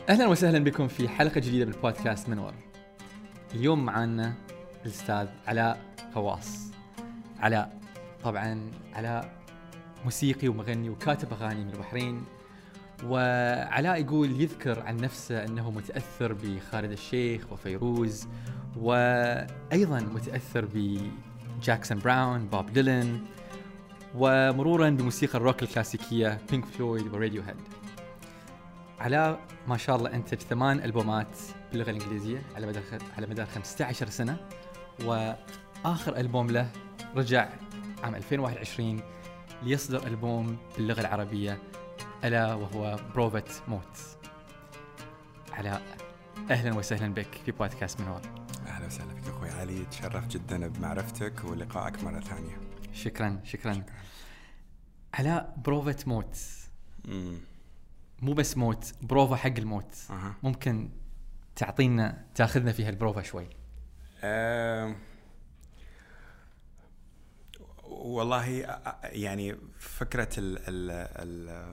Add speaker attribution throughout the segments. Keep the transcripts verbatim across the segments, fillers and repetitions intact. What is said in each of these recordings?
Speaker 1: أهلا وسهلا بكم في حلقة جديدة بالبودكاست منور. اليوم معنا الأستاذ علاء فواص. علاء طبعا علاء موسيقي ومغني وكاتب أغاني من البحرين، وعلاء يقول يذكر عن نفسه أنه متأثر بخالد الشيخ وفيروز، وأيضا متأثر بجاكسون براون، بوب ديلان، ومرورا بموسيقى الروك الكلاسيكية بينك فلويد وراديو هيد. علاء ما شاء الله أنتج ثمان ألبومات باللغة الإنجليزية على مدار على مدار خمسة عشر سنة، وآخر ألبوم له رجع عام ألفين وواحد وعشرين ليصدر ألبوم باللغة العربية ألا وهو بروفة موت. علاء أهلا وسهلا بك في بودكاست منور.
Speaker 2: أهلا وسهلا بك أخوي علي، تشرف جدا بمعرفتك ولقائك مرة ثانية.
Speaker 1: شكرا شكرا, شكرا. علاء بروفة موت
Speaker 2: مم.
Speaker 1: مو بس موت، بروفا حق الموت.
Speaker 2: أه.
Speaker 1: ممكن تعطينا تاخذنا فيها البروفا شوي؟
Speaker 2: أه والله يعني فكرة ال ال ال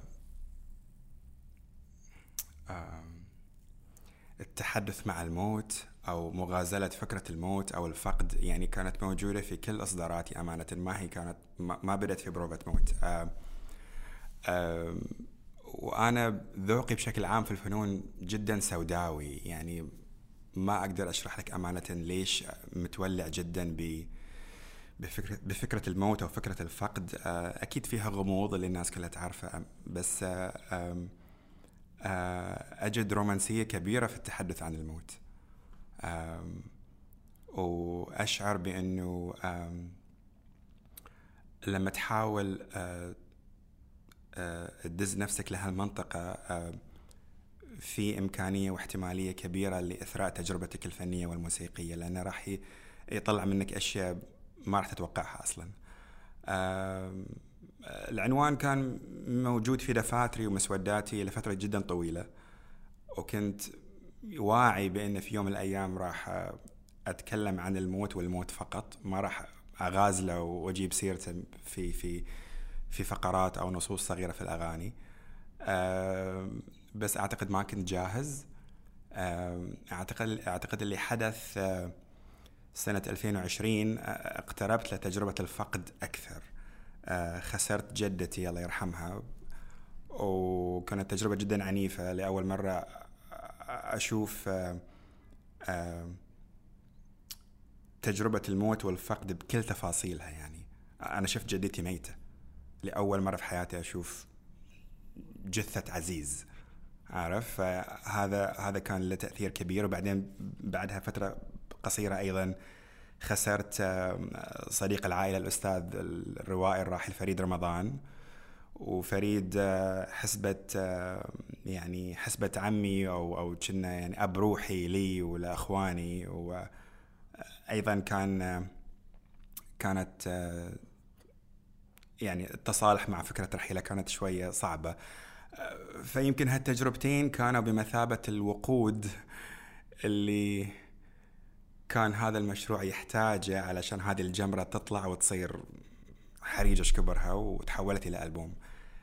Speaker 2: التحدث مع الموت أو مغازلة فكرة الموت أو الفقد يعني كانت موجودة في كل إصداراتي أمانة. ما هي كانت ما بدأت في بروفة موت. أه أه وأنا ذوقي بشكل عام في الفنون جدا سوداوي، يعني ما أقدر أشرح لك أمانة ليش متولع جدا بفكرة, بفكرة الموت أو فكرة الفقد. أكيد فيها غموض اللي الناس كلها تعرفه، بس أجد رومانسية كبيرة في التحدث عن الموت، وأشعر بأنه لما تحاول تدز نفسك لهالمنطقة في إمكانية واحتمالية كبيرة لإثراء تجربتك الفنية والموسيقية، لأنه راح يطلع منك أشياء ما راح تتوقعها أصلا. العنوان كان موجود في دفاتري ومسوداتي لفترة جدا طويلة، وكنت واعي بأن في يوم من الأيام راح أتكلم عن الموت والموت فقط، ما راح أغازله وأجيب سيرته في في في فقرات أو نصوص صغيرة في الأغاني. أه بس أعتقد ما كنت جاهز. أه أعتقد أعتقد اللي حدث أه سنة ألفين وعشرين أه اقتربت لتجربة الفقد أكثر. أه خسرت جدتي الله يرحمها، وكانت تجربة جدا عنيفة. لأول مرة أشوف أه أه تجربة الموت والفقد بكل تفاصيلها. يعني أنا شفت جدتي ميتة لأول مرة في حياتي، أشوف جثة عزيز، عارف. هذا هذا كان له تأثير كبير. وبعدين بعدها فترة قصيرة أيضا خسرت صديق العائلة الأستاذ الروائي الراحل فريد رمضان. وفريد حسبة يعني حسبة عمي أو أو كنا يعني أب روحي لي ولأخواني. وأيضا كان كانت يعني التصالح مع فكرة رحيلة كانت شوية صعبة. فيمكن هالتجربتين كانوا بمثابة الوقود اللي كان هذا المشروع يحتاجه علشان هذه الجمرة تطلع وتصير حريجة كبرها وتحولت إلى ألبوم.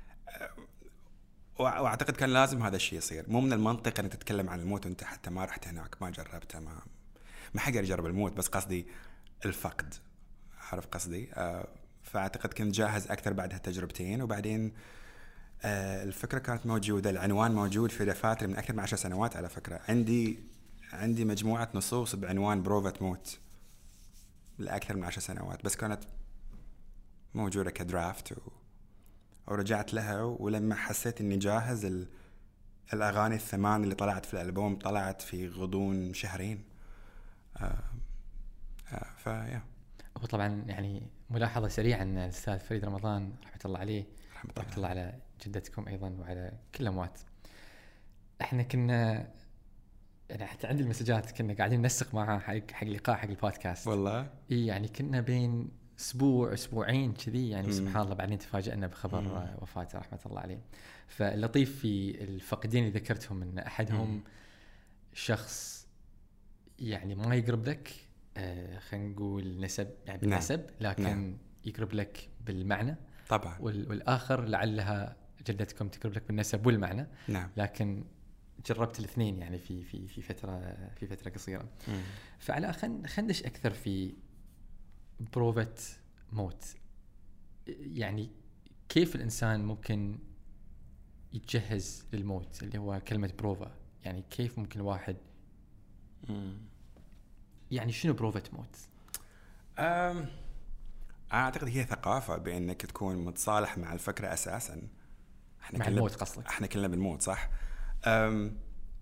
Speaker 2: وأعتقد كان لازم هذا الشيء يصير. مو من المنطق أن تتكلم عن الموت وأنت حتى ما رحت هناك، ما جربته، ما ما حقدر يجرب الموت، بس قصدي الفقد، عارف قصدي. فأعتقد كنت جاهز أكثر بعد هالتجربتين. وبعدين الفكرة كانت موجودة، العنوان موجود في دفاتري من أكثر من عشر سنوات على فكرة. عندي عندي مجموعة نصوص بعنوان بروفة موت لأكثر من عشر سنوات، بس كانت موجودة كدرافت و... ورجعت لها. ولما حسيت إني جاهز ال... الأغاني الثمان اللي طلعت في الألبوم طلعت في غضون شهرين. آه... آه... فيا
Speaker 1: وطبعا يعني ملاحظة سريعة أن الأستاذ فريد رمضان رحمة الله عليه، رحمة الله على جدتكم أيضا وعلى كل الأموات. إحنا كنا يعني حتى عندي المسجات كنا قاعدين ننسق معها حق حق لقاء حق البودكاست.
Speaker 2: والله
Speaker 1: إيه يعني كنا بين أسبوع أسبوعين كذي يعني.
Speaker 2: مم.
Speaker 1: سبحان الله بعدين تفاجأنا بخبر
Speaker 2: مم.
Speaker 1: وفاته رحمة الله عليه. فاللطيف في الفقدين اللي ذكرتهم أن أحدهم
Speaker 2: مم.
Speaker 1: شخص يعني ما يقرب لك، آه خلينا نقول نسب يعني بالنسب،
Speaker 2: نعم.
Speaker 1: لكن
Speaker 2: نعم.
Speaker 1: يقرب لك بالمعنى
Speaker 2: طبعا.
Speaker 1: والآخر لعلها جدتكم تقرب لك بالنسب والمعنى.
Speaker 2: نعم.
Speaker 1: لكن جربت الاثنين يعني في في في فتره في فتره قصيره.
Speaker 2: مم.
Speaker 1: فعلى خل خندش اكثر في بروفة موت. يعني كيف الانسان ممكن يتجهز للموت، اللي هو كلمه بروفا، يعني كيف ممكن الواحد
Speaker 2: مم.
Speaker 1: يعني شنو بروفة موت؟
Speaker 2: أم اعتقد هي ثقافه بانك تكون متصالح مع الفكره اساسا. احنا
Speaker 1: مع
Speaker 2: كلنا
Speaker 1: الموت قصدك؟
Speaker 2: احنا كلنا بنموت صح. أم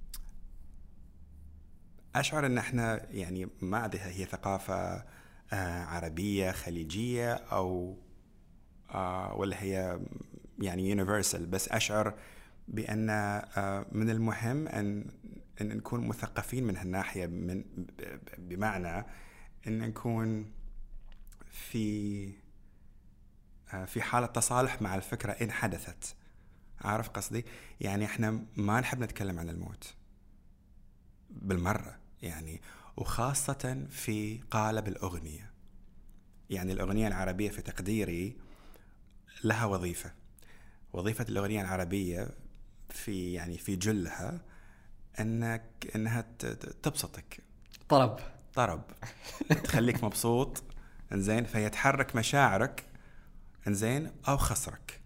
Speaker 2: اشعر ان احنا يعني ما ادري هي ثقافه آه عربيه خليجيه او آه ولا هي يعني يونيفرسال، بس اشعر بان آه من المهم ان ان نكون مثقفين من هالناحيه، من بمعنى ان نكون في آه في حاله تصالح مع الفكره ان حدثت. عارف قصدي؟ يعني احنا ما نحب نتكلم عن الموت بالمره يعني، وخاصه في قالب الاغنيه. يعني الاغنيه العربيه في تقديري لها وظيفه. وظيفه الاغنيه العربيه في يعني في جلها انك انها تبسطك،
Speaker 1: طرب
Speaker 2: طرب تخليك مبسوط، انزين، فيتحرك مشاعرك، انزين، او خسرك.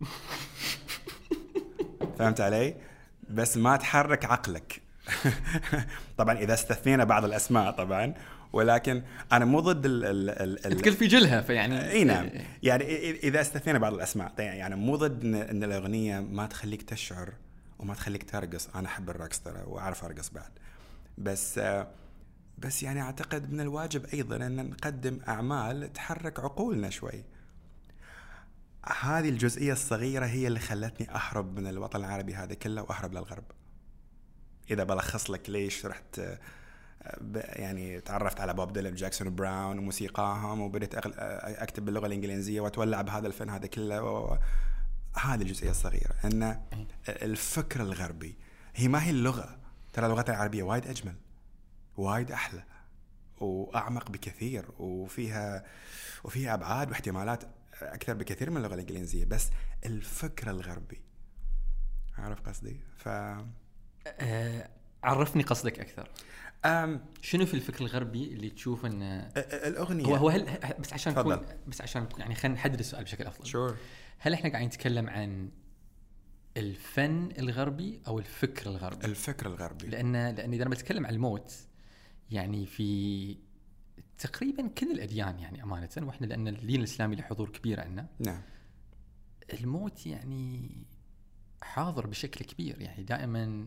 Speaker 2: فهمت علي؟ بس ما تحرك عقلك. طبعا اذا استثنينا بعض الاسماء طبعا، ولكن انا مو ضد ال ال ال
Speaker 1: الكل في جلها، فيعني
Speaker 2: اي نعم، يعني اذا استثنينا بعض الاسماء يعني مو ضد ان الاغنيه ما تخليك تشعر وما تخليك ترقص. انا احب الرقص ترى واعرف ارقص بعد، بس بس يعني اعتقد من الواجب ايضا ان نقدم اعمال تحرك عقولنا شوي. هذه الجزئيه الصغيره هي اللي خلتني اهرب من الوطن العربي هذا كله واهرب للغرب. اذا بلخص لك ليش رحت يعني تعرفت على بوب ديلان جاكسون وبراون وموسيقاهم، وبديت اكتب باللغه الانجليزيه واتولع بهذا الفن هذا كله. هذه الجزئيه الصغيره ان الفكر الغربي هي ما هي اللغه، ترى اللغه العربيه وايد اجمل وايد احلى واعمق بكثير، وفيها وفيها ابعاد واحتمالات اكثر بكثير من اللغه الانجليزيه، بس الفكر الغربي. عارف قصدي؟ ف
Speaker 1: أه عرفني قصدك اكثر.
Speaker 2: أم
Speaker 1: شنو في الفكر الغربي اللي تشوف ان
Speaker 2: الاغنيه
Speaker 1: هو هو هل بس عشان
Speaker 2: فضل.
Speaker 1: نكون بس عشان يعني خلينا نحدد السؤال بشكل افضل.
Speaker 2: شور.
Speaker 1: هل احنا قاعدين نتكلم عن الفن الغربي او الفكر الغربي؟
Speaker 2: الفكر الغربي.
Speaker 1: لان لان اذا انا بتكلم عن الموت يعني في تقريبا كل الاديان يعني امانه، واحنا لان الدين الاسلامي له حضور كبير عندنا.
Speaker 2: نعم.
Speaker 1: الموت يعني حاضر بشكل كبير، يعني دائما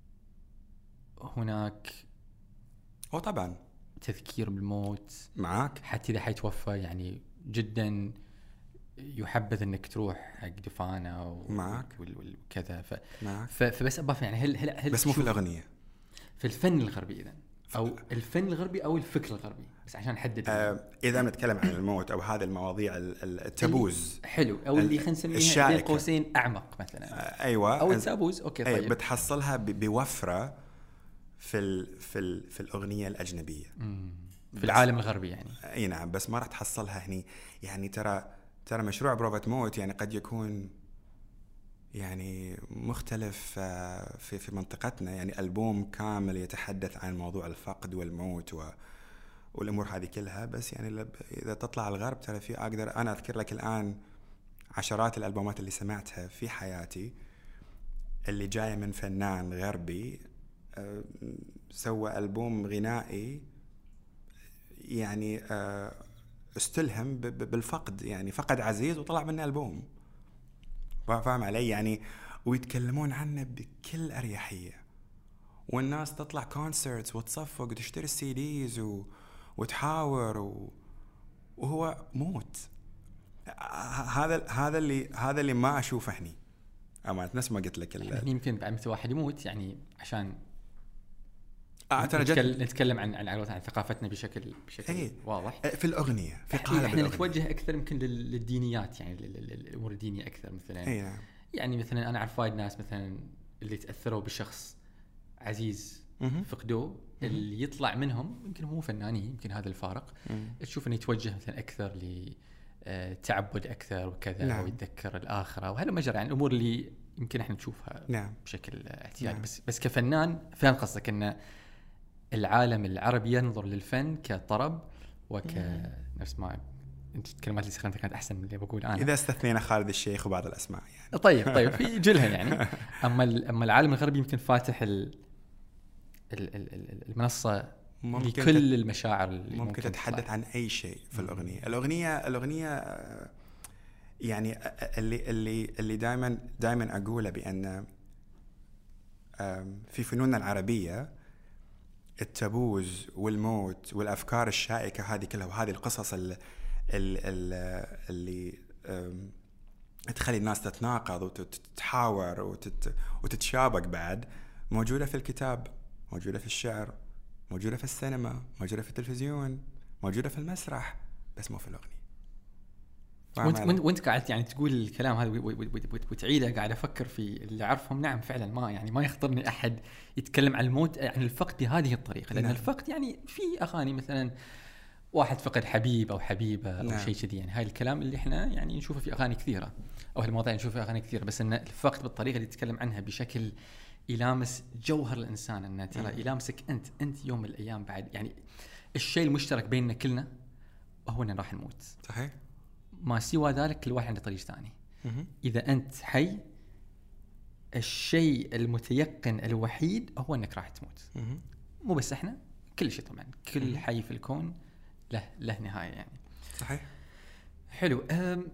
Speaker 1: هناك
Speaker 2: هو طبعا
Speaker 1: تذكير بالموت
Speaker 2: معاك،
Speaker 1: حتى اذا حيتوفى يعني جدا يحبذ انك تروح حق دفانه و...
Speaker 2: معاك
Speaker 1: وكذا. ف...
Speaker 2: معاك.
Speaker 1: ف... فبس اضاف يعني هل هل, هل
Speaker 2: بس مو في الاغنيه،
Speaker 1: في الفن الغربي اذا او الفن الغربي او الفكر الغربي، بس عشان نحدد.
Speaker 2: آه اذا نتكلم عن الموت او هذه المواضيع التابوز
Speaker 1: حلو، او اللي خلينا نسميها بين قوسين اعمق مثلا.
Speaker 2: آه ايوه،
Speaker 1: او التابوز. اوكي طيب.
Speaker 2: أي بتحصلها بوفره في ال في ال في الاغنيه الاجنبيه
Speaker 1: مم. في العالم الغربي يعني.
Speaker 2: اي نعم، بس ما راح تحصلها هني. يعني ترى ترى مشروع بروفة موت يعني قد يكون يعني مختلف في في منطقتنا، يعني ألبوم كامل يتحدث عن موضوع الفقد والموت و والامور هذه كلها. بس يعني اذا تطلع الغرب ترى في اقدر انا اذكر لك الان عشرات الالبومات اللي سمعتها في حياتي اللي جايه من فنان غربي سوى ألبوم غنائي يعني استلهم بالفقد، يعني فقد عزيز وطلع منه ألبوم. فاهم علي؟ يعني ويتكلمون عنه بكل أريحية، والناس تطلع كونسرتس وتصفق وتشتري السي ديز و... وتحاور و... وهو موت. هذا هذا اللي هذا اللي ما أشوفه هني. أما نفس ما قلت لك
Speaker 1: يعني يمكن بعد مثل واحد يموت يعني عشان
Speaker 2: آه
Speaker 1: نتكلم, نتكلم عن عن عن ثقافتنا بشكل بشكل
Speaker 2: ايه
Speaker 1: واضح
Speaker 2: في الأغنية، في قالب
Speaker 1: احنا نتوجه أكثر يمكن للدينيات، يعني الأمور الدينية أكثر مثلا.
Speaker 2: ايه.
Speaker 1: يعني مثلا أنا أعرف وايد ناس مثلا اللي تأثروا بشخص عزيز فقدوه، اللي يطلع منهم يمكن مو فنانين، يمكن هذا الفارق. تشوف إنه يتوجه مثلا أكثر لتعبد أكثر وكذا. نعم. ويتذكر الآخرة وهذا مجرى يعني الأمور اللي يمكن احنا نشوفها
Speaker 2: نعم.
Speaker 1: بشكل اعتيادي.
Speaker 2: نعم.
Speaker 1: بس بس كفنان فهم قصدك ان العالم العربي ينظر للفن كطرب وك نفس ما انت الكلمات اللي استخدمتها كانت احسن من اللي بقول انا
Speaker 2: اذا استثنينا خالد الشيخ وبعض الاسماء يعني.
Speaker 1: طيب طيب في جلها يعني. اما اما العالم الغربي يمكن فاتح ال المنصه لكل المشاعر اللي
Speaker 2: ممكن, ممكن تتحدث عن اي شيء في الاغنيه. الاغنيه الاغنيه يعني اللي اللي اللي دائما دائما اقوله بان في فنوننا العربيه التبوز والموت والافكار الشائكه هذه كلها وهذه القصص اللي, اللي تخلي الناس تتناقض وتتحاور وتت وتتشابك بعد موجوده في الكتاب، موجوده في الشعر، موجوده في السينما، موجوده في التلفزيون، موجوده في المسرح، بس مو في الاغنيه.
Speaker 1: وانت وانت, وانت قاعد يعني تقول الكلام هذا وتعيده، قاعد افكر في اللي اعرفهم. نعم فعلا ما يعني ما يخطرني احد يتكلم عن الموت عن الفقد بهذه الطريقه، لان نعم. الفقد يعني في اغاني مثلا واحد فقد حبيب او حبيبه او نعم. شيء كذي، يعني هاي الكلام اللي احنا يعني نشوفه في اغاني كثيره، او هالمواضيع نشوفها في اغاني كثيره. بس ان الفقد بالطريقه اللي تتكلم عنها بشكل يلامس جوهر الانسان، انه ترى يلامسك انت انت يوم من الايام بعد. يعني الشيء المشترك بيننا كلنا هو ان راح نموت.
Speaker 2: صحيح.
Speaker 1: ما سوى ذلك كل واحد عنده طريق ثاني. اذا انت حي، الشيء المتيقن الوحيد هو انك راح تموت. مو بس احنا، كل شيء طبعا، كل حي في الكون له له نهايه يعني.
Speaker 2: صحيح.
Speaker 1: حلو.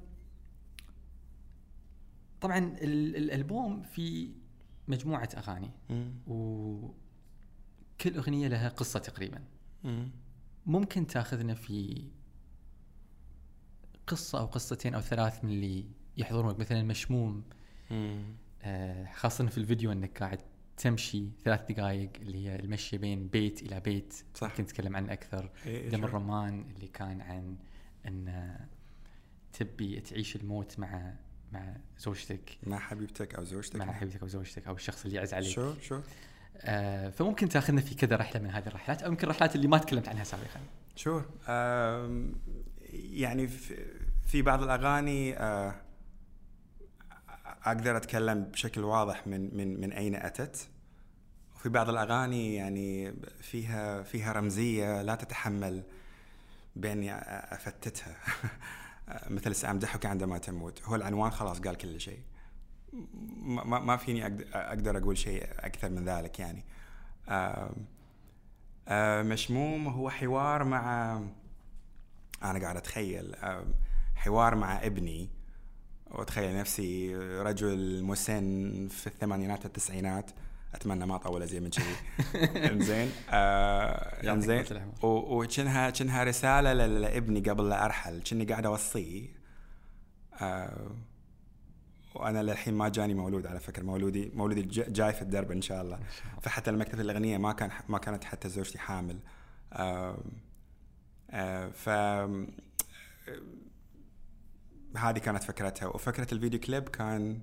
Speaker 1: طبعا الالبوم في مجموعه اغاني وكل اغنيه لها قصه تقريبا. ممكن تاخذنا في قصة أو قصتين أو ثلاث من اللي يحضرونك؟ مثلا مشموم، آه خاصة في الفيديو أنك قاعد تمشي ثلاث دقائق اللي هي المشي بين بيت إلى بيت.
Speaker 2: صح.
Speaker 1: ممكن نتكلم عنه أكثر.
Speaker 2: إيه
Speaker 1: دم الرمان اللي كان عن أن تبي تعيش الموت مع مع زوجتك،
Speaker 2: مع حبيبتك أو زوجتك،
Speaker 1: مع حبيبتك أو زوجتك أو الشخص اللي يعز عليك.
Speaker 2: شو شو
Speaker 1: آه فممكن تأخذنا في كذا رحلة من هذه الرحلات، أو يمكن رحلات اللي ما تكلمت عنها سابقا.
Speaker 2: شو يعني في بعض الأغاني أقدر أتكلم بشكل واضح من من من أين أتت، وفي بعض الأغاني يعني فيها فيها رمزية لا تتحمل بإني أفتتها. مثل سأمدحك عندما تموت، هو العنوان خلاص قال كل شيء، ما ما فيني أقدر أقول شيء أكثر من ذلك يعني. مشموم هو حوار مع، أنا قاعد أتخيل حوار مع ابني، وأتخيل نفسي رجل مسن في الثمانينات التسعينات، أتمنى ما أطول زي من شيء. إنزين آه إنزين وكأنها كأنها رسالة لابني قبل لا أرحل، كأني قاعد أوصيه. آه وأنا للحين ما جاني مولود على فكرة، مولودي مولودي جاي في الدرب إن شاء الله. فحتى لما كتبت الأغنية ما كان ما كانت حتى زوجتي حامل. آه آه ف هذه كانت فكرتها. وفكرة الفيديو كليب كان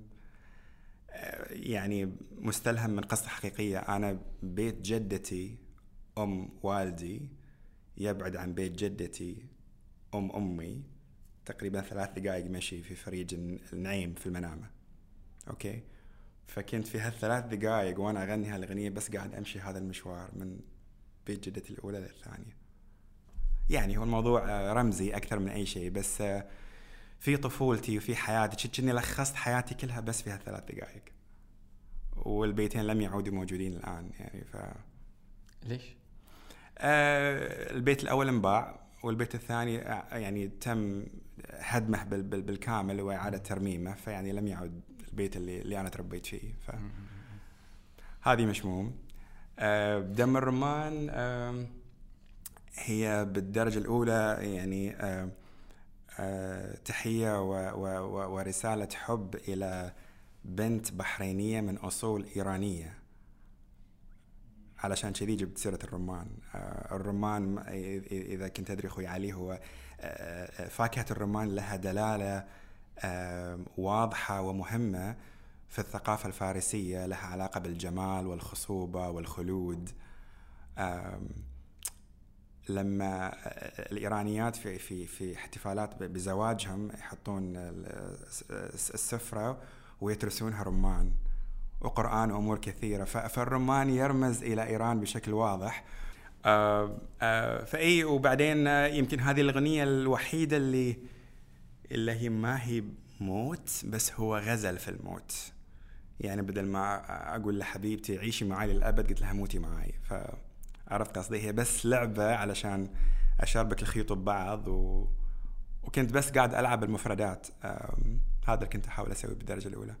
Speaker 2: يعني مستلهم من قصة حقيقية. أنا بيت جدتي أم والدي يبعد عن بيت جدتي أم أمي تقريبا ثلاث دقائق مشي في فريج النعيم في المنامة. أوكي، فكنت في هالثلاث دقائق وأنا أغني هالأغنية بس قاعد أمشي هذا المشوار من بيت جدتي الأولى للثانية. يعني هو الموضوع رمزي أكثر من أي شيء، بس في طفولتي وفي حياتي كأني لخصت حياتي كلها بس في هالثلاث دقائق، والبيتين لم يعودوا موجودين الآن يعني. ف
Speaker 1: ليش؟
Speaker 2: آه البيت الأول انباع، والبيت الثاني يعني تم هدمه بال بال بالكامل وإعادة ترميمه، فيعني لم يعود البيت اللي اللي أنا تربيت فيه. ف هذه مشموم. آه دم الرمان آه هي بالدرجة الأولى يعني آه آه تحية و و ورسالة حب إلى بنت بحرينية من أصول إيرانية، علشان كذي جبت سيرة الرمان. آه الرمان إذا كنت أدري أخوي علي، هو آه فاكهة الرمان لها دلالة آه واضحة ومهمة في الثقافة الفارسية، لها علاقة بالجمال والخصوبة والخلود. آه لما الإيرانيات في في في احتفالات بزواجهم يحطون السفرة ويترسونها رمان، وقرآن وأمور كثيرة. فالرمان يرمز إلى إيران بشكل واضح. آه آه فأي وبعدين يمكن هذه الأغنية الوحيدة اللي اللي هي ما هي موت بس هو غزل في الموت. يعني بدل ما أقول لحبيبتي عيشي معي للأبد قلت لها موتي معي. فعرفت قصدي؟ هي بس لعبة علشان أشاربك الخيوط ببعض، و... وكنت بس قاعد ألعب المفردات. هذا اللي كنت أحاول أسويه بالدرجة الأولى.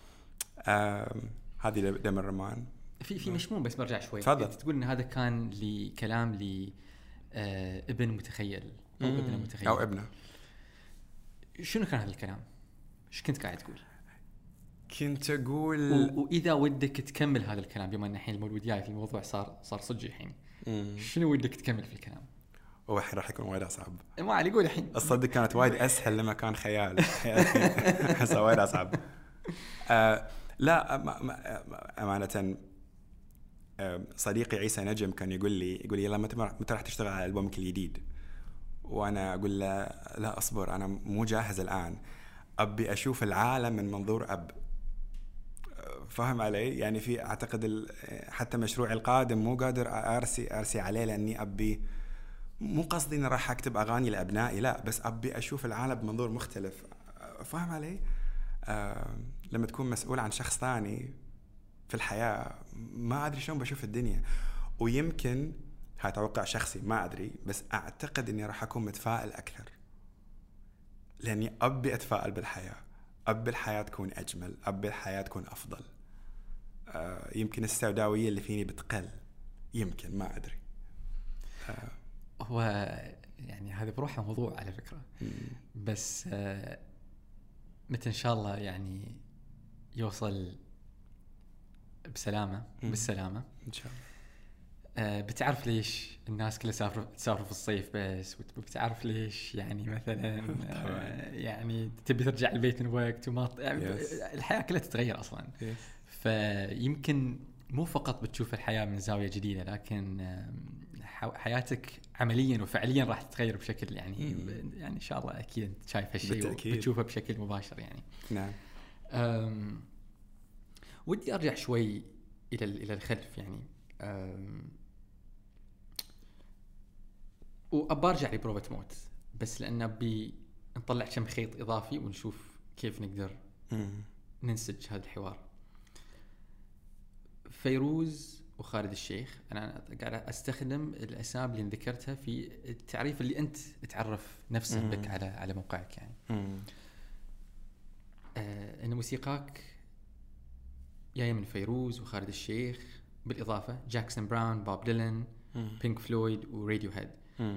Speaker 2: هذه دم الرمان.
Speaker 1: في في مشموم بس برجع شوي.
Speaker 2: تفضل.
Speaker 1: تقول إن هذا كان لكلام لابن متخيل أو ابن متخيل
Speaker 2: أو ابنه.
Speaker 1: شنو كان هذا الكلام؟ إيش كنت قاعد تقول؟
Speaker 2: كنت أقول
Speaker 1: و... وإذا ودك تكمل هذا الكلام بما أن الحين المولود جاي في الموضوع صار صار صجي الحين، شنو ودك تكمل في الكلام؟
Speaker 2: هو الحين راح يكون وايد أصعب.
Speaker 1: ما علي قول الحين.
Speaker 2: الصدق كانت وايد أسهل لما كان خيال. حسوا وايد أصعب. آه لا ما ما أمانة آه صديقي عيسى نجم كان يقول لي يقول لي يلا متى متى راح تشتغل على ألبومك الجديد؟ وأنا أقول له لا أصبر أنا مو جاهز الآن، أبي أشوف العالم من منظور أب. فاهم علي؟ يعني في أعتقد حتى مشروعي القادم مو قادر أرسي أرسي عليه لأني أبي مو قصدي إن راح أكتب أغاني لأبنائي، لا بس أبي أشوف العالم بمنظور مختلف. فاهم علي؟ آه لما تكون مسؤول عن شخص ثاني في الحياة ما أدري شلون بشوف الدنيا. ويمكن هاي توقع شخصي ما أدري، بس أعتقد إني راح أكون متفائل أكثر لأني أبي أتفائل بالحياة، أبي الحياة تكون أجمل، أبي الحياة تكون أفضل. آه يمكن السوداوية اللي فيني بتقل، يمكن ما أدري. آه
Speaker 1: هو يعني هذا بروحه موضوع على فكرة. مم. بس آه متى إن شاء الله يعني يوصل بسلامة مم. بالسلامة
Speaker 2: إن شاء الله.
Speaker 1: آه بتعرف ليش الناس كلها سافروا تسافروا في الصيف بس، وبتعرف ليش يعني مثلا آه يعني تبي ترجع البيت من وقت وما يعني yes. الحياة كلها تتغير أصلا. yes. فيمكن مو فقط بتشوف الحياة من زاوية جديدة، لكن آه حياتك عمليا وفعليا راح تتغير بشكل يعني مم. يعني إن شاء الله أكيد شايف هالشيء وبتشوفه بشكل مباشر يعني.
Speaker 2: نعم.
Speaker 1: ودي أرجع شوي إلى إلى الخلف يعني، وأبارجع لبروفة موت بس لأن أبي نطلع كم خيط إضافي ونشوف كيف نقدر مم. ننسج هذا الحوار. فيروز وخالد الشيخ، أنا قاعد أستخدم الأسامي اللي ذكرتها في التعريف اللي أنت تعرف نفسك مم. بك على على موقعك يعني. آه إن موسيقاك جاية من فيروز وخالد الشيخ، بالإضافة جاكسون براون، بوب ديلان، بينك فلويد وراديو هيد.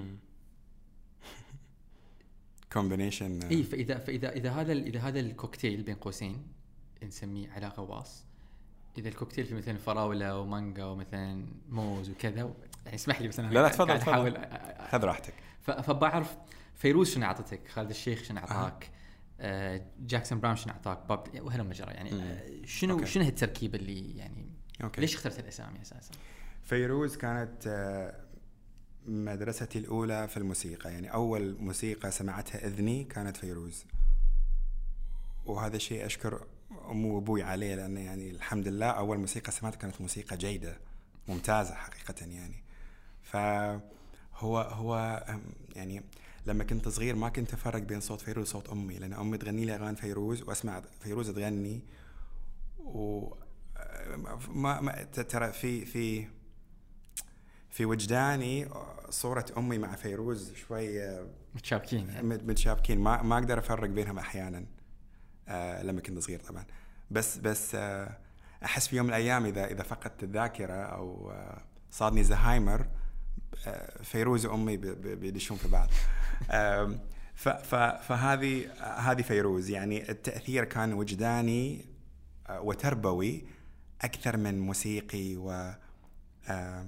Speaker 2: كومبينيشن.
Speaker 1: إيه فإذا فإذا إذا هذا إذا هذا الكوكتيل بين قوسين نسميه على غواص، إذا الكوكتيل في مثلا فراولة ومانجا ومثلا موز وكذا يعني اسمح لي بس أنا
Speaker 2: لا لا تفضل أحاول خذ راحتك.
Speaker 1: فبعرف فيروز شنو عطتك، خالد الشيخ شنو عطاك، آه. جاكسون براون شنو عطاك، بوب وهلا مجرى يعني. آه شنو أوكي. شنو هالتركيبة اللي يعني أوكي. ليش اخترت الأسامي أساسا؟
Speaker 2: فيروز كانت مدرستي الأولى في الموسيقى، يعني أول موسيقى سمعتها إذني كانت فيروز، وهذا الشيء أشكر أمي وأبوي عليه لأن يعني الحمد لله أول موسيقى سمعتها كانت موسيقى جيدة ممتازة حقيقة يعني. فهو هو يعني لما كنت صغير ما كنت أفرق بين صوت فيروز وصوت أمي، لأن أمي تغني لي أغاني فيروز وأسمع فيروز تغني، وما ما ترى في في في وجداني صورة أمي مع فيروز شوي
Speaker 1: متشابكين يعني.
Speaker 2: متشابكين ما ما أقدر أفرق بينهم أحيانا آه لما كنت صغير طبعا. بس بس آه أحس في يوم من الأيام إذا إذا فقدت الذاكرة أو آه صادني زهايمر آه فيروز وأمي بيدشون في بعض. آه فهذه هذه فيروز يعني التأثير كان وجداني آه وتربوي أكثر من موسيقي و آه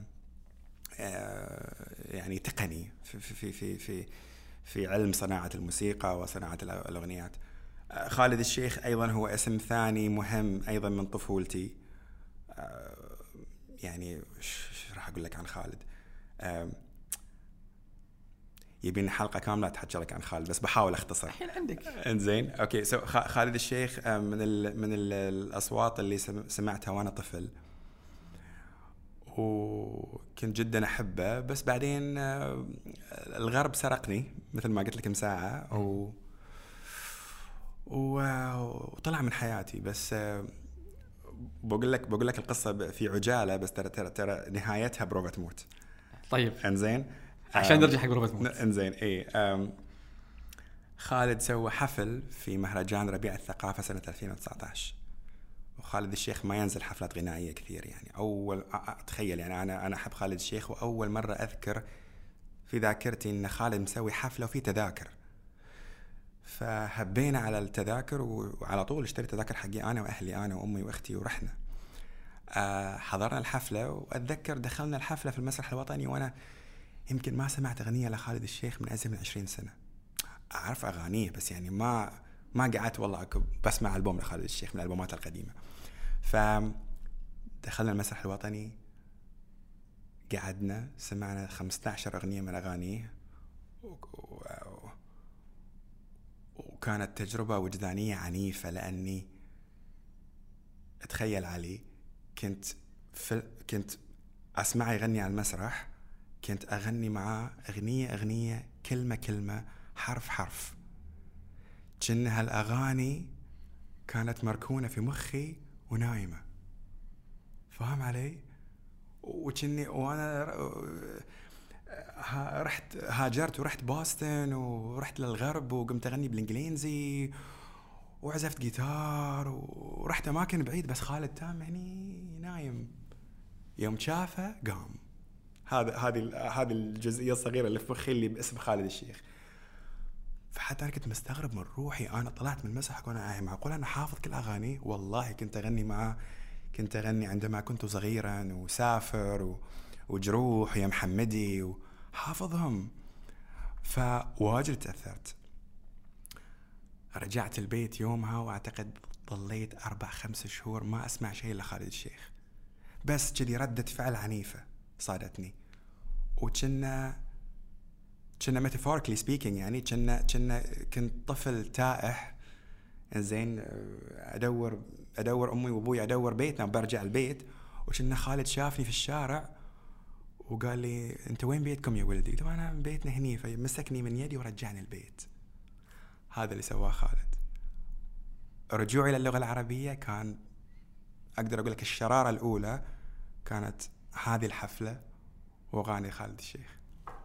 Speaker 2: يعني تقني في في في في في علم صناعة الموسيقى وصناعة الأغنيات. خالد الشيخ أيضا هو اسم ثاني مهم أيضا من طفولتي. يعني راح أقول لك عن خالد، يبين حلقه كامله اتحكي لك عن خالد، بس بحاول اختصر.
Speaker 1: الحين عندك.
Speaker 2: انزين اوكي. سو خالد الشيخ من ال من ال الاصوات اللي سمعتها وانا طفل، وكنت جدا احبه، بس بعدين الغرب سرقني مثل ما قلت لك من ساعه و وطلع من حياتي. بس بقول لك بقول لك القصه في عجاله، بس ترى ترى ترى نهايتها بروفة موت.
Speaker 1: طيب
Speaker 2: انزين
Speaker 1: عشان نرجع حق بروفة موت.
Speaker 2: انزين اي خالد سوى حفل في مهرجان ربيع الثقافه سنه ألفين وتسعة عشر، وخالد الشيخ ما ينزل حفلات غنائيه كثير يعني. اول تخيل يعني انا انا احب خالد الشيخ، واول مره اذكر في ذاكرتي ان خالد مسوي حفله وفي تذاكر، فهبينا على التذاكر وعلى طول اشتريت تذاكر حقي انا واهلي، انا وامي واختي، ورحنا أه حضرنا الحفله. واتذكر دخلنا الحفله في المسرح الوطني وانا يمكن ما سمعت اغنيه لخالد الشيخ من ازيد من عشرين سنه. اعرف اغانيه بس يعني ما ما قعدت والله بسمع ألبوم لخالد الشيخ من الألبومات القديمه. فدخلنا المسرح الوطني، قعدنا سمعنا خمسة عشر اغنيه من اغانيه، وكانت تجربة وجدانية عنيفة، لأني أتخيل علي كنت في كنت أسمع يغني على المسرح، كنت أغني معاه أغنية أغنية كلمة كلمة حرف حرف، كأن هالأغاني كانت مركونة في مخي ونايمة، فاهم علي؟ وكني وأنا رحت هاجرت ورحت بوسطن ورحت للغرب وقمت أغني بالإنجليزي وعزفت جيتار ورحت أماكن بعيد، بس خالد تام يعني نايم. يوم شافه قام. هذا هذه هذه الجزئية الصغيرة اللي في مخي اللي باسم خالد الشيخ. فحتى أنا كنت مستغرب من روحي، أنا طلعت من المسرح وأنا معقول أنا حافظ كل أغاني؟ والله كنت أغني معه، كنت أغني عندما كنت صغيرا وسافر و... وجروح يا محمدي وحافظهم. فواجد تأثرت. رجعت البيت يومها وأعتقد ضليت أربع خمس شهور ما أسمع شيء لخالد الشيخ، بس كذي ردة فعل عنيفة صادتني. وكنا كنا metaphorically speaking يعني كنا كنا كنت طفل تائه. زين أدور أدور أمي وأبوي، أدور بيتنا وبرجع البيت، وكنا خالد شافني في الشارع وقال لي أنت وين بيتكم يا ولدي؟ طبعا أنا بيتنا هني، فمسكني من يدي ورجعني البيت. هذا اللي سواه خالد. رجوعي للغة العربية كان أقدر أقول لك الشرارة الأولى كانت هذه الحفلة وأغاني خالد الشيخ.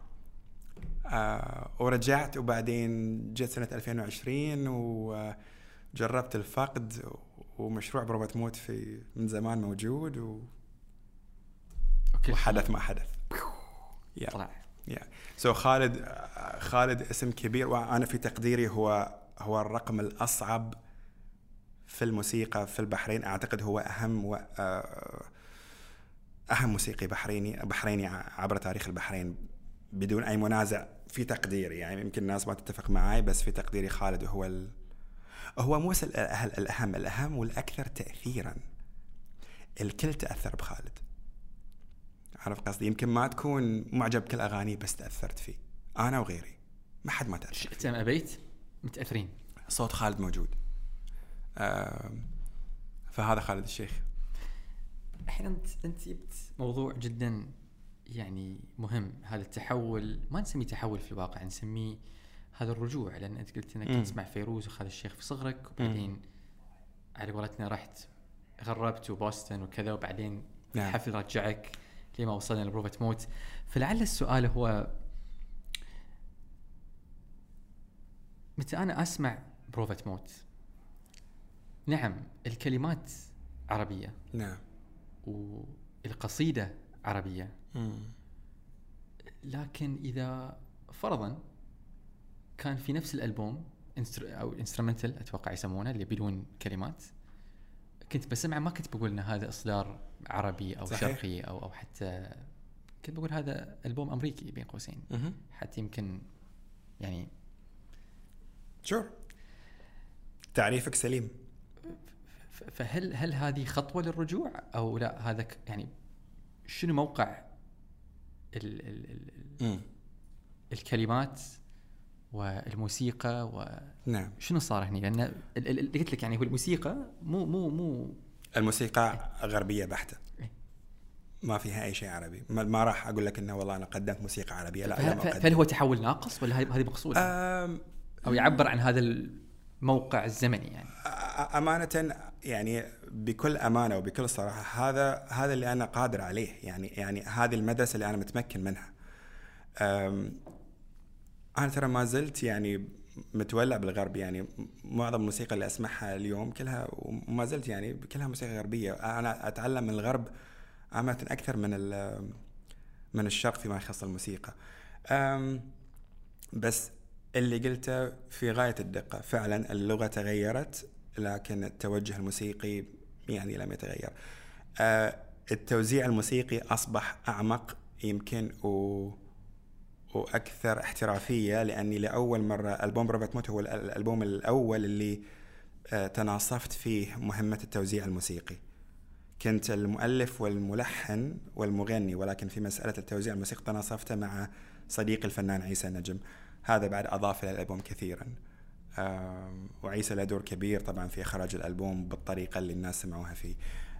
Speaker 2: آه ورجعت، وبعدين جت سنة ألفين وعشرين وجربت الفقد، ومشروع بروفة موت في من زمان موجود و... وحدث ما حدث.
Speaker 1: طلع.
Speaker 2: يا سو خالد خالد اسم كبير، وأنا في تقديري هو هو الرقم الأصعب في الموسيقى في البحرين. أعتقد هو أهم و أهم موسيقي بحريني بحريني عبر تاريخ البحرين بدون أي منازع في تقديري. يعني يمكن الناس ما تتفق معي، بس في تقديري خالد هو ال... هو مو الأهم الأهم والأكثر تأثيرا. الكل تأثر بخالد، عارف قصدي؟ يمكن ما تكون معجب كل أغاني بس تأثرت فيه، أنا وغيري ما حد ما تأثر.
Speaker 1: شئت أم أبيت متأثرين.
Speaker 2: صوت خالد موجود. آه فهذا خالد الشيخ.
Speaker 1: الحين أنت أنت جبت موضوع جدا يعني مهم، هذا التحول. ما نسميه تحول في الواقع، نسميه هذا الرجوع، لأن أنت قلت إنك كنت تسمع فيروز وخالد الشيخ في صغرك، وبعدين م. على قولتنا رحت غربت وبوسطن وكذا، وبعدين نعم. حفل رجعك لما وصلنا لبروفة موت. فلعل السؤال هو متى أنا أسمع بروفة موت؟ نعم الكلمات عربية،
Speaker 2: نعم،
Speaker 1: والقصيدة عربية،
Speaker 2: مم.
Speaker 1: لكن إذا فرضا كان في نفس الألبوم أو إنسترومنتال أتوقع يسمونه اللي بدون كلمات، كنت بسمع ما كنت بقول إن هذا إصدار عربي أو صحيح. شرقي أو أو حتى كنت بقول هذا ألبوم أمريكي بين قوسين.
Speaker 2: مم.
Speaker 1: حتى يمكن يعني
Speaker 2: شو تعريفك سليم.
Speaker 1: فهل هل هذه خطوة للرجوع أو لا؟ هذا يعني شنو موقع ال ال ال الكلمات والموسيقى و
Speaker 2: نعم.
Speaker 1: شنو صار هنا؟ لأن اللي قلت لك يعني هو الموسيقى مو مو مو
Speaker 2: الموسيقى غربية بحتة، ما فيها أي شيء عربي. ما, ما راح أقول لك إنه والله أنا قدمت موسيقى عربية، لا.
Speaker 1: فه... فهل هو تحول ناقص ولا هذه مقصودة؟
Speaker 2: أم...
Speaker 1: أو يعبر عن هذا الموقع الزمني يعني؟
Speaker 2: أمانة يعني بكل أمانة وبكل صراحة هذا هذا اللي أنا قادر عليه، يعني يعني هذه المدرسة اللي أنا متمكن منها. أم... أنا ترى ما زلت يعني متولع بالغرب، يعني معظم الموسيقى اللي أسمعها اليوم كلها وما زلت يعني كلها موسيقى غربية. أنا أتعلم من الغرب عامة أكثر من من الشرق فيما يخص الموسيقى. بس اللي قلته في غاية الدقة، فعلا اللغة تغيرت لكن التوجه الموسيقي يعني لم يتغير. التوزيع الموسيقي أصبح أعمق يمكن و وأكثر احترافية، لأني لأول مرة ألبوم بروفيت موت هو الألبوم الأول اللي تناصفت فيه مهمة التوزيع الموسيقي. كنت المؤلف والملحن والمغني، ولكن في مسألة التوزيع الموسيقي تناصفت مع صديقي الفنان عيسى نجم. هذا بعد أضاف إلى الألبوم كثيرا، وعيسى له دور كبير طبعا في إخراج الألبوم بالطريقة اللي الناس سمعوها فيه.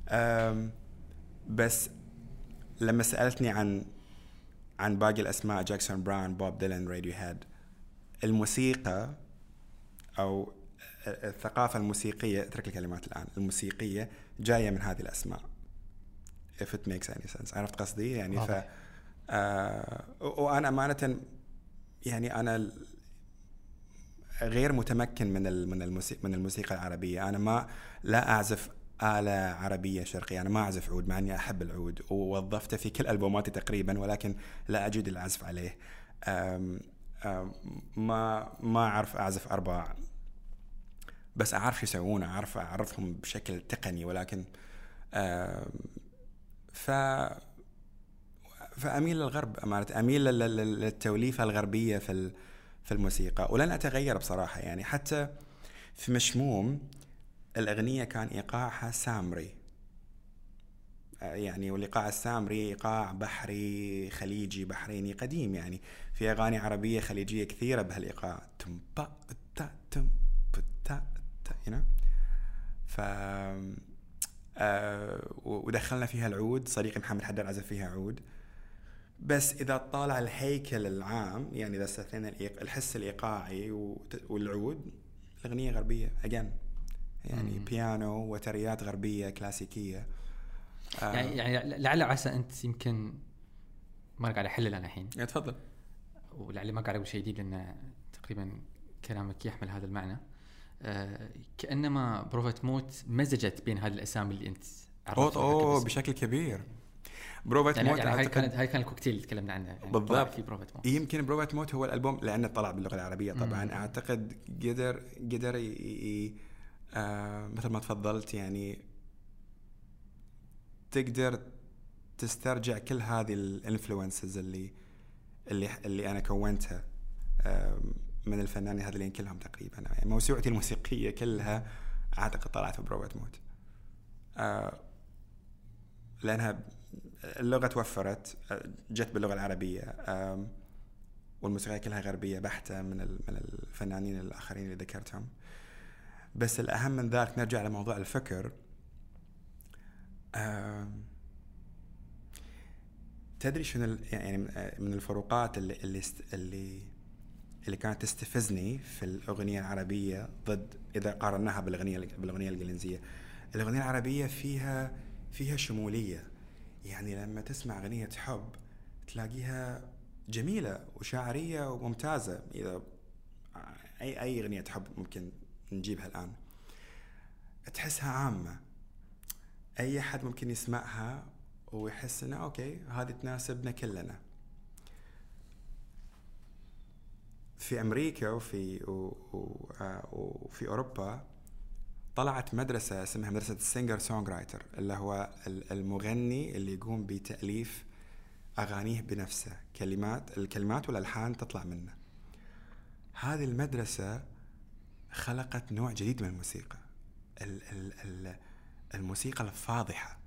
Speaker 2: بس لما سألتني عن عن باقي الأسماء، جاكسون براون، بوب ديلان، راديو هيد، الموسيقى أو الثقافة الموسيقية، اترك الكلمات الآن، الموسيقية جاية من هذه الأسماء. if it makes any sense. عرفت قصدي يعني؟ ف آه وأنا أمانة يعني أنا غير متمكن من من الموسيقى من الموسيقى العربية. أنا ما لا أعزف آلة عربية شرقية، أنا ما أعزف عود مع أني أحب العود ووظفته في كل ألبوماتي تقريبا، ولكن لا أجد العزف عليه. أم أم ما ما أعرف أعزف أرباع، بس أعرف يسوونه، أعرف أعرفهم بشكل تقني، ولكن ف فأميل للغرب أمانة، أميل للتوليفة الغربية في في الموسيقى، ولن أتغير بصراحة. يعني حتى في مشموم الأغنية كان إيقاعها سامري، يعني والإيقاع السامري إيقاع بحري خليجي بحريني قديم، يعني في أغاني عربية خليجية كثيرة بهالإيقاع تم با تا تم تا تا هنا. ف أه ودخلنا فيها العود، صديقي محمد حداد عزف فيها عود. بس إذا طالع الهيكل العام، يعني إذا استثنينا الحس الإيقاعي والعود، الأغنية غربية أجان، يعني مم. بيانو وتريات غربية كلاسيكية.
Speaker 1: آه يعني يعني لعل عسى أنت يمكن ما قاعد أحلل أنا الحين.
Speaker 2: تفضل.
Speaker 1: ولعل ما قاعد أقول شيء جديد لأن تقريبا كلامك يحمل هذا المعنى. آه كأنما بروفيت موت مزجت بين هذه الأسامي اللي أنت
Speaker 2: عرفتها. أوه بشكل كبير. بروفيت
Speaker 1: يعني
Speaker 2: موت
Speaker 1: يعني هاي كانت هاي كان الكوكتيل اللي تكلمنا عنه يعني
Speaker 2: بالضبط.
Speaker 1: في بروفيت موت.
Speaker 2: يمكن بروفيت موت هو الألبوم لأنه طلع باللغة العربية طبعا. مم. أعتقد قدر قدر ي... ي... آه مثل ما تفضلت، يعني تقدر تسترجع كل هذه الانفلونسز اللي اللي اللي أنا كونتها من الفنانين هذين كلهم تقريبا. يعني موسوعتي الموسيقية كلها أعتقد طلعت في بروفيت موت، آه لأنها اللغة توفرت، جت باللغة العربية، والموسيقى كلها غربية بحتة من من الفنانين الآخرين اللي ذكرتهم. بس الأهم من ذلك نرجع لموضوع الفكر. تدري شنو يعني من الفروقات اللي اللي اللي اللي كانت تستفزني في الأغنية العربية ضد إذا قارناها بالأغنية بالأغنية الإنجليزية؟ الأغنية العربية فيها فيها شمولية، يعني لما تسمع أغنية حب تلاقيها جميلة وشاعرية وممتازة. إذا أي أي أغنية حب ممكن نجيبها الآن تحسها عامة، أي أحد ممكن يسمعها ويحس إنه أوكي هذه تناسبنا كلنا. في أمريكا وفي وفي أوروبا طلعت مدرسة اسمها مدرسة السينجر سونغ رايتر، اللي هو المغني اللي يقوم بتأليف أغانيه بنفسه، كلمات الكلمات والألحان تطلع منه. هذه المدرسة خلقت نوع جديد من الموسيقى، الموسيقى الفاضحة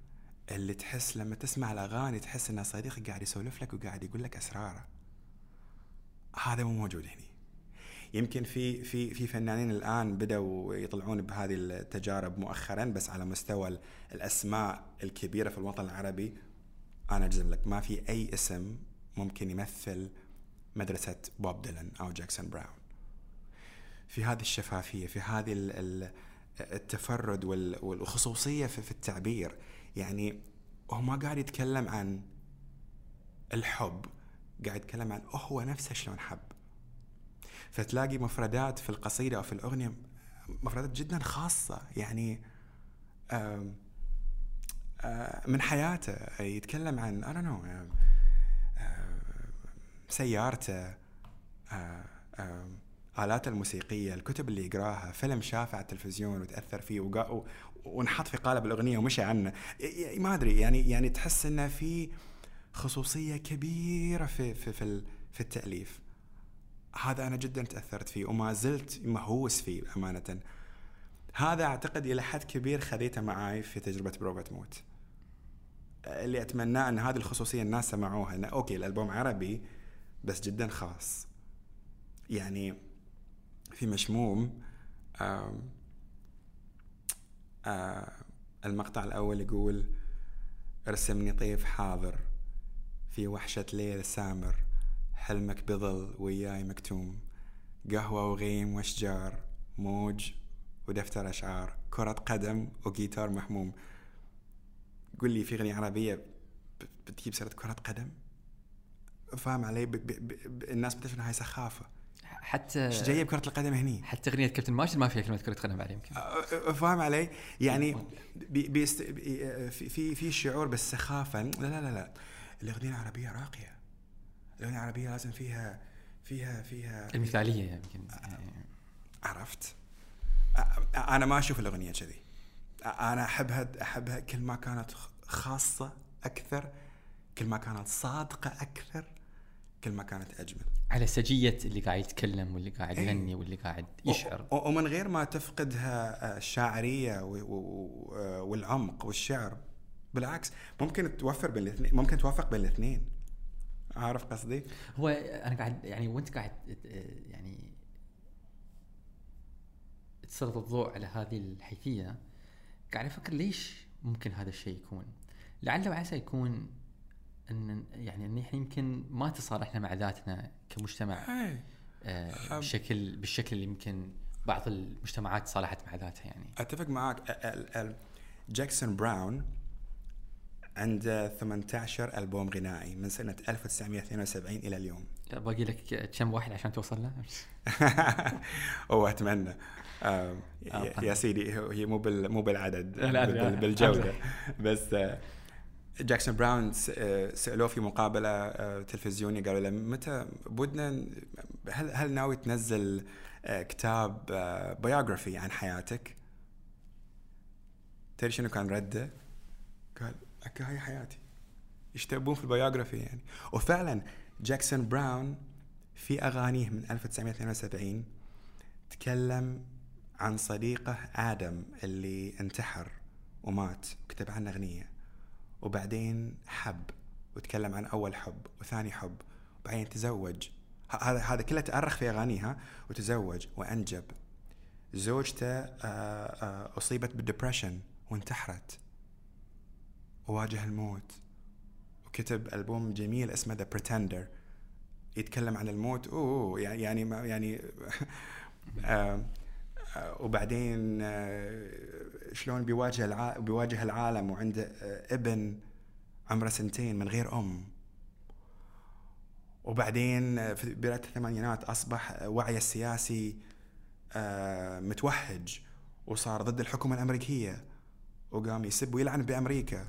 Speaker 2: اللي تحس لما تسمع الأغاني تحس إن صديقك قاعد يسولف لك وقاعد يقول لك أسراره. هذا مو موجود هنا. يمكن في في في فنانين الآن بدأوا يطلعون بهذه التجارب مؤخرا، بس على مستوى الأسماء الكبيرة في الوطن العربي أنا أجزم لك ما في أي اسم ممكن يمثل مدرسة بوب ديلان أو جاكسون براون في هذه الشفافية، في هذه التفرد والخصوصية في التعبير. يعني هو ما قاعد يتكلم عن الحب، قاعد يتكلم عن هو نفسه شلون حب. فتلاقي مفردات في القصيدة أو في الأغنية مفردات جدا خاصة، يعني آم آم من حياته، يتكلم عن I don't know آم آم سيارته، آم آم آلاته الموسيقية، الكتب اللي يقراها، فيلم شافه على التلفزيون وتأثر فيه وقا ونحط في قالب الأغنية ومشي عنه. ما أدري يعني يعني تحس إنه في خصوصية كبيرة في في في, في التأليف. هذا أنا جدا تأثرت فيه وما زلت مهووس فيه أمانة. هذا أعتقد إلى حد كبير خذيته معاي في تجربة بروفة تموت، اللي أتمنى أن هذه الخصوصية الناس سمعوها، أن أوكي الألبوم عربي بس جدا خاص. يعني في مشموم آم آم المقطع الأول يقول ارسمني طيف حاضر في وحشة ليل سامر، حلمك بظل وياي مكتوم، قهوة وغيم واشجار، موج ودفتر أشعار، كرة قدم وجيتار محموم. قل لي في أغنية عربية بتجيب سيرة كرة قدم؟ فاهم علي؟ ب ب ب الناس بتعرف إنها هاي سخافة.
Speaker 1: حتى
Speaker 2: ايش جايب كرة القدم هني؟
Speaker 1: حتى أغنية كابتن ماجد ما فيها كلمة كرة قدم عليه يمكن.
Speaker 2: فاهم علي؟ يعني بي بي في في في شعور بالسخافة. لا لا لا لا، الأغنية العربية راقية. الأغنية العربية لازم فيها فيها فيها
Speaker 1: المثالية يمكن.
Speaker 2: عرفت؟ أنا ما أشوف الأغنية كذي. أنا أحبها أحبها كل ما كانت خاصة أكثر، كل ما كانت صادقة أكثر، كل ما كانت أجمل.
Speaker 1: على سجية اللي قاعد يتكلم واللي قاعد يغني أيه. واللي قاعد يشعر،
Speaker 2: ومن غير ما تفقدها الشاعرية والعمق والشعر. بالعكس ممكن توفر بين الاثنين، ممكن توافق بين الاثنين. عارف قصدي؟
Speaker 1: هو أنا قاعد يعني وأنت قاعد يعني تسلط الضوء على هذه الحيثية، قاعد أفكر ليش ممكن هذا الشيء يكون. لعل وعسى يكون أن يعني أن إحنا يمكن ما تصالحنا مع ذاتنا كمجتمع آه بشكل بالشكل اللي يمكن بعض المجتمعات صالحت مع ذاتها. يعني
Speaker 2: أتفق معك. جاكسون براون عنده ثمانية عشر ألبوم غنائي من سنة ألف وتسعمائة واثنين وسبعين إلى اليوم.
Speaker 1: باقي لك كم واحد عشان توصل له؟
Speaker 2: أو أتمنى آه يا سيدي هي مو بال مو بالعدد بالجودة. بس جاكسون براون سألوه في مقابلة تلفزيونية، قالوا له متى بدنا هل هل ناوي تنزل كتاب بايوغرافي عن حياتك؟ تدري شنو كان رده؟ قال أكا هاي حياتي، إيش تبون في البايوغرافي يعني؟ وفعلا جاكسون براون في أغانيه من ألف وتسعمائة واثنين وسبعين تكلم عن صديقه آدم اللي انتحر ومات، وكتب عنه أغنية. وبعدين حب وتكلم عن أول حب وثاني حب، وبعدين تزوج. هذا هذا كله تأرخ في أغانيها. وتزوج وأنجب. زوجته أصيبت بالدبريشن وانتحرت وواجه الموت، وكتب ألبوم جميل اسمه The Pretender يتكلم عن الموت. أوه يعني يعني ما يعني آه آه وبعدين آه شلون بيواجه الع... بيواجه العالم وعنده آه ابن عمره سنتين من غير أم. وبعدين في بداية الثمانينات أصبح وعيه السياسي آه متوهج وصار ضد الحكومة الأمريكية، وقام يسب ويلعن بأمريكا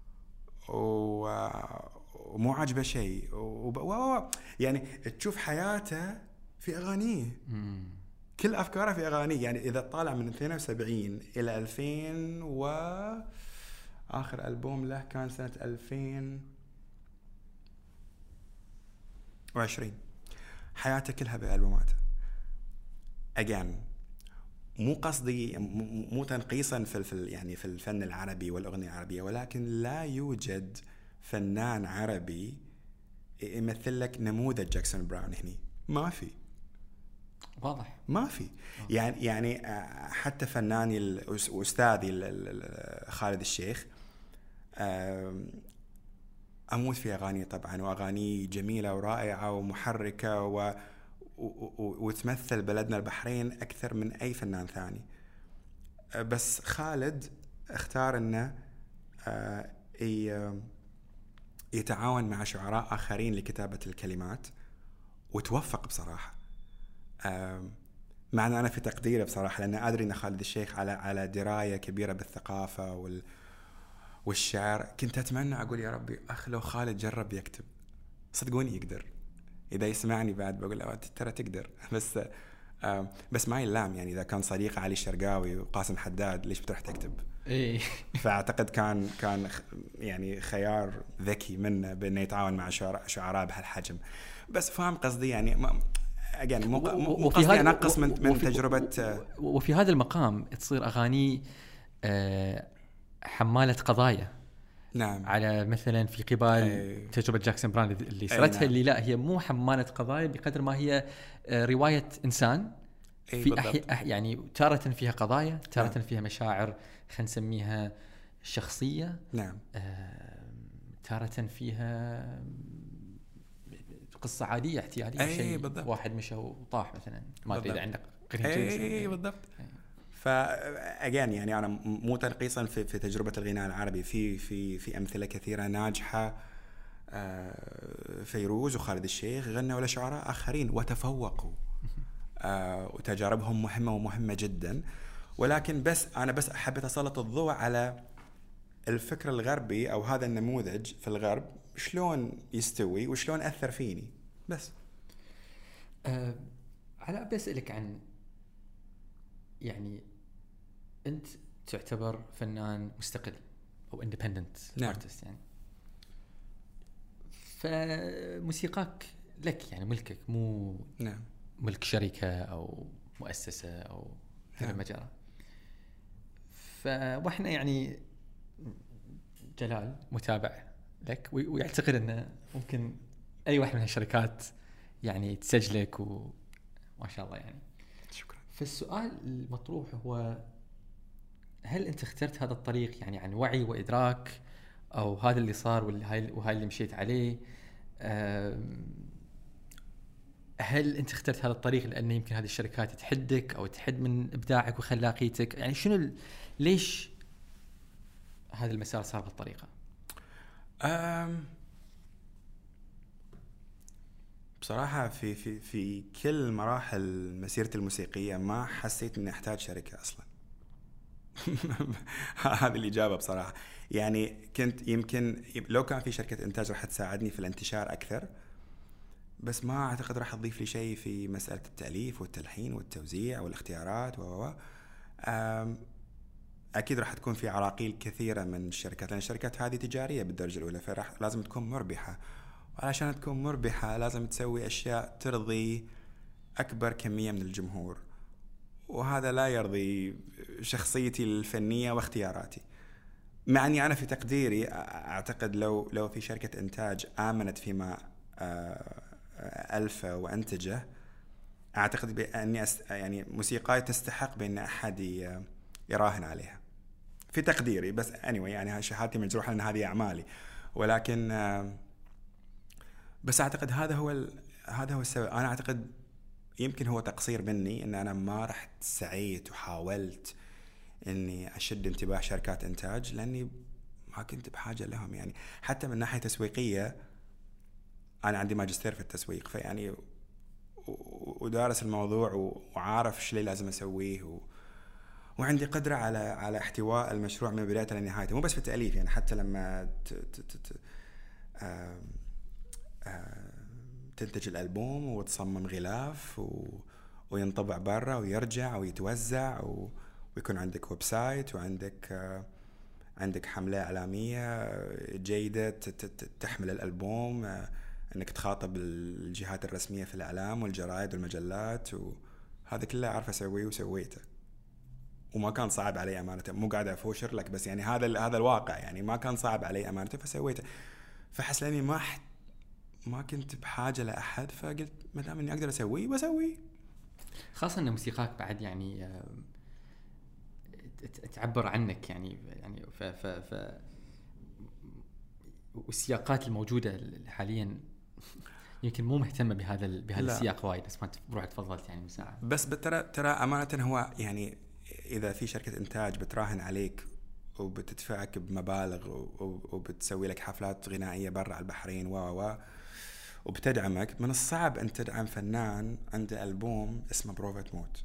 Speaker 2: ومو عاجبه شيء و... يعني تشوف حياته في أغانيه، كل أفكاره في أغانيه. يعني إذا طالع من اثنين وسبعين إلى ألفين وآخر ألبوم له كان سنة ألفين وعشرين، حياته كلها بألبوماته. again مو قصدي مو تنقيصا في يعني في الفن العربي والأغنية العربية، ولكن لا يوجد فنان عربي يمثل لك نموذج جاكسون براون هني. ما في
Speaker 1: واضح
Speaker 2: ما في يعني يعني حتى فناني واستاذي خالد الشيخ اموت في اغاني طبعا، واغاني جميله ورائعه ومحركه و... و... وتمثل بلدنا البحرين اكثر من اي فنان ثاني. بس خالد اختار انه يتعاون مع شعراء اخرين لكتابه الكلمات، وتوفق بصراحه. مع أن أنا في تقديره بصراحة، لأن أدري أن خالد الشيخ على على دراية كبيرة بالثقافة وال والشعر. كنت أتمنى أقول يا ربي أخ لو خالد جرب يكتب، صدقوني يقدر. إذا يسمعني بعد بقول له ترى تقدر. بس بس ما يلام يعني، إذا كان صديق علي الشرقاوي وقاسم حداد ليش بتروح تكتب؟
Speaker 1: إيه.
Speaker 2: فأعتقد كان كان يعني خيار ذكي منه بأنه يتعاون مع شعراء بهالحجم. بس فاهم قصدي يعني ما يعني مو مو قصدي انقص من من تجربه.
Speaker 1: وفي هذا المقام تصير اغاني حماله قضايا.
Speaker 2: نعم.
Speaker 1: على مثلا في قبال أي. تجربه جاكسون براون اللي صارتها، نعم. اللي لا هي مو حماله قضايا بقدر ما هي روايه انسان. في أحي... أح... يعني تارة فيها قضايا، تارة نعم. فيها مشاعر خلينا نسميها شخصيه.
Speaker 2: نعم.
Speaker 1: آه... تارة فيها قصة عادية احتيالية.
Speaker 2: أي
Speaker 1: شيء
Speaker 2: بالضبط.
Speaker 1: واحد مشى وطاح مثلا، ما أدري إذا عندك
Speaker 2: قرين جنس. أي بالضبط. فأجان يعني أنا مو تنقيصا في في تجربة الغناء العربي، في في في أمثلة كثيرة ناجحة. فيروز وخالد الشيخ غنوا لشعراء آخرين وتفوقوا، وتجاربهم مهمة ومهمة جدا. ولكن بس أنا بس حبيت أسلط الضوء على الفكر الغربي أو هذا النموذج في الغرب شلون يستوي وشلون أثر فيني. بس
Speaker 1: أه علاء بسألك عن يعني أنت تعتبر فنان مستقل أو independent
Speaker 2: نعم.
Speaker 1: artist يعني، فموسيقاك لك يعني ملكك، مو
Speaker 2: نعم.
Speaker 1: ملك شركة أو مؤسسة أو في
Speaker 2: نعم.
Speaker 1: المجال. فوإحنا يعني جلال متابع لك ويعتقد أنه ممكن أي واحد من هالشركات يعني تسجلك وما شاء الله يعني.
Speaker 2: شكرا.
Speaker 1: فالسؤال المطروح هو هل أنت اخترت هذا الطريق يعني عن وعي وإدراك، أو هذا اللي صار وهاي وهاي اللي مشيت عليه؟ هل أنت اخترت هذا الطريق لأن يمكن هذه الشركات تحدك أو تحد من إبداعك وخلاقيتك؟ يعني شنو ليش هذا المسار صار بالطريقة؟
Speaker 2: أم بصراحة في في في كل مراحل مسيرتي الموسيقية ما حسيت إني أحتاج شركة أصلاً. هذه الإجابة بصراحة. يعني كنت يمكن لو كان في شركة إنتاج راح تساعدني في الانتشار أكثر، بس ما أعتقد راح تضيف لي شيء في مسألة التأليف والتلحين والتوزيع والاختيارات و أكيد راح تكون في عراقيل كثيرة من الشركات، لأن الشركات هذه تجارية بالدرجة الأولى، فراح لازم تكون مربحة، وعلشان تكون مربحة لازم تسوي أشياء ترضي أكبر كمية من الجمهور، وهذا لا يرضي شخصيتي الفنية واختياراتي. مع أني أنا في تقديري أعتقد لو لو في شركة إنتاج آمنت فيما ألف وأنتجه، أعتقد بأني يعني موسيقاي تستحق بأن أحد يراهن عليها في تقديري. بس anyway يعني شهادتي مجروحة لأن هذه أعمالي، ولكن بس أعتقد هذا هو هذا هو السبب. أنا أعتقد يمكن هو تقصير مني ان انا ما رحت سعيت وحاولت اني اشد انتباه شركات انتاج، لاني ما كنت بحاجة لهم. يعني حتى من ناحية تسويقية انا عندي ماجستير في التسويق، فيعني ودارس الموضوع وعارف ايش اللي لازم اسويه، و... وعندي قدرة على على احتواء المشروع من بدايته لنهايته، مو بس في التأليف. يعني حتى لما ت... ت... ت... آ... آ... تنتج الألبوم وتصمم غلاف و... وينطبع برا ويرجع ويتوزع و... ويكون عندك ويب سايت وعندك آ... عندك حملة إعلامية جيدة ت... ت... تحمل الألبوم، آ... أنك تخاطب الجهات الرسمية في الإعلام والجرائد والمجلات، وهذا كله عارف أسويه وسويته، وما كان صعب علي أمانته. مو قاعد أفوشر لك، بس يعني هذا هذا الواقع. يعني ما كان صعب علي أمانته فسويته. فحس لأني ما ما كنت بحاجة لأحد، فقلت ما دام إني أقدر أسويه بسويه.
Speaker 1: خاصة إن موسيقاك بعد يعني آه، ت- تعبر عنك يعني يعني ف ف ف والسياقات الموجودة حاليا يمكن مو مهتمة بهذا ال- بهذا
Speaker 2: لا.
Speaker 1: السياق وايد، بس ما بروحك تفضلت يعني مساعة.
Speaker 2: بس ترى ترى أمانة هو يعني إذا في شركة إنتاج بتراهن عليك وبتدفعك بمبالغ و- و- وبتسوي لك حفلات غنائية برا على البحرين و و وبتدعمك، من الصعب أن تدعم فنان عنده ألبوم اسمه بروفة موت.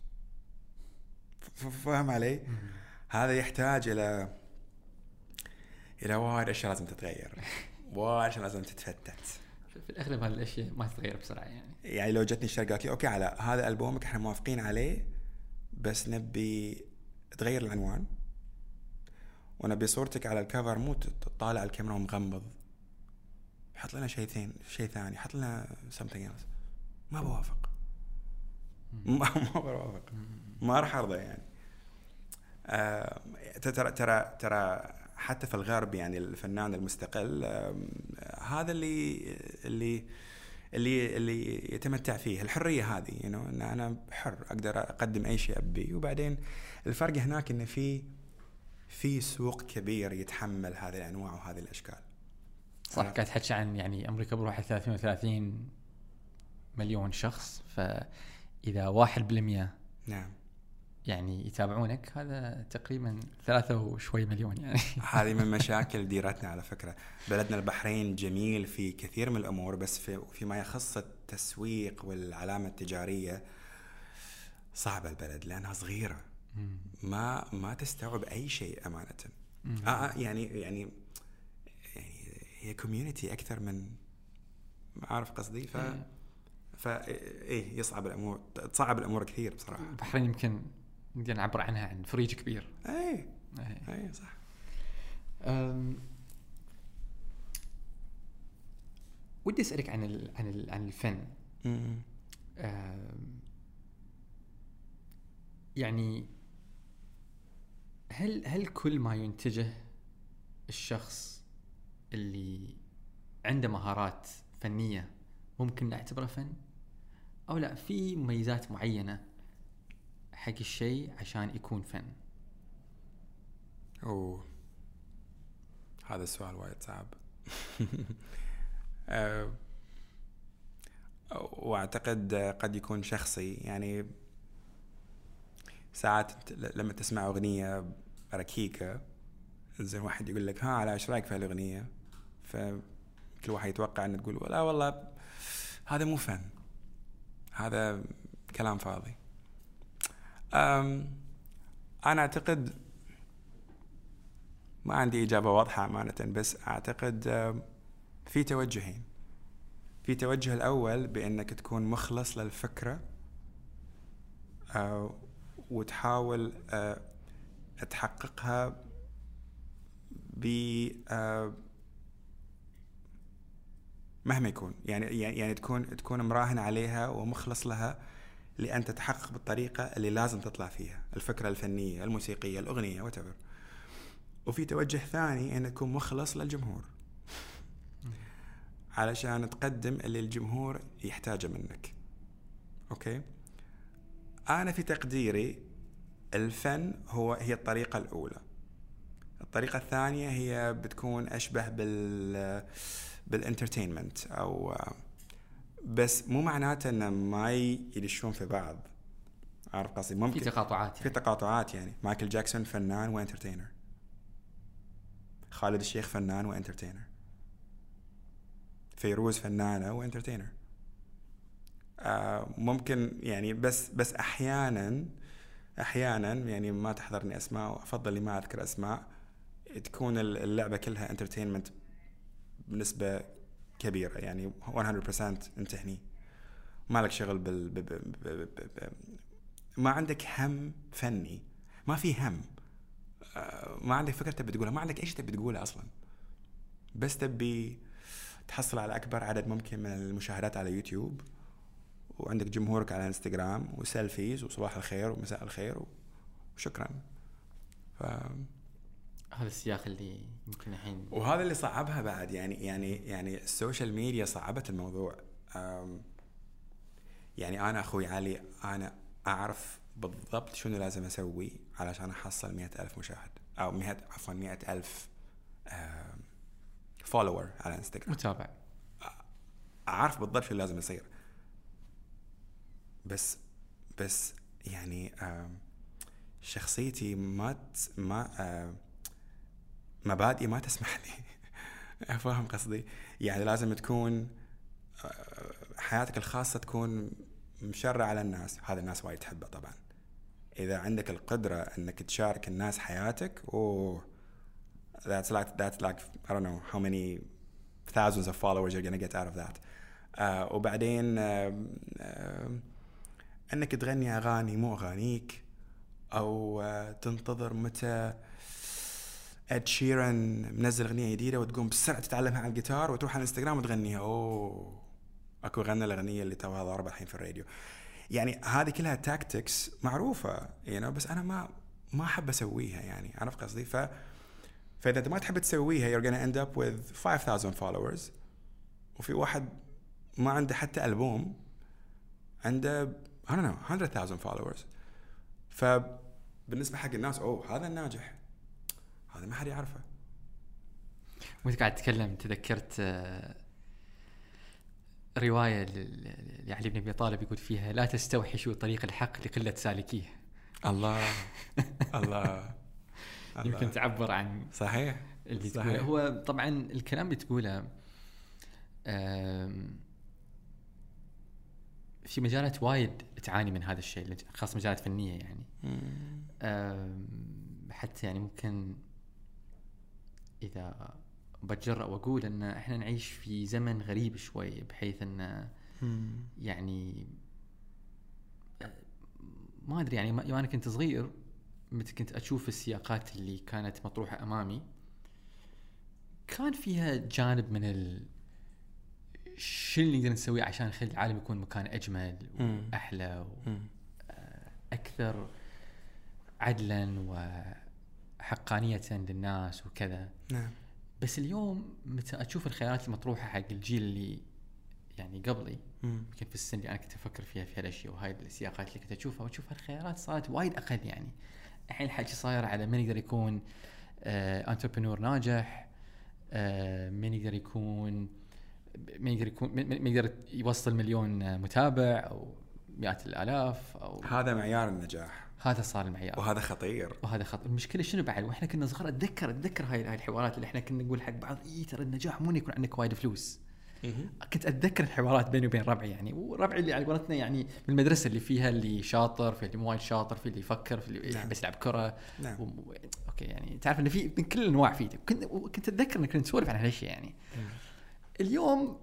Speaker 2: ف- فاهم علي؟ هذا يحتاج إلى إلى وايد أشياء لازم تتغير، وايد أشياء لازم تتفتت.
Speaker 1: في الأغلب هذه الأشياء ما تتغير بسرعة يعني.
Speaker 2: يعني لو جتني الشركة قالت لي أوكي على هذا ألبومك إحنا موافقين عليه، بس نبي تغير العنوان ونبي صورتك على الكفر مو تطالع الكاميرا ومغمض، حط لنا شيء ثاني شيء ثاني حط لنا something else، ما بوافق. ما ما بوافق، ما راح أرضى يعني. آه ترى ترى ترى حتى في الغرب يعني الفنان المستقل آه هذا اللي اللي اللي اللي يتمتع فيه الحرية هذه، you know، إن أنا حر أقدر أقدم أي شيء أبي. وبعدين الفرق هناك إن في في سوق كبير يتحمل هذه الأنواع وهذه الأشكال.
Speaker 1: صح. قاعد تحكي عن يعني أمريكا بروحها ثلاثمية وثلاثين مليون شخص، فإذا واحد بالمية
Speaker 2: نعم
Speaker 1: يعني يتابعونك هذا تقريبا ثلاثة وشوي مليون يعني.
Speaker 2: هذه من مشاكل ديرتنا على فكرة. بلدنا البحرين جميل في كثير من الأمور، بس في فيما يخص التسويق والعلامة التجارية صعبة البلد لأنها صغيرة، ما ما تستوعب أي شيء أمانة. آه يعني يعني يعني هي كوميونيتي أكثر من ما أعرف قصدي. ف فا إيه يصعب الأمور، تصعب الأمور كثير بصراحة.
Speaker 1: البحرين يمكن نقدر نعبر عنها عن فريج كبير.
Speaker 2: أي
Speaker 1: أي,
Speaker 2: أي صح.
Speaker 1: أم... ودي أسألك عن ال... عن ال... عن الفن. أم... يعني هل هل كل ما ينتجه الشخص اللي عنده مهارات فنية ممكن نعتبره فن، أو لا في مميزات معينة حق الشيء عشان يكون فن؟
Speaker 2: أوه هذا السؤال وايد صعب. أه واعتقد قد يكون شخصي. يعني ساعات لما تسمع أغنية ركيكة زين واحد يقول لك ها على ايش رايك في الأغنية، فكل واحد يتوقع ان تقول لا والله هذا مو فن، هذا كلام فاضي. أم أنا أعتقد ما عندي إجابة واضحة أمانة، بس أعتقد في توجهين. في توجه الأول بأنك تكون مخلص للفكرة وتحاول تحققها ب مهما يكون، يعني يعني تكون تكون مراهن عليها ومخلص لها لأن تتحقق بالطريقة اللي لازم تطلع فيها الفكرة الفنية الموسيقية الأغنية whatever. وفي توجه ثاني أن تكون مخلص للجمهور علشان تقدم اللي الجمهور يحتاجه منك. أوكي، أنا في تقديري الفن هو هي الطريقة الأولى. الطريقة الثانية هي بتكون أشبه بال بالانترتينمنت أو بس مو معناته أن ما يدشون في بعض. عارف قصدي؟ ممكن
Speaker 1: في تقاطعات يعني.
Speaker 2: في تقاطعات يعني مايكل جاكسون فنان وانترتينر، خالد الشيخ فنان وانترتينر، فيروز فنانة وانترتينر. آه ممكن يعني بس بس أحيانا أحيانا يعني ما تحضرني أسماء وأفضل لي ما أذكر أسماء، تكون اللعبة كلها انترتينمنت بنسبة كبيرة يعني مية بالمية انت هني ما لك شغل بال ب... ب... ب... ب... ب... ما عندك هم فني، ما في هم، ما عندك فكرة تبي تقولها، ما عندك ايش تبي تقوله اصلا، بس تبي تحصل على اكبر عدد ممكن من المشاهدات على يوتيوب، وعندك جمهورك على انستغرام وسيلفيز وصباح الخير ومساء الخير وشكرا. ف
Speaker 1: هذا السياق اللي يمكن الحين،
Speaker 2: وهذا اللي صعبها بعد. يعني يعني يعني السوشيال ميديا صعبت الموضوع. يعني انا اخوي علي انا اعرف بالضبط شنو لازم اسوي علشان احصل مئة ألف مشاهد او مئة عفوا مئة ألف فولوور على انستغرام،
Speaker 1: متابع.
Speaker 2: اعرف بالضبط شو لازم يصير. بس بس يعني شخصيتي ما ما مبادئي ما تسمح لي. افهم قصدي؟ يعني لازم تكون حياتك الخاصة تكون مشرعة على الناس. هذا الناس وايد تحبه طبعا. إذا عندك القدرة أنك تشارك الناس حياتك، أوه that's like that's like I don't know how many thousands of followers you're gonna get out of that. uh, وبعدين uh, uh, أنك تغني أغاني مو أغانيك، أو uh, تنتظر متى إد شيران منزل أغنية جديدة وتقوم بسرعة تتعلمها على الجيتار وتروح على الانستغرام وتغنيها. أوه أكو غنى الأغنية اللي توها ضاربة الحين في الراديو. يعني هذه كلها تاكتكس معروفة يعني، بس أنا ما ما أحب أسويها. يعني عرفت قصدي؟ ف فإذا أنت ما تحب تسويها you're gonna end up with five thousand followers، وفي واحد ما عنده حتى ألبوم عنده I don't know one hundred thousand followers. فبالنسبة حق الناس أوه هذا الناجح، هذا ما حد يعرفه.
Speaker 1: وانت قاعد تتكلم تذكرت رواية لعلي بن أبي طالب يقول فيها لا تستوحشوا طريق الحق لقلة سالكيه.
Speaker 2: الله الله
Speaker 1: يمكن تعبر عن
Speaker 2: صحيح
Speaker 1: اللي
Speaker 2: صحيح.
Speaker 1: تقوله. هو طبعا الكلام اللي تقوله في مجالات وايد تعاني من هذا الشيء، خاصة مجالات فنية يعني. حتى يعني ممكن إذا بتجرأ وأقول أن إحنا نعيش في زمن غريب شوي، بحيث أن يعني ما أدري يعني ما أنا كنت صغير متى كنت أشوف السياقات اللي كانت مطروحة أمامي كان فيها جانب من ال شو اللي نقدر نسويه عشان نخلي العالم يكون مكان أجمل وأحلى وأكثر عدلا وحقانية للناس وكذا.
Speaker 2: نعم.
Speaker 1: بس اليوم متى أشوف الخيارات المطروحة حق الجيل اللي يعني قبلي، يمكن في السن اللي أنا كنت أفكر فيها في هالأشياء وهاي السياقات اللي كنت أشوفها، وأشوف الخيارات صارت وايد أقل. يعني الحين الحكي صاير على من يقدر يكون آه انتربرنور ناجح، آه من يقدر يكون من يقدر يكون من يقدر يوصل مليون متابع أو مئات الآلاف أو
Speaker 2: هذا معيار النجاح.
Speaker 1: هذا صار المعيار،
Speaker 2: وهذا خطير
Speaker 1: وهذا خطير. المشكلة شنو بعد واحنا كنا صغار، اتذكر اتذكر هاي هاي الحوارات اللي احنا كنا نقول حق بعض اي ترى النجاح مو انه يكون عندك وايد فلوس. كنت اتذكر الحوارات بيني وبين ربعي يعني، وربعي اللي على قولتنا يعني من المدرسة اللي فيها اللي شاطر، في اللي مو وايد شاطر، في اللي يفكر، في اللي يحب يلعب كرة.
Speaker 2: نعم.
Speaker 1: و... اوكي يعني تعرف ان في من كل الانواع فيه. كنت كنت اتذكر ان كنت نسولف عن هالشيء يعني. مم. اليوم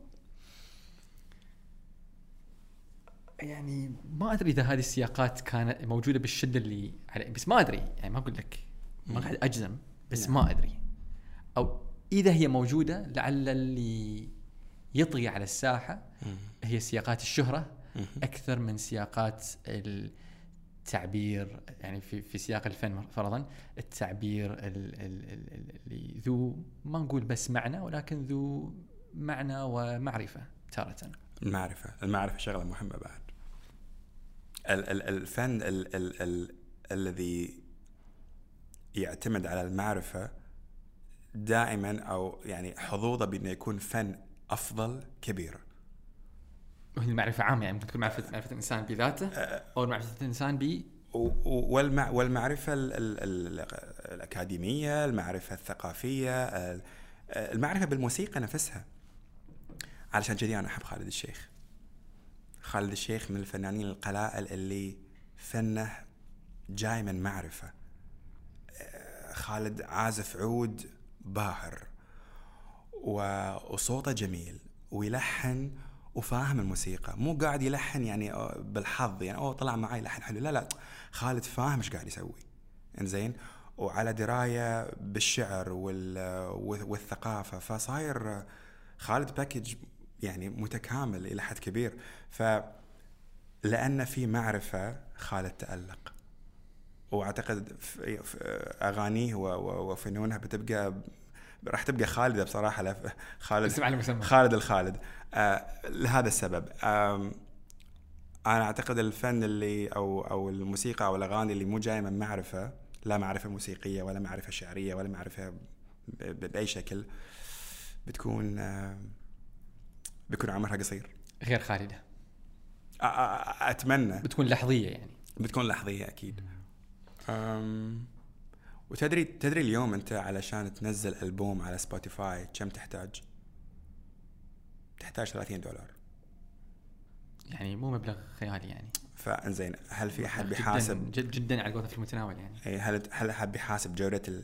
Speaker 1: يعني ما أدري إذا هذه السياقات كانت موجودة بالشدة اللي على، بس ما أدري يعني ما أقول لك ما قاعد أجزم، بس لا. ما أدري أو إذا هي موجودة لعل اللي يطغي على الساحة هي سياقات الشهرة أكثر من سياقات التعبير. يعني في في سياق الفن فرضا التعبير اللي ذو ما نقول بس معنى، ولكن ذو معنى ومعرفة تارة.
Speaker 2: المعرفة المعرفة شغلة مهمة بعد. الفن ال ال ال الذي يعتمد على المعرفة دائما أو يعني حظوظه بأنه يكون فن أفضل كبير.
Speaker 1: وهي المعرفة عامة يعني ممكن تكون معرفة معرفة الإنسان بذاته أو معرفة الإنسان ب
Speaker 2: والمع والمعرفة ال ال ال الأكاديمية، المعرفة الثقافية، المعرفة بالموسيقى نفسها. علشان كذي أنا أحب خالد الشيخ. خالد الشيخ من الفنانين القلائل اللي فنه جاي من معرفة. خالد عازف عود باهر وصوته جميل ويلحن وفاهم الموسيقى، مو قاعد يلحن يعني بالحظ يعني أوه طلع معي لحن حلو، لا لا خالد فاهم إيش قاعد يسوي إنزين، وعلى دراية بالشعر والثقافة. فصاير خالد باكيج يعني متكامل إلى حد كبير. فلأن في معرفة خالد تألق. واعتقد في في اغانيه وفنونها بتبقى راح تبقى خالده بصراحه. خالد خالد الخالد آه لهذا السبب. آه انا اعتقد الفن اللي او او الموسيقى او الاغاني اللي مو جايه من معرفه، لا معرفه موسيقيه ولا معرفه شعريه ولا معرفه باي شكل، بتكون آه بيكون عمرها قصير،
Speaker 1: غير خالده.
Speaker 2: اتمنى
Speaker 1: بتكون لحظيه، يعني
Speaker 2: بتكون لحظيه اكيد. أم وتدري تدري اليوم انت علشان تنزل ألبوم على سبوتيفاي كم تحتاج؟ تحتاج ثلاثين دولار،
Speaker 1: يعني مو مبلغ خيالي يعني.
Speaker 2: فانزين هل في احد بيحاسب
Speaker 1: جدا, جدا على قولة في المتناول يعني؟
Speaker 2: اي هل هل احد بيحاسب جودة ال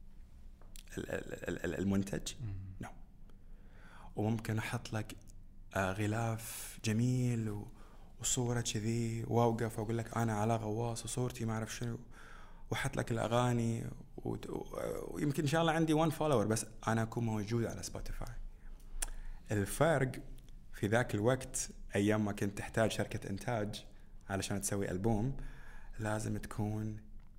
Speaker 2: المنتج؟ نو. no. وممكن احط لك غلاف جميل وصورة كذي واوقف واقول لك انا على غواص وصورتي ما اعرف شنو، واحط لك الاغاني ويمكن ان شاء الله عندي وان فولور، بس انا اكون موجود على سبوتيفاي. الفرق في ذاك الوقت ايام ما كنت تحتاج شركة انتاج علشان تسوي ألبوم، لازم تكون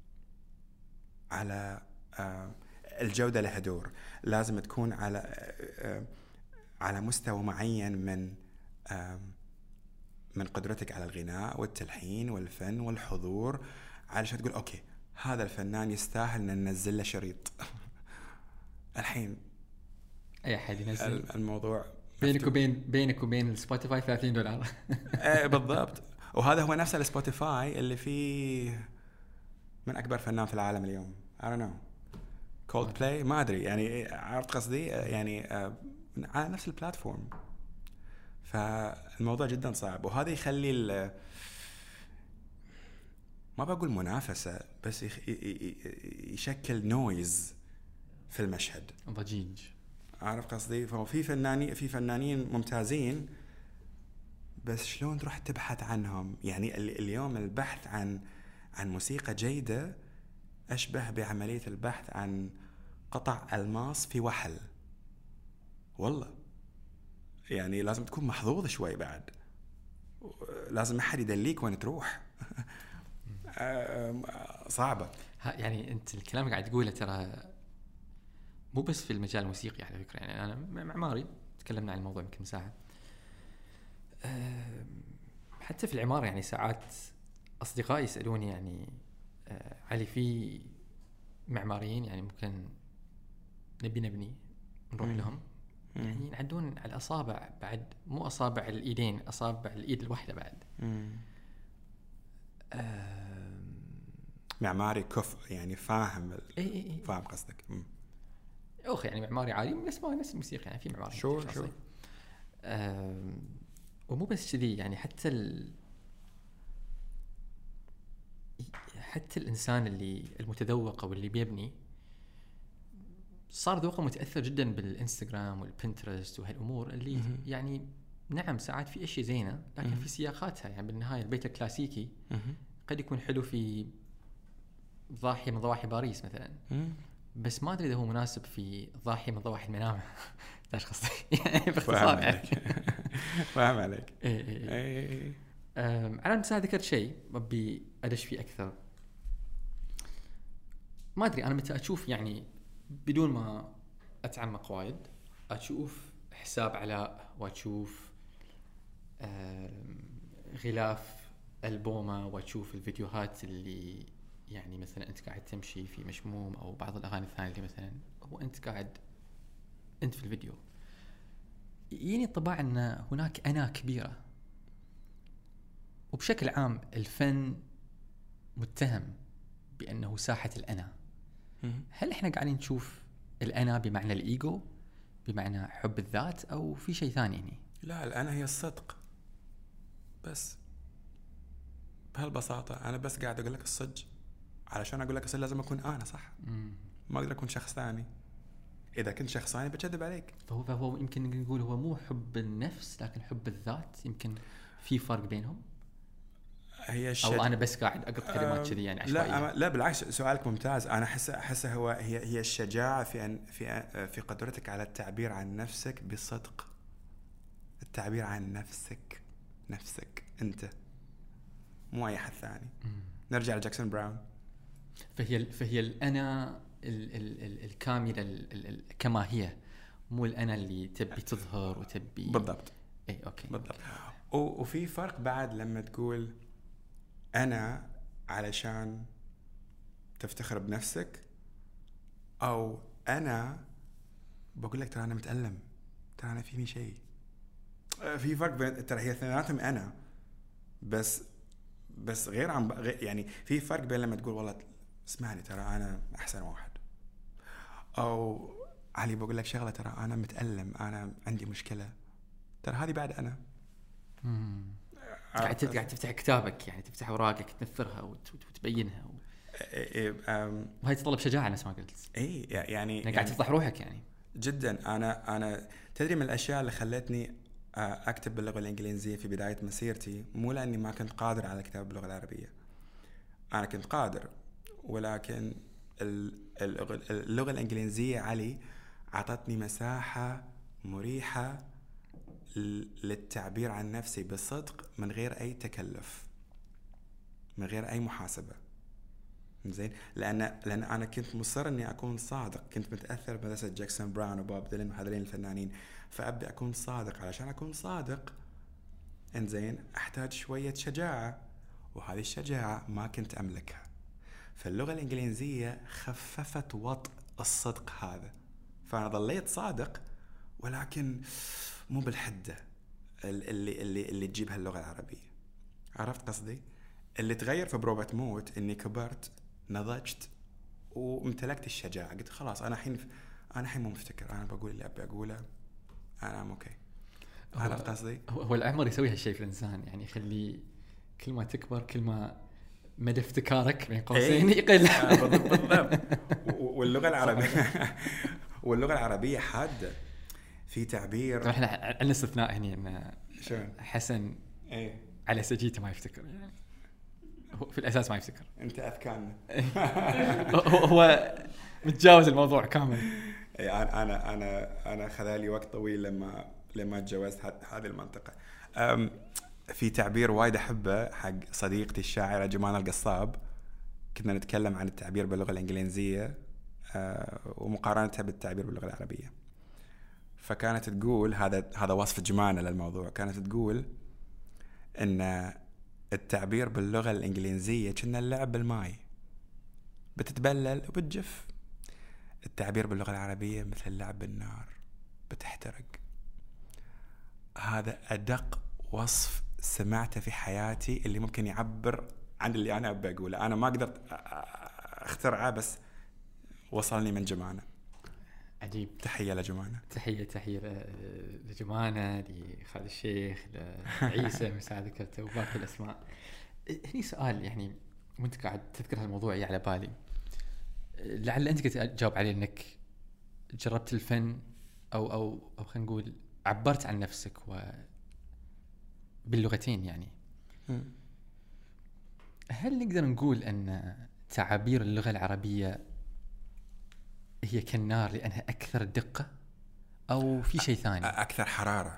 Speaker 2: على الجودة لها دور، لازم تكون على على مستوى معين من من قدرتك على الغناء والتلحين والفن والحضور، علشان تقول أوكي هذا الفنان يستاهل أن ننزل له شريط. الحين
Speaker 1: أي أحد ينزل
Speaker 2: الموضوع
Speaker 1: بينك وبين بينك وبين السبوتيفاي ثلاثين دولار.
Speaker 2: ايه بالضبط. وهذا هو نفس السبوتيفاي اللي فيه من أكبر فنان في العالم اليوم. I don't know. Coldplay ما أدري يعني، عرفت قصدي يعني على نفس البلاتفورم. فالموضوع جدا صعب، وهذا يخلي ما بقول منافسة بس يشكل نويز في المشهد،
Speaker 1: ضجيج.
Speaker 2: عارف قصدي؟ ففي فنانين في فنانين ممتازين، بس شلون تروح تبحث عنهم؟ يعني اليوم البحث عن عن موسيقى جيدة أشبه بعملية البحث عن قطع ألماس في وحل. والله يعني لازم تكون محظوظ شوي، بعد لازم أحد يدليك وين تروح. صعبة.
Speaker 1: يعني أنت الكلام قاعد تقوله ترى مو بس في المجال الموسيقي على فكرة، يعني أنا معماري تكلمنا عن الموضوع يمكن ساعة. حتى في العمارة يعني ساعات أصدقائي يسألوني يعني علي في معماريين يعني ممكن نبي نبني نروح مم. لهم مم. يعني ينعدون على الأصابع، بعد مو أصابع الإيدين، أصابع الإيد الواحدة بعد.
Speaker 2: معماري كف يعني فاهم ال...
Speaker 1: إيه إيه
Speaker 2: فاهم قصدك.
Speaker 1: أخي يعني معماري عالي بس ما نفس الموسيقى، يعني في معماري
Speaker 2: شو شو
Speaker 1: ومو بس كذي يعني حتى ال... حتى الإنسان اللي المتذوق أو اللي بيبني صار ذوقه متأثر جدا بالإنستغرام والبنترست وهالأمور اللي م- يعني نعم ساعات في أشياء زينة لكن م- في سياقاتها. يعني بالنهاية البيت الكلاسيكي م- قد يكون حلو في ضاحية من ضواحي باريس مثلا، م- بس ما أدري إذا هو مناسب في ضاحية من ضواحي المنامة. داش قصدي يعني باختصار يعني.
Speaker 2: فاهم عليك.
Speaker 1: إيه إيه إيه. أنا بس ذكرت شيء ربي أدش فيه أكثر. ما أدري أنا متى أشوف يعني بدون ما أتعمق وايد أشوف حساب علاء وأشوف غلاف ألبومه وأشوف الفيديوهات اللي يعني مثلا أنت قاعد تمشي في مشموم أو بعض الأغاني الثانية اللي مثلا هو أنت قاعد أنت في الفيديو، يجيني طبعا أن هناك أنا كبيرة. وبشكل عام الفن متهم بأنه ساحة الأنا. هل إحنا قاعدين نشوف الأنا بمعنى الإيجو، بمعنى حب الذات، أو في شيء ثاني يعني؟
Speaker 2: لا، الأنا هي الصدق بس، بهالبساطة. أنا بس قاعد أقول لك الصدق، علشان أقول لك الصدق لازم أكون أنا صح. مم. ما أقدر أكون شخص ثاني. إذا كنت شخص ثاني بكذب عليك.
Speaker 1: فهو فهو يمكن نقول هو مو حب النفس لكن حب الذات، يمكن في فرق بينهم.
Speaker 2: هي الشد...
Speaker 1: أو أنا بس قاعد أقط كلمات كذي يعني عشوائية.
Speaker 2: لا لا بالعكس، سؤالك ممتاز. أنا أحس أحس هو هي هي الشجاعة في أن في في قدرتك على التعبير عن نفسك بصدق. التعبير عن نفسك، نفسك أنت، مو أي حد ثاني. م. نرجع لجاكسون براون.
Speaker 1: فهي فهي الأنا ال ال ال الكاملة ال ال ال كما هي، مو الأنا اللي تبي تظهر وتبي.
Speaker 2: بالضبط.
Speaker 1: اي اوكي
Speaker 2: بالضبط. وفي فرق بعد لما تقول انا علشان تفتخر بنفسك، او انا بقول لك ترى انا متألم، ترى انا فيني شيء. في فرق بين، ترى هي اثنيناتهم انا، بس بس غير عن غير يعني في فرق بين لما تقول والله اسمعني ترى انا احسن واحد، او علي بقول لك شغله ترى انا متألم، انا عندي مشكله، ترى هذه بعد انا.
Speaker 1: امم قاعد قاعد تفتح كتابك، يعني تفتح اوراقك تنثرها وتبينها و... وهي تطلب شجاعه نفس ما قلت.
Speaker 2: اي يعني
Speaker 1: قاعد يعني تفضح روحك يعني.
Speaker 2: جدا. انا انا تدري من الاشياء اللي خلتني اكتب باللغه الانجليزيه في بدايه مسيرتي، مو لاني ما كنت قادر على الكتابه باللغه العربيه، انا كنت قادر، ولكن اللغه الانجليزيه علي اعطتني مساحه مريحه للتعبير عن نفسي بصدق، من غير اي تكلف، من غير اي محاسبه. زين، لان لان انا كنت مصر اني اكون صادق، كنت متاثر بمدرسه جاكسون براون وبوب ديلن وهذين الفنانين، فابي اكون صادق. علشان اكون صادق انزين احتاج شويه شجاعه، وهذه الشجاعه ما كنت املكها. فاللغه الانجليزيه خففت وطء الصدق هذا، فانا ظليت صادق ولكن مو بالحده اللي اللي اللي تجيبها اللغه العربيه. عرفت قصدي؟ اللي تغير في بروبة موت اني كبرت، نضجت، وامتلكت الشجاعه. قلت خلاص انا الحين انا الحين مو مفتكر، انا بقول اللي ابي اقوله، انا ام اوكي. عرفت قصدي؟
Speaker 1: هو العمر يسوي هالشيء في الانسان، يعني يخلي كل ما تكبر كل ما مدى افتكارك بين قوسين يقل.
Speaker 2: بالضبط. واللغه العربيه واللغه العربيه حاده في تعبير.
Speaker 1: احنا عندنا استثناء هنا ان
Speaker 2: شلون
Speaker 1: حسن
Speaker 2: ايه
Speaker 1: على سجيته ما يفتكر، يعني هو في الاساس ما يفتكر.
Speaker 2: انت اذكرنا.
Speaker 1: هو متجاوز الموضوع كامل.
Speaker 2: ايه انا انا انا انا خذالي وقت طويل لما لما تجاوزت هذه المنطقه. في تعبير وايد احبه حق صديقتي الشاعره جمانة القصاب، كنا نتكلم عن التعبير باللغه الانجليزيه ومقارنتها بالتعبير باللغه العربيه. فكانت تقول، هذا هذا وصف جمانة للموضوع، كانت تقول ان التعبير باللغه الانجليزيه كنا اللعب بالماء، بتتبلل وبتجف. التعبير باللغه العربيه مثل اللعب بالنار، بتحترق. هذا ادق وصف سمعته في حياتي اللي ممكن يعبر عن اللي انا ابي اقوله. انا ما قدرت اخترعه، بس وصلني من جمانة.
Speaker 1: عجيب.
Speaker 2: تحيه لجمانة.
Speaker 1: تحيه تحيه لجمانة، لخالد الشيخ، لعيسى مساء ذكرته وباقي الاسماء. هني سؤال يعني وانت قاعد تذكر هالموضوع على بالي، لعل انت قلت تجاوب عليه، انك جربت الفن او او او خلينا نقول عبرت عن نفسك و باللغتين يعني. م. هل نقدر نقول ان تعابير اللغة العربية هي كالنار لانها اكثر دقة، او في شيء ثاني
Speaker 2: اكثر حرارة؟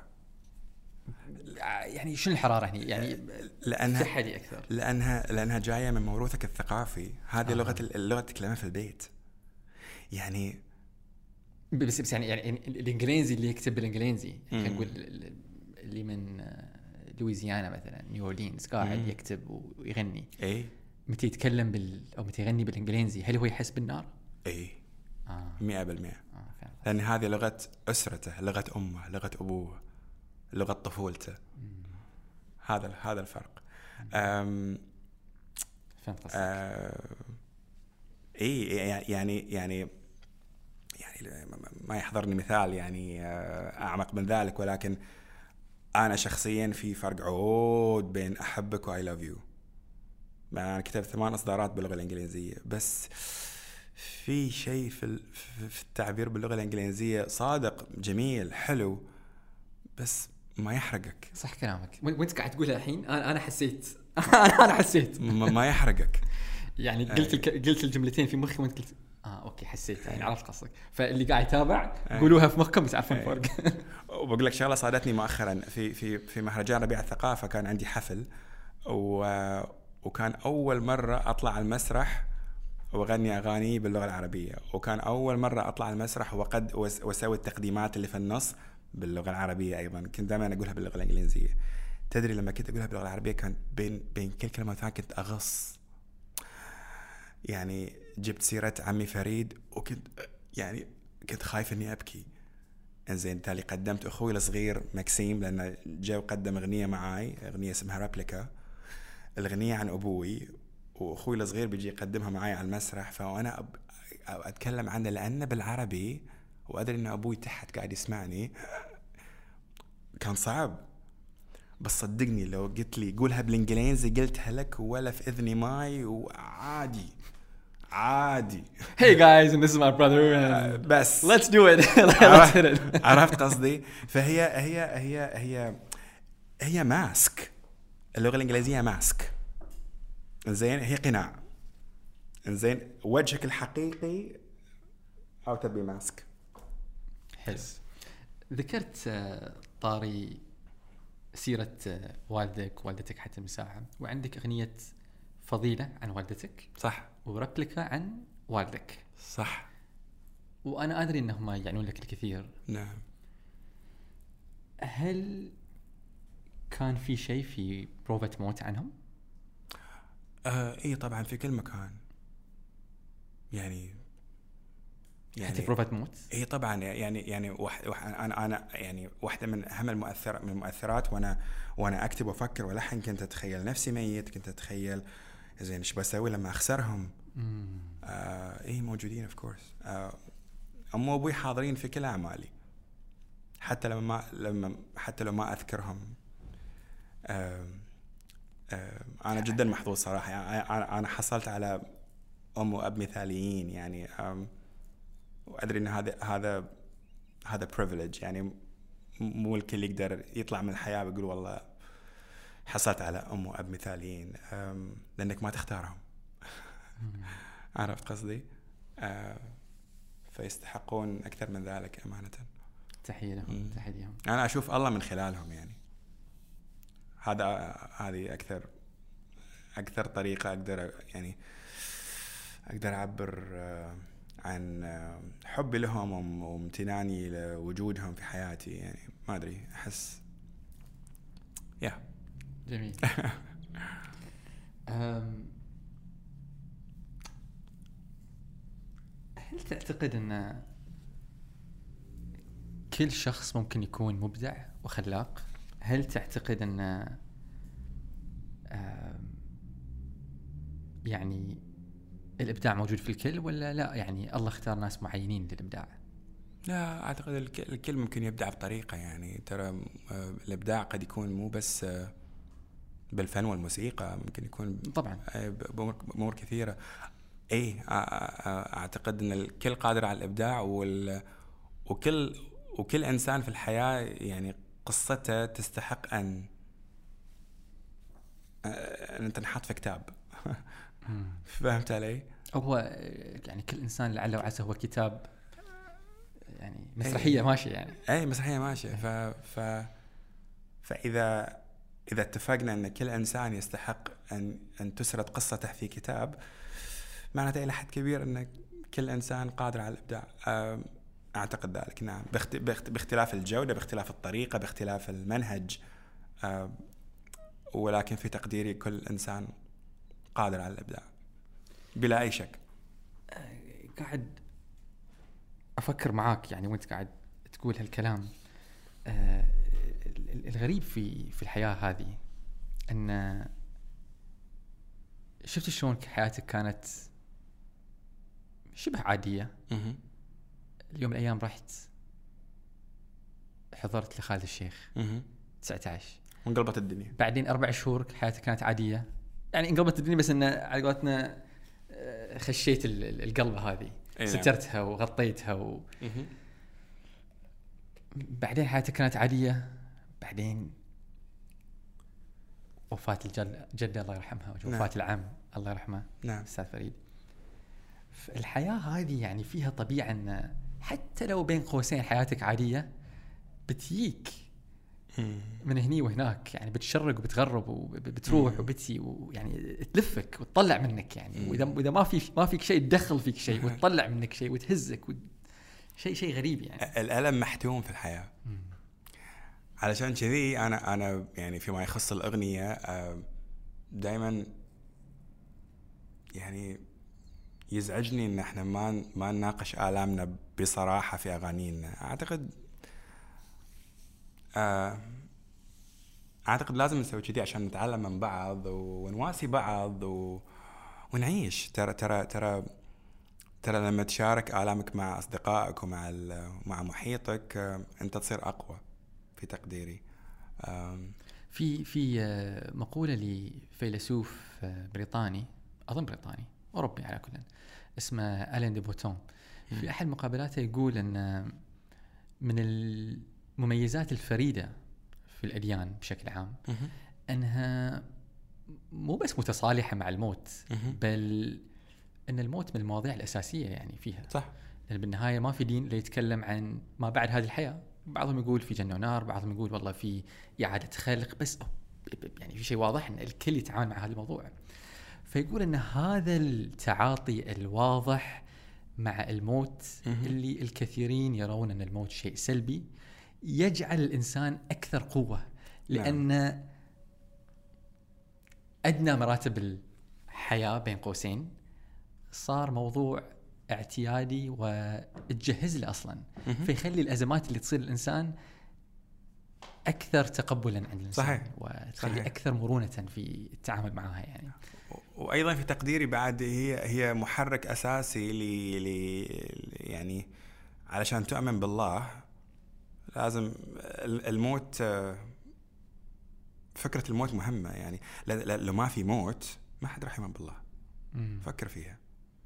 Speaker 1: يعني شنو الحرارة هنا يعني؟
Speaker 2: لانها
Speaker 1: تحدي اكثر،
Speaker 2: لانها لانها جاية من موروثك الثقافي. هذه آه. لغة اللغة تتكلمها في البيت يعني.
Speaker 1: بس بس يعني يعني الانجليزي اللي يكتب بالانجليزي، خلينا نقول اللي من لويزيانا مثلا نيوورلينز قاعد مم. يكتب ويغني،
Speaker 2: اي
Speaker 1: متى يتكلم بال او متى يغني بالانجليزي، هل هو يحس بالنار؟
Speaker 2: اي
Speaker 1: اه
Speaker 2: مئة بالمئة. آه لان هذه لغة اسرته، لغة امه، لغة ابوه، لغة طفولته. مم. هذا هذا الفرق. امم
Speaker 1: فهمت قصدك.
Speaker 2: اي يعني يعني يعني ما يحضرني مثال يعني اعمق من ذلك، ولكن انا شخصيا في فرق عود بين احبك واي لاف يو. انا كتبت ثمان اصدارات باللغه الانجليزيه، بس في شيء في في التعبير باللغه الانجليزيه صادق جميل حلو، بس ما يحرقك.
Speaker 1: صح كلامك، وانت قاعد تقولها الحين انا انا حسيت انا حسيت
Speaker 2: ما يحرقك يعني.
Speaker 1: قلت الك... قلت الجملتين في مخي وانت قلت اه اوكي حسيت يعني عرفت قصدك. فاللي قاعد يتابع قولوها في مخكم تعرفون الفرق.
Speaker 2: وبقول لك شغله صادتني مؤخرا في في في مهرجان ربيع الثقافه، كان عندي حفل و... وكان اول مره اطلع على المسرح واغني اغاني باللغه العربيه، وكان اول مره اطلع المسرح وقد واسوي التقديمات اللي في النص باللغه العربيه ايضا. كنت دائما اقولها باللغه الانجليزيه. تدري لما كنت اقولها باللغه العربيه كان بين بين كل كلمه وثانيه كنت اغص. يعني جبت سيره عمي فريد وكنت يعني كنت خايف اني ابكي. انزين تالي قدمت اخوي الصغير مكسيم لانه جاء وقدم اغنيه معاي، اغنيه اسمها رابليكا، الاغنيه عن ابوي، واخوي الصغير بيجي يقدمها معاي على المسرح. فانا أب... اتكلم عنه لانه بالعربي وادري ان ابوي تحت قاعد يسمعني. كان صعب، بس صدقني لو قلت لي قولها بالانجليزي قلتها لك ولا في اذني ماي وعادي عادي.
Speaker 1: Hey guys and this is my brother and
Speaker 2: بس
Speaker 1: let's do it. Let's hit it.
Speaker 2: عرفت قصدي؟ فهي هي هي هي هي ماسك. اللغة الإنجليزية ماسك. إنزين هي قناع. إنزين وجهك الحقيقي أو تبي ماسك.
Speaker 1: حلو. ذكرت طاري سيرة والدك والدتك حتى مساحة، وعندك أغنية فضيلة عن والدتك
Speaker 2: صح،
Speaker 1: وربلكة عن والدك
Speaker 2: صح،
Speaker 1: وأنا أدري أنهم يعنون لك الكثير.
Speaker 2: نعم.
Speaker 1: هل كان في شيء في بروفة موت عنهم؟
Speaker 2: آه إيه طبعا في كل مكان يعني
Speaker 1: يعني حتى بروفة موت.
Speaker 2: إيه طبعا يعني يعني واحد أنا أنا يعني واحدة من أهم المؤثر من المؤثرات وأنا وأنا أكتب وأفكر ولحن كنت أتخيل نفسي ميت. كنت أتخيل زين إيش بسوي لما أخسرهم. آه إيه موجودين أوف كورس. آه أم وأبوي حاضرين في كل أعمالي حتى لما ما لما حتى لو ما أذكرهم. آه آه أنا جدا محظوظ صراحة. يعني أنا حصلت على أم وأب مثاليين يعني. آه وأدري إن هذا هذا هذا privilege يعني مو الكل يقدر يطلع من الحياة بيقول والله حصلت على أم وأب مثاليين. لأنك ما تختارهم. عرفت قصدي؟ فيستحقون أكثر من ذلك أمانة.
Speaker 1: تحية لهم. تحية لهم.
Speaker 2: أنا أشوف الله من خلالهم يعني. هذا هذه أكثر أكثر طريقة أقدر يعني أقدر أعبر عن حبي لهم وامتناني لوجودهم في حياتي يعني. ما أدري أحس يا yeah.
Speaker 1: جميل. هل تعتقد أن كل شخص ممكن يكون مبدع وخلاق؟ هل تعتقد أن يعني الإبداع موجود في الكل ولا لا يعني الله اختار ناس معينين للإبداع؟
Speaker 2: لا أعتقد الكل ممكن يبدع بطريقة يعني. ترى الإبداع قد يكون مو بس بالفن والموسيقى، ممكن يكون
Speaker 1: طبعا
Speaker 2: بأمور كثيرة. إيه أعتقد أن الكل قادر على الإبداع وال وكل وكل إنسان في الحياة يعني قصته تستحق أن أن تنحط في كتاب. فهمت علي؟
Speaker 1: هو يعني كل إنسان لعله وعسى هو كتاب يعني مسرحية ماشية يعني.
Speaker 2: أي مسرحية ماشية. ف ف فإذا إذا اتفقنا أن كل إنسان يستحق أن أن تسرد قصته في كتاب، معناته إلى حد كبير أن كل إنسان قادر على الإبداع. أعتقد ذلك نعم، باختلاف الجودة، باختلاف الطريقة، باختلاف المنهج، ولكن في تقديري كل إنسان قادر على الإبداع بلا أي شك.
Speaker 1: قاعد أفكر معاك يعني وأنت قاعد تقول هالكلام. آه الغريب في في الحياة هذه أن شفت شلون حياتك كانت شبه عادية. اليوم من الأيام رحت حضرت لخالد الشيخ تسعة عشر
Speaker 2: وانقلبت الدنيا.
Speaker 1: بعدين أربع شهور حياتك كانت عادية يعني انقلبت الدنيا، بس إنه على قولتنا خشيت القلبة هذه سترتها وغطيتها و... بعدين حياتك كانت عادية. بعدين وفاة الجد جدة الله يرحمها وفاة نعم. العم الله يرحمه
Speaker 2: نعم.
Speaker 1: أستاذ فريد. الحياة هذه يعني فيها طبيعة أن حتى لو بين قوسين حياتك عادية بتجيك من هني وهناك، يعني بتشرق وبتغرب وبتروح وبتسي ويعني تلفك وتطلع منك يعني. واذا واذا ما في ما فيك شيء تدخل فيك شيء وتطلع منك شيء وتهزك و... شيء شيء غريب يعني.
Speaker 2: الألم محتوم في الحياة. مم. علشان كذي انا انا يعني فيما يخص الأغنية دائما يعني يزعجني ان احنا ما ما نناقش آلامنا بصراحة في اغانينا. اعتقد آه اعتقد لازم نسوي كذي عشان نتعلم من بعض ونواسي بعض و... ونعيش. ترى ترى ترى ترى لما تشارك آلامك مع اصدقائك ومع ال... مع محيطك انت تصير اقوى في تقديري.
Speaker 1: في في مقولة لفيلسوف بريطاني، اظن بريطاني اوروبي على كل، اسمه ألين دي بوتون. في احد مقابلاته يقول ان من المميزات الفريدة في الأديان بشكل عام أنها مو بس متصالحة مع الموت، بل أن الموت من المواضيع الأساسية يعني فيها.
Speaker 2: صح.
Speaker 1: لأن بالنهاية ما في دين اللي يتكلم عن ما بعد هذه الحياة. بعضهم يقول في جنة ونار، بعضهم يقول والله في إعادة خلق، بس يعني في شيء واضح أن الكل يتعامل مع هذا الموضوع. فيقول أن هذا التعاطي الواضح مع الموت اللي الكثيرين يرون أن الموت شيء سلبي يجعل الإنسان أكثر قوة، لأن نعم. أدنى مراتب الحياة بين قوسين صار موضوع اعتيادي وتجهز له أصلا، فيخلي الأزمات اللي تصير الإنسان أكثر تقبلا عند الإنسان.
Speaker 2: صحيح.
Speaker 1: وتخلي
Speaker 2: صحيح.
Speaker 1: أكثر مرونة في التعامل معها يعني.
Speaker 2: وأيضا في تقديري بعد هي هي محرك أساسي ل يعني علشان تؤمن بالله لازم الموت. فكرة الموت مهمة يعني. لو ما في موت ما حد راح يؤمن بالله. مم. فكر فيها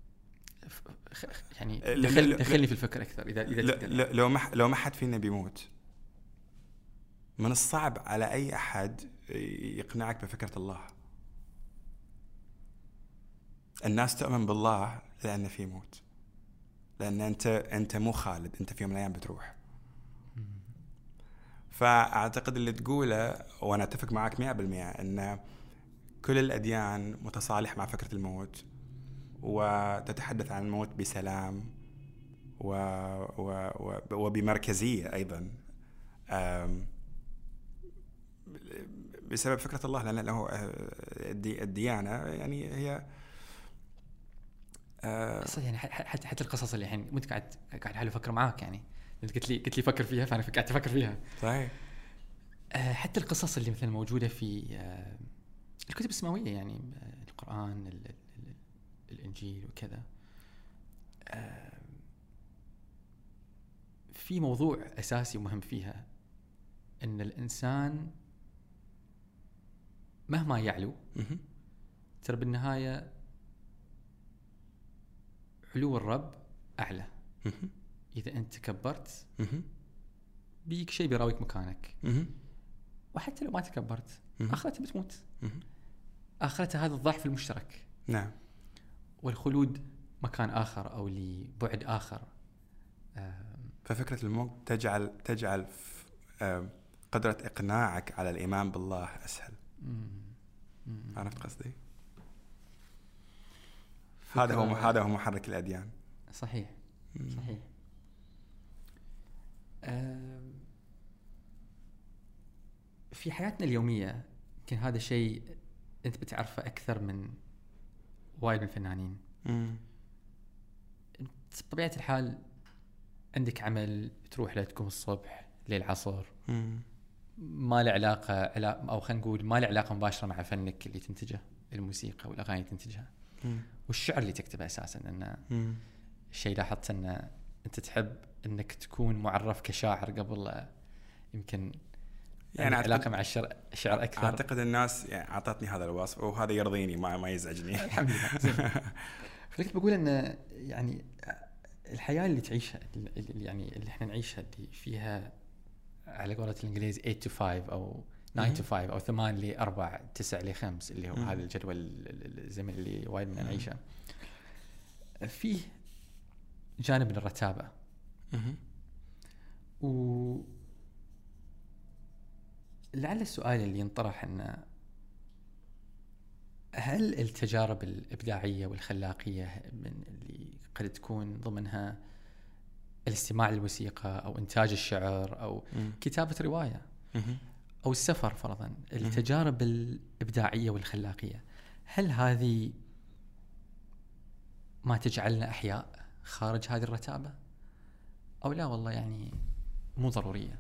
Speaker 1: يعني. دخل دخلني في الفكر أكثر. إذا إذا
Speaker 2: لو ما لو ما حد فينا بيموت من الصعب على أي أحد يقنعك بفكرة الله. الناس تؤمن بالله لأن في موت، لأن أنت أنت مو خالد، أنت في يوم من الأيام بتروح. فأعتقد اللي تقوله وأنا أتفق معك مئة بالمئة أن كل الأديان متصالح مع فكرة الموت وتتحدث عن الموت بسلام و... و... و... وبمركزية أيضا بسبب فكرة الله، لأن له الديانة يعني هي
Speaker 1: قصة يعني حتى حتى القصص اللي الحين وأنت قاعد قاعد حاول أفكر معاك يعني. أنت قلت لي قلت لي فكر فيها، فأنا قاعد أفكر فيها.
Speaker 2: صحيح.
Speaker 1: حتى القصص اللي مثلا موجودة في الكتب السماوية يعني القرآن الإنجيل وكذا، في موضوع أساسي ومهم فيها أن الإنسان مهما يعلو ترى بالنهاية علو الرب أعلى. إذا أنت تكبرت بيك شيء بيراويك مكانك، وحتى لو ما تكبرت آخرته بتموت. آخرته هذا الضعف المشترك.
Speaker 2: نعم.
Speaker 1: والخلود مكان آخر أو لبعد آخر.
Speaker 2: ففكرة الموت تجعل تجعل قدرة إقناعك على الإيمان بالله أسهل. عرفت قصدي؟ هذا هو هذا هو محرك الأديان.
Speaker 1: صحيح. صحيح. في حياتنا اليومية يمكن هذا شيء أنت بتعرفه أكثر من وايد من الفنانين. بطبيعة الحال عندك عمل تروح له تقوم الصبح للعصر، ما له علاقة أو خلينا نقول ما له علاقة مباشرة مع فنك اللي تنتجه، الموسيقى والأغاني اللي تنتجها والشعر اللي تكتبه أساساً. أن الشيء لاحظت أن أنت تحب أنك تكون معرف كشاعر قبل يمكن يعني علاقة مع الشعر الشعر أكثر.
Speaker 2: أعتقد الناس يعني أعطتني هذا الوصف وهذا يرضيني ما ما يزعجني.
Speaker 1: الحمد لله. فكنت بقول أن يعني الحياة اللي تعيشها اللي يعني اللي إحنا نعيشها اللي فيها على قولة الإنجليز eight to five أو nine to five أو ثمانية لأربعة تسعة لخمس اللي هو مم. هذا الجدول الزمني اللي وايد من نعيشه فيه جانب من الرتابة. و لعل السؤال اللي ينطرح أنه هل التجارب الإبداعية والخلاقية من اللي قد تكون ضمنها الاستماع للموسيقى أو إنتاج الشعر أو م. كتابة رواية م. أو السفر فرضا، التجارب الإبداعية والخلاقية، هل هذه ما تجعلنا أحياء خارج هذه الرتابة أو لا والله يعني مو ضرورية؟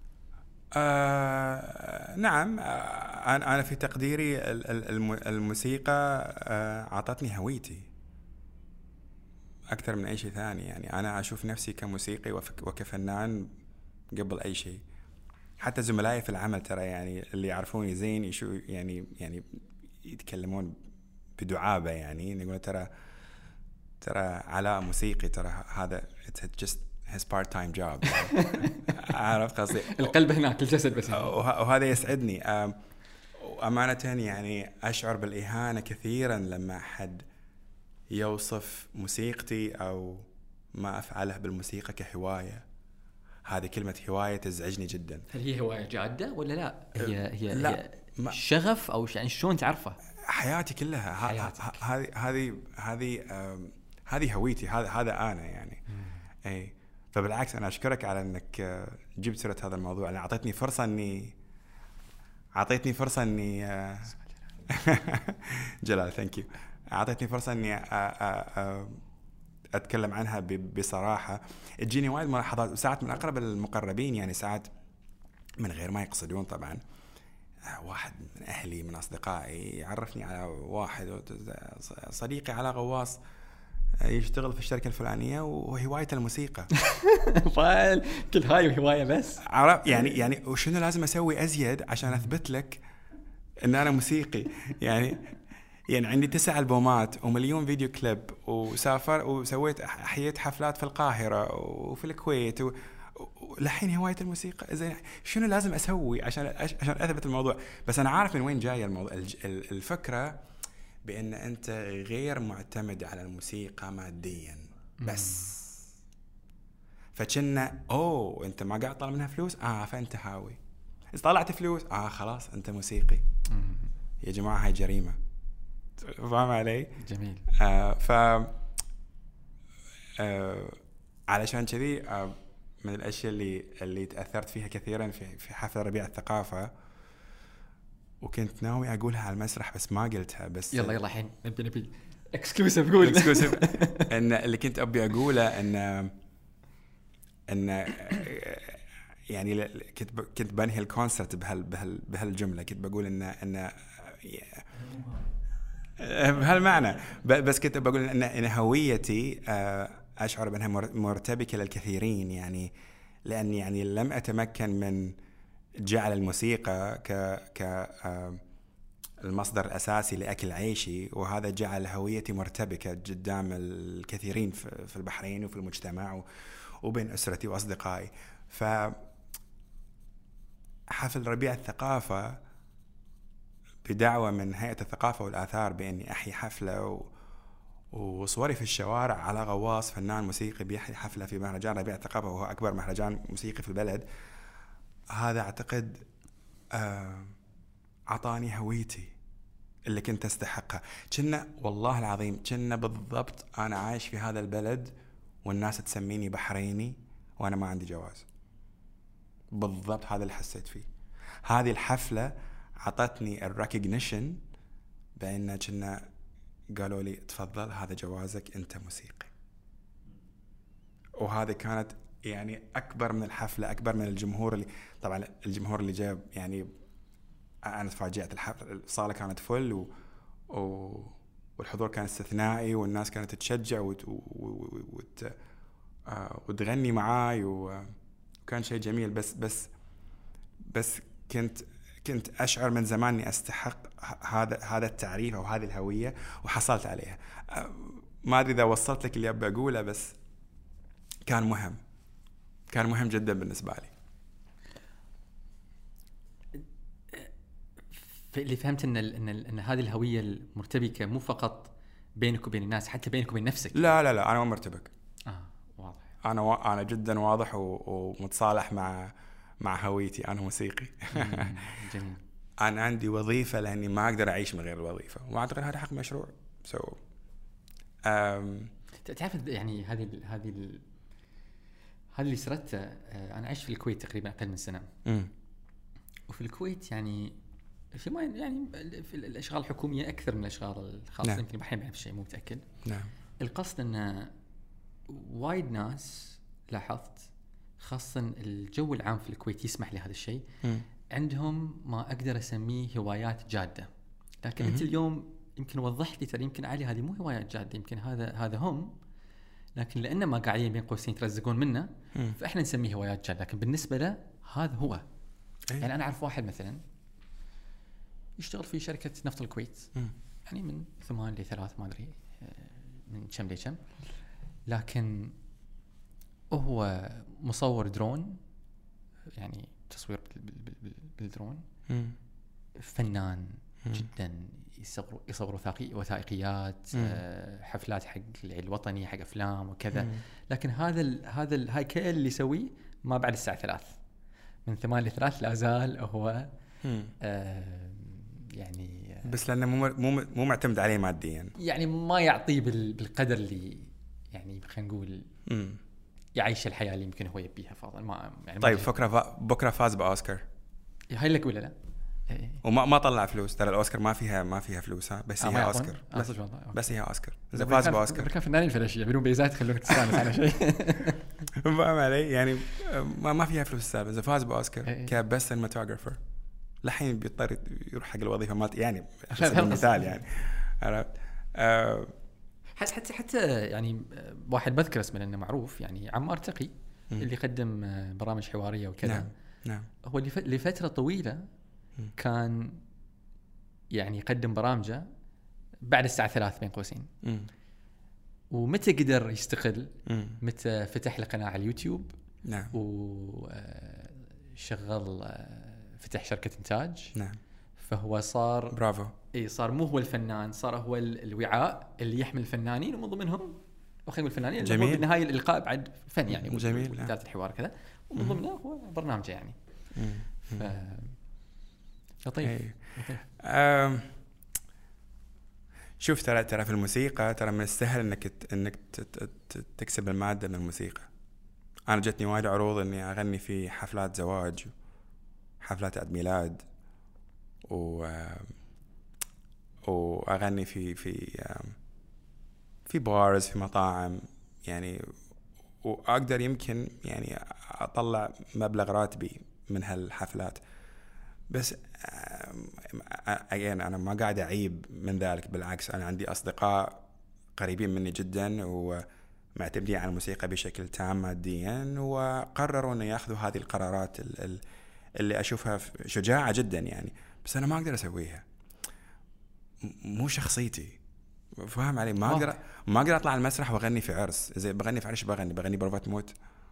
Speaker 2: آه نعم. آه أنا في تقديري الموسيقى آه أعطتني هويتي أكثر من أي شيء ثاني. يعني أنا أشوف نفسي كموسيقي وكفنان قبل أي شيء. حتى زملائي في العمل ترى يعني اللي يعرفوني زين يشو يعني يعني يتكلمون بدعابة، يعني يقولون ترى ترى علاء موسيقي، ترى هذا it's just his part time job. عارف قصدي؟
Speaker 1: القلب هناك، الجسد بس.
Speaker 2: وهذا يسعدني. وأمانة يعني أشعر بالإهانة كثيرا لما حد يوصف موسيقتي أو ما أفعله بالموسيقى كهواية. هذه كلمة هواية تزعجني جدا.
Speaker 1: هل هي هواية جادة ولا لا؟ هي هي,
Speaker 2: لا
Speaker 1: هي شغف أو يعني شلون تعرفه؟
Speaker 2: حياتي كلها. هذه هذه هذه هذه هويتي. هذا هذا أنا يعني. أي فبالعكس أنا أشكرك على أنك جبت سيرة هذا الموضوع، لأن أعطيتني فرصة إني أعطيتني فرصة إني جلال ثانك يو أعطيتني فرصة إني أتكلم عنها بصراحة. تجيني وايد ملاحظات، وساعات من أقرب المقربين، يعني ساعات من غير ما يقصدون طبعا. واحد من أهلي من أصدقائي يعرفني على واحد صديقي على غواص يشتغل في الشركة الفلانية وهوايته الموسيقى.
Speaker 1: فايل كل هاي هواية بس.
Speaker 2: عرف يعني يعني وشنو لازم أسوي أزيد عشان أثبت لك إن أنا موسيقي؟ يعني يعني عندي تسع ألبومات ومليون فيديو كليب، وسافر وسويت أحييت حفلات في القاهرة وفي الكويت، ولحين هواية الموسيقى. زين شنو لازم أسوي عشان عشان أثبت الموضوع؟ بس أنا عارف من وين جاية الموضوع. الفكرة بأن أنت غير معتمد على الموسيقى ماديا بس. فكنا أوه أنت ما قاعد طالع منها فلوس، آه فأنت هاوي. إذا طلعت فلوس آه خلاص أنت موسيقي. يا جماعة هاي جريمة. فاهم علي؟
Speaker 1: جميل.
Speaker 2: آه ف آه علشان كذي آه من الأشياء اللي اللي تأثرت فيها كثيرا في في حفل ربيع الثقافة، وكنت ناوي أقولها على المسرح بس ما قلتها. بس
Speaker 1: يلا يلا الحين نبي نبي اكسكلوسيف قول.
Speaker 2: اكسكلوسيف ان اللي كنت ابي اقوله ان ان يعني كنت كنت بنهي الكونسرت بهال بهال بهالجمله. كنت بقول ان ان بهالمعنى، بس كنت بقول ان ان هويتي اشعر بانها مرتبكه للكثيرين، يعني لان يعني لم اتمكن من جعل الموسيقى ك ك المصدر الأساسي لأكل عيشي، وهذا جعل هويتي مرتبكة قدام الكثيرين في البحرين وفي المجتمع وبين أسرتي وأصدقائي. فحفل ربيع الثقافة بدعوة من هيئة الثقافة والآثار بأني أحيي حفلة، وصوري في الشوارع على غواص فنان موسيقي بيحيي حفلة في مهرجان ربيع الثقافة وهو أكبر مهرجان موسيقي في البلد. هذا أعتقد آه عطاني هويتي اللي كنت أستحقها. كنا والله العظيم كنا بالضبط أنا عايش في هذا البلد والناس تسميني بحريني وأنا ما عندي جواز. بالضبط هذا اللي حسيت فيه. هذه الحفلة عطتني الريكوجنيشن بأن كنا قالوا لي تفضل هذا جوازك أنت موسيقي. وهذه كانت يعني أكبر من الحفلة، أكبر من الجمهور اللي طبعا الجمهور اللي جاب. يعني أنا تفاجأت. الحفلة الصالة كانت فل و... و... والحضور كان استثنائي، والناس كانت تشجع وت... وت... وتغني معاي، وكان شيء جميل. بس بس بس كنت كنت أشعر من زمان إني أستحق هذا هذا التعريف أو هذه الهوية، وحصلت عليها. ما أدري إذا وصلت لك اللي أبي أقوله، بس كان مهم كان مهم جدا بالنسبة لي.
Speaker 1: اللي فهمت ان ان ان هذه الهويه المرتبكه مو فقط بينك وبين الناس، حتى بينك وبين نفسك.
Speaker 2: لا لا لا انا ما مرتبك.
Speaker 1: اه واضح.
Speaker 2: انا و... انا جدا واضح و... ومتصالح مع مع هويتي، أنا موسيقي.
Speaker 1: جميل.
Speaker 2: أنا عندي وظيفة لأني ما أقدر أعيش من غير الوظيفة، وأعتقد هذا حق مشروع. so um,
Speaker 1: تعرف يعني هذه ال هذه ال هذه اللي صارت. أنا عشت في الكويت تقريبا أقل من سنة.
Speaker 2: م.
Speaker 1: وفي الكويت يعني في ما يعني في الأشغال الحكومية أكثر من الأشغال الخاصة.
Speaker 2: نعم.
Speaker 1: يمكن بحين بعرف الشيء مو متأكد.
Speaker 2: نعم.
Speaker 1: القصد أن وايد ناس لاحظت خاصة الجو العام في الكويت يسمح لهذا الشيء.
Speaker 2: م.
Speaker 1: عندهم ما أقدر أسميه هوايات جادة. لكن
Speaker 2: م.
Speaker 1: أنت اليوم يمكن وضحت لي ترى يمكن علي هذه مو هوايات جادة، يمكن هذا هذا هم، لكن لأن ما قاعدين بين قوسين يترزقون منه
Speaker 2: م.
Speaker 1: فإحنا نسميه هوايات جادة، لكن بالنسبة له هذا هو.
Speaker 2: أي.
Speaker 1: يعني أنا أعرف واحد مثلا يشتغل في شركة نفط الكويت،
Speaker 2: م.
Speaker 1: يعني من ثمان لثلاث ما أدري من كم لكم، لكن هو مصور درون، يعني تصوير بالدرون.
Speaker 2: م.
Speaker 1: فنان
Speaker 2: م.
Speaker 1: جدا، يصور يصور وثائقي وثائقيات، آه حفلات حق الوطني، حق افلام وكذا.
Speaker 2: م.
Speaker 1: لكن هذا ال هذا الهيكل اللي يسويه ما بعد الساعه ثلاث، من ثمان لثلاث لا زال هو آه يعني آه
Speaker 2: بس لانه مو مو مو معتمد عليه ماديا،
Speaker 1: يعني ما يعطيه بالقدر اللي يعني خلينا نقول
Speaker 2: م.
Speaker 1: يعيش الحياه اللي يمكن هو يبيها. فاضل ما يعني
Speaker 2: طيب فكره فا... بكره فاز باوسكار،
Speaker 1: هاي لك ولا لا؟ إيه.
Speaker 2: وما ما طلع فلوس. ترى الاوسكار ما فيها ما فيها فلوس، ها بس هي اوسكار.
Speaker 1: بس,
Speaker 2: بس هي اوسكار اذا فاز باوسكار.
Speaker 1: كان فنانين في الاشياء بدون بيزات يخلونك تستانس على شيء.
Speaker 2: فاهم علي؟ يعني ما ما فيها فلوس السالفه. اذا فاز باوسكار
Speaker 1: إيه.
Speaker 2: كبست سينماتوجرافر لحين بيضطر يروح حق الوظيفه ما يعني
Speaker 1: عشان
Speaker 2: مثال يعني عرفت. أه
Speaker 1: حتى حتى حتى يعني واحد بذكر اسمه لانه معروف، يعني عمار تقي اللي يقدم برامج حواريه وكذا.
Speaker 2: نعم. نعم.
Speaker 1: هو لفتره طويله كان يعني يقدم برامجه بعد الساعه ثلاث بين قوسين.
Speaker 2: م.
Speaker 1: ومتى قدر يستقل؟
Speaker 2: م.
Speaker 1: متى فتح له قناه على اليوتيوب.
Speaker 2: نعم.
Speaker 1: وشغل فتح شركه انتاج.
Speaker 2: نعم.
Speaker 1: فهو صار
Speaker 2: برافو.
Speaker 1: اي صار مو هو الفنان، صار هو الوعاء اللي يحمل الفنانين ومن ضمنهم وخلينا الفنانين اللي هو بالنهاية الإلقاء بعد فن يعني.
Speaker 2: جميل.
Speaker 1: وإدارة الحوار كذا، ومن ضمنه هو برنامجه يعني. ف لطيف.
Speaker 2: أم... شوف ترى ترى في الموسيقى ترى من السهل انك ت... انك ت... ت... تكسب المادة من الموسيقى. انا جتني وايد عروض اني اغني في حفلات زواج، حفلات عيد ميلاد، و واغني في في في بارز، في مطاعم يعني، واقدر يمكن يعني اطلع مبلغ راتبي من هالحفلات. بس يعني انا ما قاعد اعيب من ذلك، بالعكس انا عندي اصدقاء قريبين مني جدا ومعتمدين على الموسيقى بشكل تام ماديا، وقرروا ان ياخذوا هذه القرارات اللي اشوفها شجاعة جدا يعني. بس انا ما اقدر اسويها، مو شخصيتي، فاهم علي؟ ما اقدر ما اقدر اطلع على المسرح واغني في عرس. زي بغني في عرس بغني بغني بروفات موت.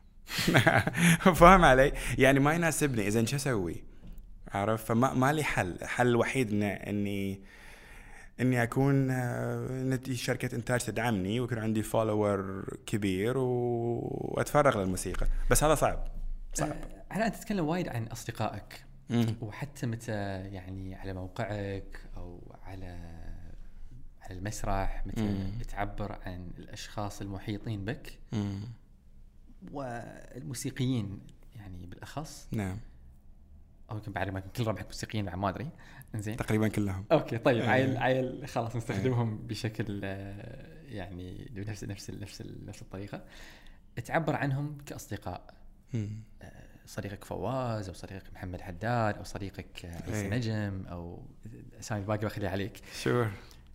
Speaker 2: فاهم علي؟ يعني ما يناسبني. اذا شو اسوي؟ عارف؟ فما ما لي حل. الحل الوحيد إن اني اني اكون نتي شركه انتاج تدعمني ويكون عندي فولوور كبير واتفرغ للموسيقى. بس هذا صعب صعب.
Speaker 1: هلا انت تتكلم وايد عن اصدقائك،
Speaker 2: مم.
Speaker 1: وحتى متى يعني على موقعك او على على المسرح متى
Speaker 2: مم.
Speaker 1: تعبر عن الاشخاص المحيطين بك.
Speaker 2: مم.
Speaker 1: والموسيقيين يعني بالاخص.
Speaker 2: نعم.
Speaker 1: او يمكن بعد ما كل ربعك موسيقيين ما ادري. انزين
Speaker 2: تقريبا كلهم.
Speaker 1: اوكي طيب أه. عيل عيل خلاص نستخدمهم أه. بشكل يعني بنفس نفس نفس نفس الطريقه. تعبر عنهم كاصدقاء.
Speaker 2: مم.
Speaker 1: صديقك فواز او صديقك محمد حداد او صديقك عيسى نجم او اسامي الباقي بخليها عليك.
Speaker 2: شور.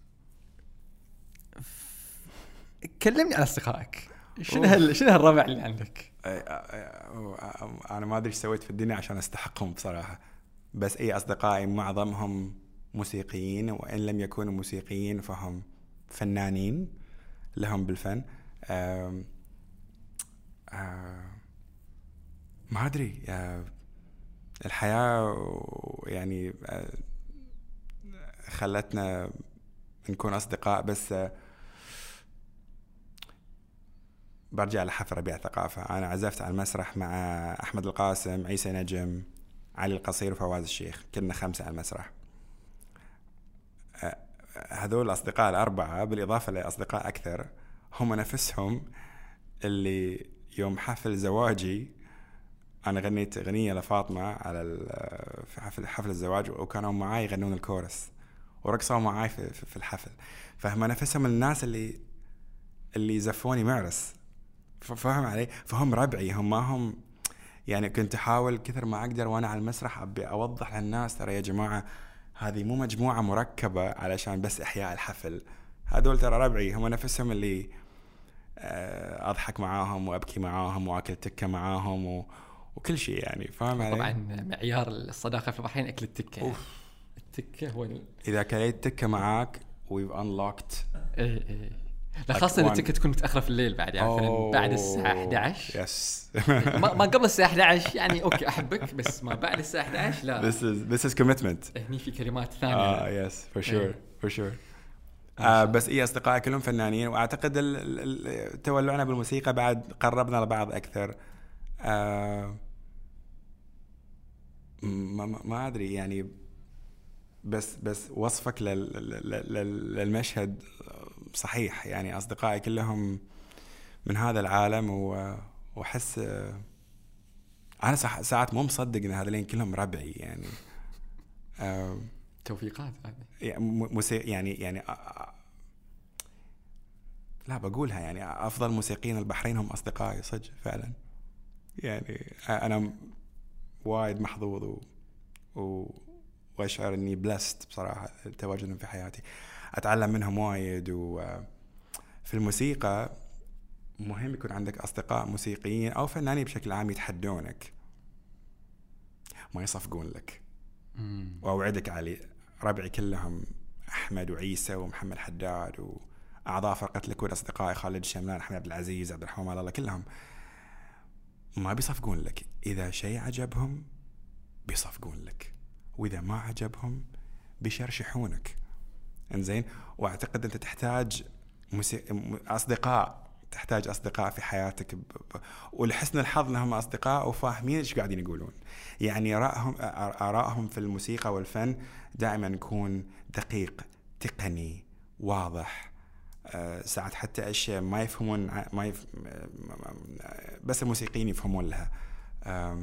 Speaker 1: كلمني عن اصدقائك. شنو هال شنو هالربع اللي عندك؟
Speaker 2: انا ما ادري ايش سويت في الدنيا عشان استحقهم بصراحه. بس اي اصدقائي معظمهم موسيقيين، وان لم يكونوا موسيقيين فهم فنانين لهم بالفن. أم أم ما ادري الحياه يعني خلتنا نكون اصدقاء. بس برجع لحفل ربيع الثقافة. أنا عزفت على المسرح مع أحمد القاسم، عيسى نجم، علي القصير وفواز الشيخ، كنا خمسة على المسرح. هذول الأصدقاء الأربعة بالإضافة لأصدقاء أكثر هم نفسهم اللي يوم حفل زواجي أنا غنيت أغنية لفاطمة على في حفل حفل الزواج، وكانوا معاي يغنون الكورس ورقصوا معاي في في الحفل. فهم نفسهم الناس اللي اللي يزفوني معرس، فاهم علي؟ فهم ربعي، هم ما هم يعني. كنت أحاول كثر ما أقدر وأنا على المسرح أبي أوضح للناس ترى يا جماعة هذه مو مجموعة مركبة علشان بس إحياء الحفل، هذول ترى ربعي، هم نفسهم اللي أضحك معاهم وأبكي معاهم وأكل تكة معاهم و... وكل شيء يعني، فاهم علي؟
Speaker 1: طبعا معيار الصداقة في البحرين أكل التكة.
Speaker 2: أوف.
Speaker 1: التكة هو ال...
Speaker 2: إذا كليت تكة معاك we've unlocked.
Speaker 1: إيه إيه. لا خاصة إن التكة تكون متأخرة في الليل بعد، يعني oh. بعد الساعة أحد عشر.
Speaker 2: يس.
Speaker 1: ما ما قبل الساعة أحد عشر يعني أوكي أحبك، بس ما بعد الساعة أحد عشر لا.
Speaker 2: This is this is commitment.
Speaker 1: هني في كلمات ثانية.
Speaker 2: آه yes for sure for sure. آه بس إيه أصدقائي كلهم فنانين، وأعتقد تولعنا بالموسيقى بعد قربنا لبعض أكثر. آه ما ما أدري يعني، بس بس وصفك لل للمشهد صحيح يعني. أصدقائي كلهم من هذا العالم، وأحس أنا ساعات مو مصدق إن هذولين كلهم ربعي يعني. آه
Speaker 1: توفيقات هذه
Speaker 2: يعني يعني لا بقولها يعني أفضل موسيقيين البحرين هم أصدقائي صدق فعلا يعني. أنا وايد محظوظ و, و... وأشعر إني بلست بصراحة تواجدهم في حياتي، أتعلم منهم وايد. وفي الموسيقى مهم يكون عندك أصدقاء موسيقيين أو فنانين بشكل عام يتحدونك، ما يصفقون لك. وأوعدك علي ربعي كلهم أحمد وعيسى ومحمد حداد وأعضاء فرقة لكود أصدقائي خالد الشملان، أحمد عبد العزيز، عبد الرحمن الله، كلهم ما بيصفقون لك. إذا شيء عجبهم بيصفقون لك، وإذا ما عجبهم بيشرشحونك. إنزين. وأعتقد أنت تحتاج مسي... أصدقاء، تحتاج أصدقاء في حياتك ب... ب... ولحسن الحظ أنهم أصدقاء وفاهمين إيش قاعدين يقولون. يعني آرائهم آرائهم في الموسيقى والفن دائما يكون دقيق، تقني، واضح. أه ساعات حتى أشياء ما يفهمون ما يف... بس الموسيقيين يفهمون لها. أه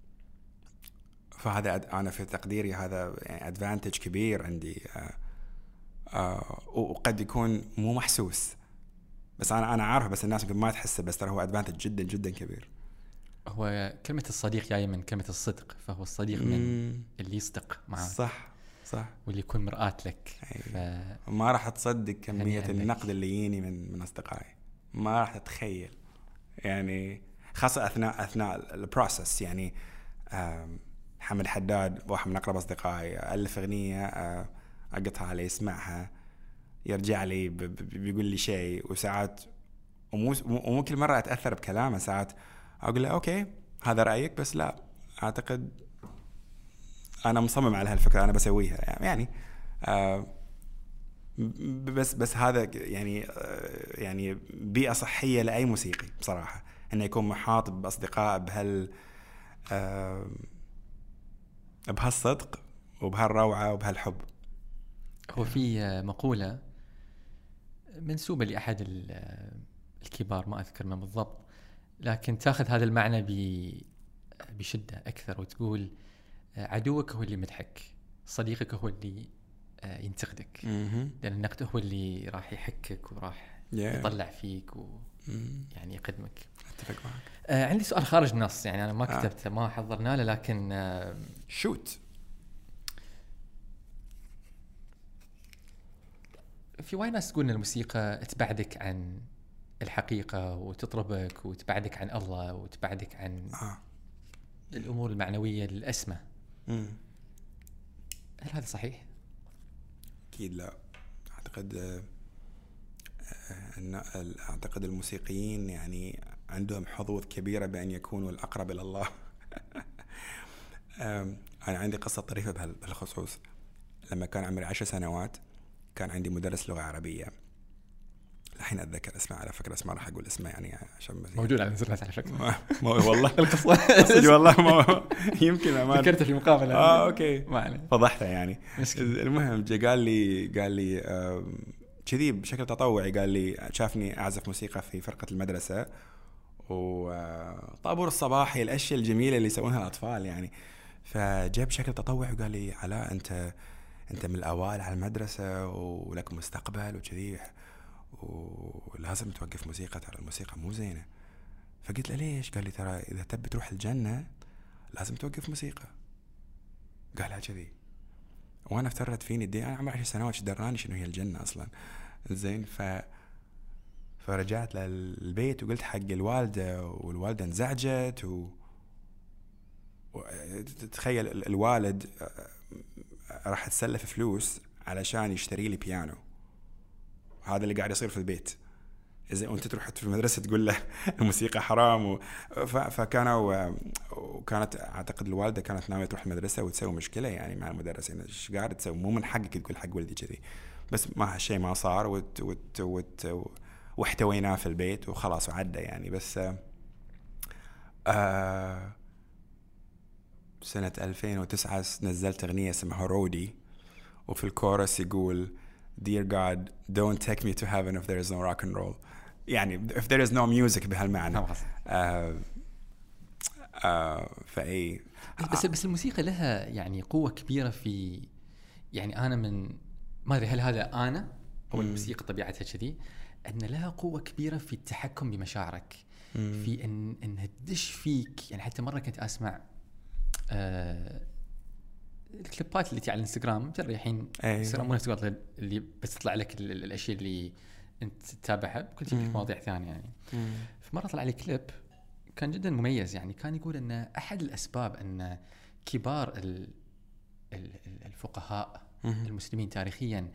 Speaker 2: فهذا أنا في تقديري هذا يعني أدفانتج كبير عندي. أه أه وقد يكون مو محسوس، بس أنا أنا عارف، بس الناس يمكن ما تحسه، بس ترى هو أدفانتج جدا جدا كبير.
Speaker 1: هو كلمة الصديق جاية من كلمة الصدق، فهو الصديق من اللي يصدق معك.
Speaker 2: صح صح.
Speaker 1: واللي يكون مرآة لك.
Speaker 2: ف... ما راح تصدق كمية النقد اللي يجيني من من أصدقائي، ما راح تتخيل يعني، خاصة أثناء أثناء البروسس يعني. محمد حداد واحد من أقرب أصدقائي، ألف أغنية أقطها عليه يسمعها يرجع لي بيقول لي شيء، وساعات ومو ومو كل مرة أتأثر بكلامه، ساعات أقول له أوكي هذا رأيك، بس لا أعتقد أنا مصمم على هالفكرة أنا بسويها يعني. آه بس بس هذا يعني آه يعني بيئة صحية لأي موسيقي بصراحة، إنه يكون محاط بأصدقاء بهال آه بهالصدق وبهالروعة وبهالحب.
Speaker 1: هو في مقولة منسوبة لأحد الكبار ما أذكر من بالضبط، لكن تأخذ هذا المعنى بشدة أكثر، وتقول عدوك هو اللي مدحك، صديقك هو اللي ينتقدك، لأن النقد هو اللي راح يحكك وراح yeah. يطلع فيك ويعني يقدمك.
Speaker 2: أتفق معك.
Speaker 1: آه عندي سؤال خارج النص، يعني أنا ما كتبته آه. ما حضرنا له، لكن آه
Speaker 2: شوت.
Speaker 1: في وايد ناس تقول إن الموسيقى تبعدك عن الحقيقة وتطربك وتبعدك عن الله وتبعدك عن آه. الأمور المعنوية الأسمى. مم. هل هذا صحيح؟
Speaker 2: أكيد لا. أعتقد أن أعتقد الموسيقيين يعني عندهم حظوظ كبيرة بأن يكونوا الأقرب إلى الله. أنا عندي قصة طريفة بهالخصوص. لما كان عمري عشر سنوات كان عندي مدرس لغة عربية الحين اتذكر اسمه على فكره، اسمه راح اقول اسمه يعني عشان
Speaker 1: موجود على الانترنت على فكره.
Speaker 2: ما ما والله
Speaker 1: القصه
Speaker 2: صدق والله ما يمكن ما
Speaker 1: ذكرته في مقابله.
Speaker 2: اه اوكي
Speaker 1: ما عليه،
Speaker 2: فضحته يعني.
Speaker 1: مسكين.
Speaker 2: المهم جا قال لي قال لي آم، كذي بشكل تطوعي، قال لي شافني اعزف موسيقى في فرقه المدرسه وطابور الصباحي، الاشياء الجميله اللي يسوونها الاطفال يعني. فجاء بشكل تطوعي وقال لي علاء انت انت من الاوائل على المدرسه ولك مستقبل وكذي، ولازم توقف موسيقى، ترى الموسيقى مو زينه. فقلت له ليش؟ قال لي ترى اذا تبي تروح الجنه لازم توقف موسيقى. قالها كذي وانا افترت فيني الدين، انا عمري عشر سنوات ايش دراني شنو هي الجنه اصلا. زين ف فرجعت للبيت وقلت حق الوالده، والوالده انزعجت و... و... تخيل الوالد راح تسلف فلوس علشان يشتري لي بيانو، هذا اللي قاعد يصير في البيت. إذا أنت تروح في المدرسة تقول له الموسيقى حرام و... ف... فكانوا وكانت أعتقد الوالدة كانت ناوية تروح المدرسة وتسوي مشكلة يعني مع المدرسين، إيش قاعد تسوي؟ مو من حقك تقول حق ولدي كذي. بس ما هالشيء ما صار وت... وت... وت... واحتويناه في البيت وخلاص وعدى يعني. بس آه... سنة ألفين وتسعة نزلت أغنية اسمها رودي، وفي الكورس يقول Dear God, don't take me to heaven if there is no rock and roll. يعني if there is no music بهالمعنى. آه آه فأي
Speaker 1: بس بس الموسيقى لها يعني قوة كبيرة في، يعني أنا من ما أدري هل هذا أنا أو الموسيقى طبيعتها كذي، أن لها قوة كبيرة في التحكم بمشاعرك، مم. في أن أنها تدش فيك. يعني حتى مرة كنت أسمع آه الكليبات اللي تي على الانستغرام، ترى الحين انستغرام أيوة. اللي بس تطلع لك الاشياء اللي انت تتابعها، كل شيء في مواضيع ثانيه يعني. في مره طلع لي كليب كان جدا مميز، يعني كان يقول ان احد الاسباب ان كبار الفقهاء المسلمين تاريخيا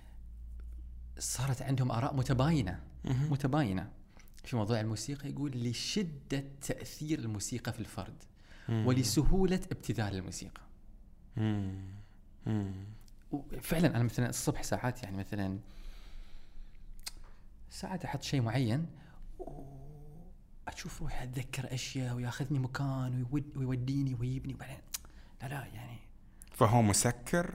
Speaker 1: صارت عندهم آراء متباينه متباينه في موضوع الموسيقى، يقول لشده تاثير الموسيقى في الفرد ولسهوله ابتذال الموسيقى.
Speaker 2: مم. مم.
Speaker 1: وفعلا انا مثلا الصبح ساعات يعني مثلا ساعات احط شيء معين واشوف روحي اتذكر اشياء وياخذني مكان ويود ويوديني ويجيبني، وبعدين لا لا يعني.
Speaker 2: فهو مسكر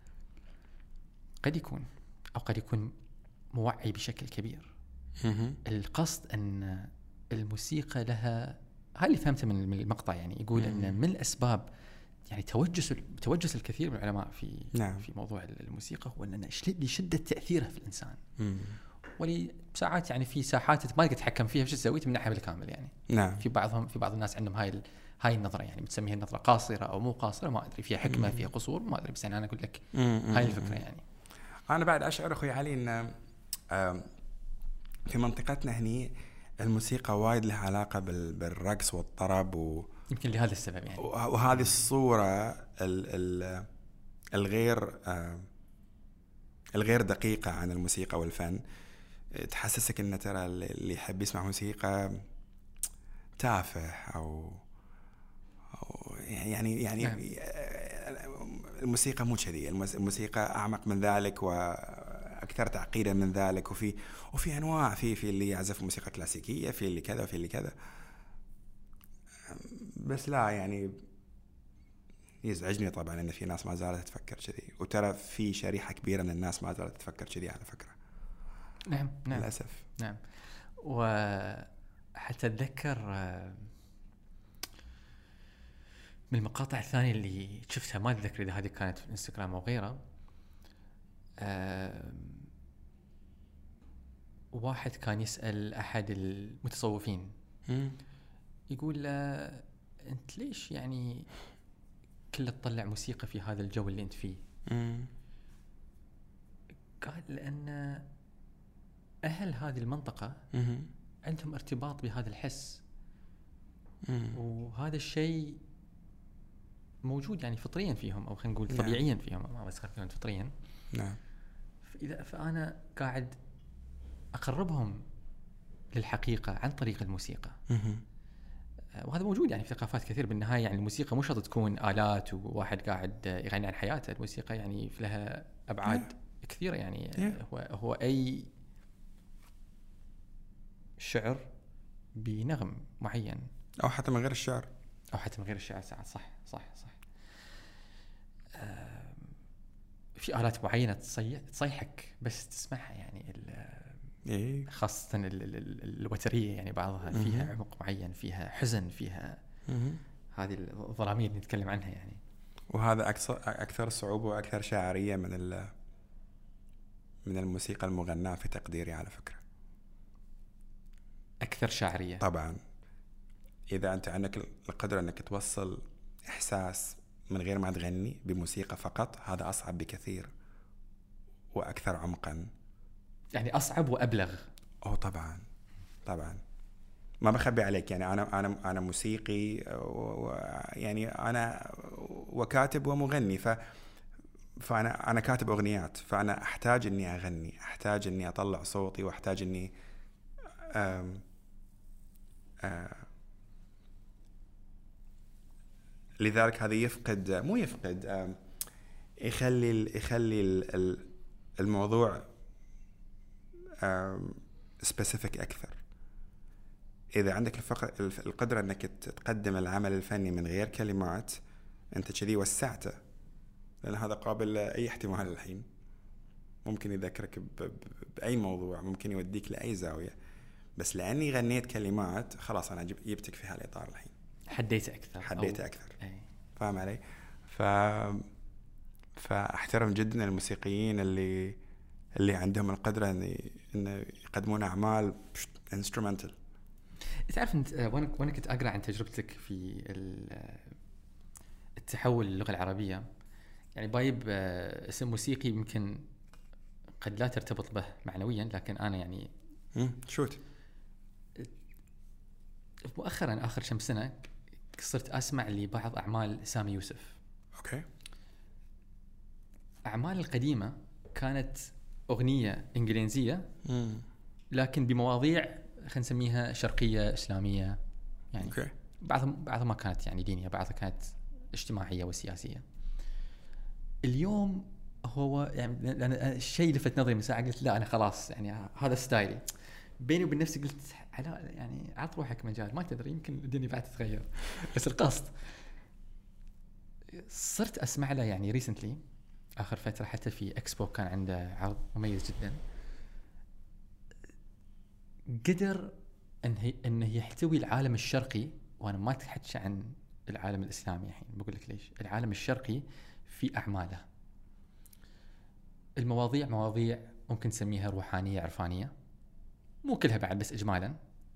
Speaker 1: قد يكون، او قد يكون موعي بشكل كبير.
Speaker 2: مم.
Speaker 1: القصد ان الموسيقى لها، هاي اللي فهمته من المقطع، يعني يقول مم. ان من الاسباب يعني توجس توجس الكثير من العلماء في
Speaker 2: نعم.
Speaker 1: في موضوع الموسيقى هو أن لشدة تأثيرها في الإنسان.
Speaker 2: مم.
Speaker 1: ولي ساعات يعني في ساحات ما تقدر تتحكم فيها، فش تسوي تمنعها بالكامل يعني.
Speaker 2: نعم.
Speaker 1: في بعضهم في بعض الناس عندهم هاي هاي النظرة، يعني بتسميها النظرة قاصرة أو مو قاصرة، ما أدري، فيها حكمة فيها قصور ما أدري، بس يعني أنا أقول لك هاي الفكرة يعني.
Speaker 2: أنا بعد أشعر أخوي علي إن في منطقتنا هني الموسيقى وايد لها علاقة بالرقص والطرب و
Speaker 1: يمكن لهذا السبب يعني.
Speaker 2: وهذه الصورة ال ال الغير الغير دقيقة عن الموسيقى والفن تحسسك إن ترى اللي يحب يسمع موسيقى تافه أو, أو يعني يعني نعم. الموسيقى مو كذي، الموسيقى أعمق من ذلك وأكثر تعقيدا من ذلك، وفي وفي أنواع، في في اللي يعزف موسيقى كلاسيكية، في اللي كذا وفي اللي كذا. بس لا يعني يزعجني طبعا ان في ناس ما زالت تفكر كذي، وترى في شريحة كبيرة من الناس ما زالت تفكر كذي على فكرة.
Speaker 1: نعم نعم
Speaker 2: للأسف.
Speaker 1: نعم. وحتى أتذكر من المقاطع الثانية اللي شفتها، ما أتذكر إذا هذه كانت في انستغرام أو غيره، واحد كان يسأل أحد المتصوفين يقول له أنت ليش يعني كله تطلع موسيقى في هذا الجو اللي أنت فيه؟
Speaker 2: مم.
Speaker 1: قال لأن أهل هذه المنطقة
Speaker 2: مم.
Speaker 1: عندهم ارتباط بهذا الحس،
Speaker 2: مم.
Speaker 1: وهذا الشيء موجود يعني فطريا فيهم، أو خلينا نقول
Speaker 2: نعم.
Speaker 1: طبيعيا فيهم، ما بس خلينا فطريا.
Speaker 2: نعم.
Speaker 1: فإذا فأنا قاعد أقربهم للحقيقة عن طريق الموسيقى.
Speaker 2: مم.
Speaker 1: وهذا موجود يعني في ثقافات كثير. بالنهاية يعني الموسيقى مش شرط تكون آلات وواحد قاعد يغني عن حياته، الموسيقى يعني لها أبعاد yeah. كثيرة يعني. yeah. هو هو أي شعر بنغم معين،
Speaker 2: او حتى من غير الشعر،
Speaker 1: او حتى من غير الشعر ساعات. صح صح صح. في آلات معينة تصيح تصيحك بس تسمعها، يعني
Speaker 2: إيه؟
Speaker 1: خاصة ال ال ال الوترية، يعني بعضها فيها م-م. عمق معين، فيها حزن، فيها م-م. هذه الظلامية اللي نتكلم عنها يعني.
Speaker 2: وهذا أكثر أكثر صعوبة وأكثر شاعرية من ال من الموسيقى المغناة في تقديري على فكرة.
Speaker 1: أكثر شاعرية
Speaker 2: طبعا. إذا أنت عندك القدرة أنك توصل إحساس من غير ما تغني بموسيقى فقط، هذا أصعب بكثير وأكثر عمقا.
Speaker 1: يعني أصعب وأبلغ.
Speaker 2: أوه طبعا طبعا، ما بخبي عليك. يعني أنا أنا أنا موسيقي، يعني أنا وكاتب ومغني، ف فأنا أنا كاتب أغنيات، فأنا أحتاج إني أغني، أحتاج إني أطلع صوتي، وأحتاج إني أم أم لذلك هذا يفقد مو يفقد يخلي يخلي الموضوع سبيسيفيك أكثر. إذا عندك القدرة أنك تقدم العمل الفني من غير كلمات، أنت كذي وسعته، لأن هذا قابل لأي احتمال. الحين ممكن يذكرك بأي موضوع، ممكن يوديك لأي زاوية، بس لأني غنيت كلمات خلاص أنا جبتك في هالإطار. الحين
Speaker 1: حديت أكثر
Speaker 2: حديت أكثر
Speaker 1: أي.
Speaker 2: فاهم علي؟ ف... فأحترم جدا الموسيقيين اللي اللي عندهم القدرة إن إن يقدمون أعمال instrumental.
Speaker 1: تعرف أنت وأنا وأنا كنت أقرأ عن تجربتك في التحول للغة العربية، يعني بايب اسم موسيقي يمكن قد لا ترتبط به معنويا، لكن أنا يعني
Speaker 2: شوت
Speaker 1: مؤخرا آخر كم سنة صرت أسمع لبعض أعمال سامي يوسف.
Speaker 2: أوكي.
Speaker 1: أعمال القديمة كانت أغنية إنجليزية
Speaker 2: مم.
Speaker 1: لكن بمواضيع خلينا نسميها شرقية إسلامية، يعني
Speaker 2: أوكي.
Speaker 1: بعضها بعضها ما كانت يعني دينية، بعضها كانت اجتماعية وسياسية. اليوم هو يعني لأن الشيء لفت نظري من ساعة قلت لا أنا خلاص يعني هذا ستايلي. بيني وبين نفسي قلت على يعني عط روحك مجال، ما تدري يمكن الدنيا بعد تتغير. بس القصد صرت أسمع له يعني ريسنتلي آخر فترة، حتى في إكسبو كان عنده عرض مميز جدا، قدر أنه أنه يحتوي العالم الشرقي. وأنا ما أتحدث عن العالم الإسلامي الحين، بقول لك ليش. العالم الشرقي في أعماله المواضيع مواضيع ممكن تسميها روحانية عرفانية، مو كلها بعد بس إجمالا.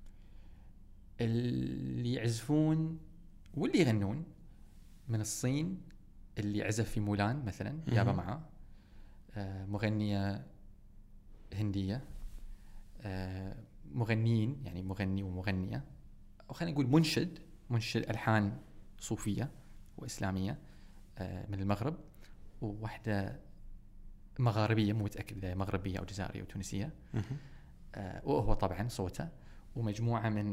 Speaker 1: اللي يعزفون واللي يغنون من الصين، اللي عزف في مولان مثلا يابا معه مغنية هندية، مغنيين يعني مغني ومغنية، أو خلينا نقول منشد منشد ألحان صوفية وإسلامية من المغرب، وواحدة مغاربية مو متأكد إذا مغربية أو جزائرية أو تونسية، وهو طبعا صوته، ومجموعة من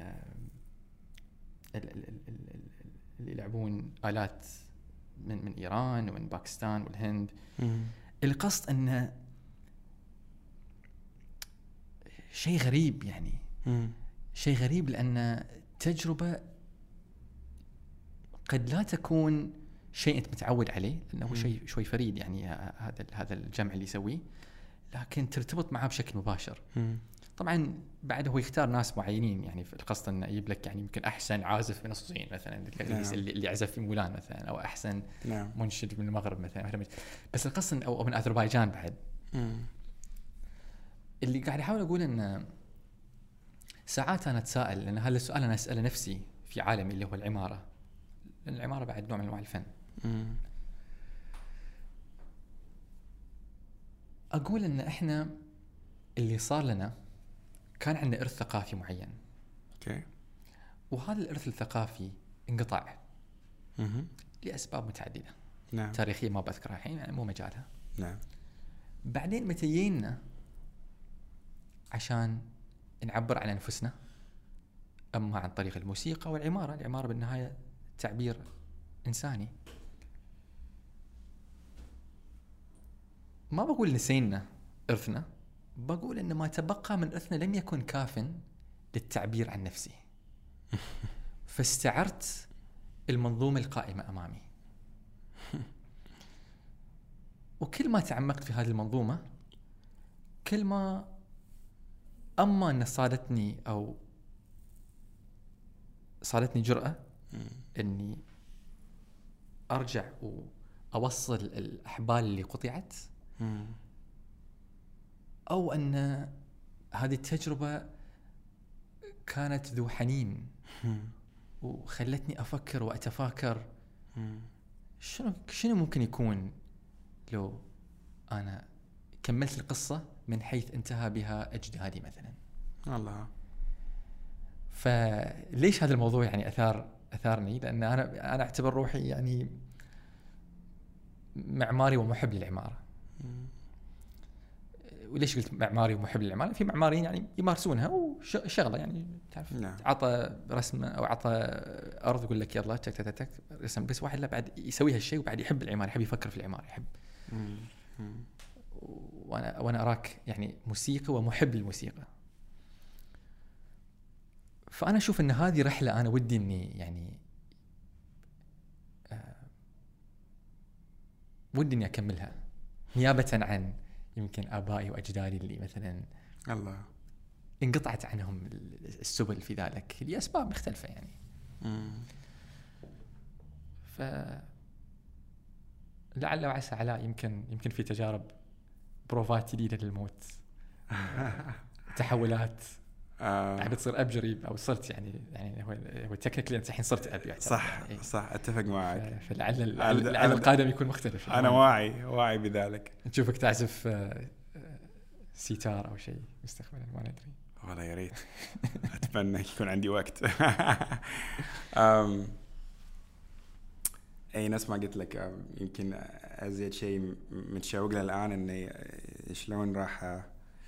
Speaker 1: اللي يلعبون آلات من من إيران ومن باكستان والهند. القصد أنه شيء غريب، يعني شيء غريب لأن تجربة قد لا تكون شيء أنت متعود عليه، لأنه شيء شوي فريد يعني هذا هذا الجمع اللي يسويه، لكن ترتبط معه بشكل مباشر. طبعا بعد هو يختار ناس معينين، يعني في القصد انه يجيب لك يعني يمكن احسن عازف من الصين مثلا، نعم. اللي, اللي عزف في مولان مثلا، او احسن نعم. منشد من المغرب مثلا، بس القصد او من اذربيجان بعد. مم. اللي قاعد احاول اقول ان ساعات انا اتساءل، لان هذا السؤال انا اساله نفسي في عالمي اللي هو العماره، لان العماره بعد نوع من انواع الفن. مم. اقول ان احنا اللي صار لنا كان عندنا إرث ثقافي معين.
Speaker 2: أوكي.
Speaker 1: وهذا الإرث الثقافي انقطع
Speaker 2: مه.
Speaker 1: لأسباب متعددة.
Speaker 2: نعم.
Speaker 1: تاريخية ما بذكرها الحين، يعني مو مجالها.
Speaker 2: نعم.
Speaker 1: بعدين متى جينا عشان نعبر عن أنفسنا، أما عن طريق الموسيقى والعمارة. العمارة بالنهاية تعبير إنساني. ما بقول نسينا إرثنا، بقول إن ما تبقى من إرثنا لم يكن كافٍ للتعبير عن نفسي. فاستعرت المنظومة القائمة أمامي، وكل ما تعمقت في هذه المنظومة كل ما أما أن صادتني أو صادتني جرأة أني أرجع وأوصل الأحبال اللي قطعت، أو أن هذه التجربة كانت ذو حنين وخلتني أفكر وأتفاكر شنو شنو ممكن يكون لو أنا كملت القصة من حيث انتهى بها أجدادي مثلا.
Speaker 2: الله.
Speaker 1: فليش هذا الموضوع يعني أثار أثارني؟ لأن أنا أنا أعتبر روحي يعني معماري ومحب للعمارة. وليش قلت معماري ومحب للعمارة؟ في معماريين يعني يمارسونها وشغلة يعني تعرف
Speaker 2: نعم.
Speaker 1: عطى رسم أو عطى أرض يقول لك يلا تك تك تك رسم، بس واحد لا بعد يسوي هالشيء وبعد يحب العمارة، يحب يفكر في العمارة، يحب. وأنا وأنا أراك يعني موسيقي ومحب للموسيقى. فأنا أشوف أن هذه رحلة أنا ودي إني يعني آه ودي إني أكملها نيابة عن يمكن آبائي وأجدادي اللي مثلا
Speaker 2: الله
Speaker 1: انقطعت عنهم السبل في ذلك لأسباب مختلفة يعني.
Speaker 2: مم.
Speaker 1: ف لعل وعسى علاء يمكن يمكن في تجارب بروفات جديدة للموت تحولات يعني تصير أب جريب أو صرت يعني يعني هو هو تكنيكلي أنت الحين صرت أب يعني.
Speaker 2: صح
Speaker 1: يعني
Speaker 2: صح أتفق معك.
Speaker 1: فلعل لعل القادم يكون مختلف.
Speaker 2: أنا واعي واعي بذلك.
Speaker 1: نشوفك تعزف سيتار أو شيء مستقبلا ما ندري.
Speaker 2: والله يا ريت. أتمنى يكون عندي وقت. أم أي ناس ما قلت لك يمكن أزيد شيء متشوق له الآن إني شلون راح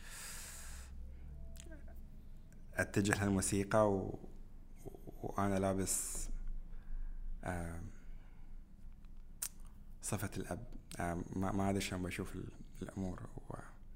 Speaker 2: أتجه للموسيقى و... وأنا لابس صفة الأب. ما ما أدري شلون بشوف الأمور و...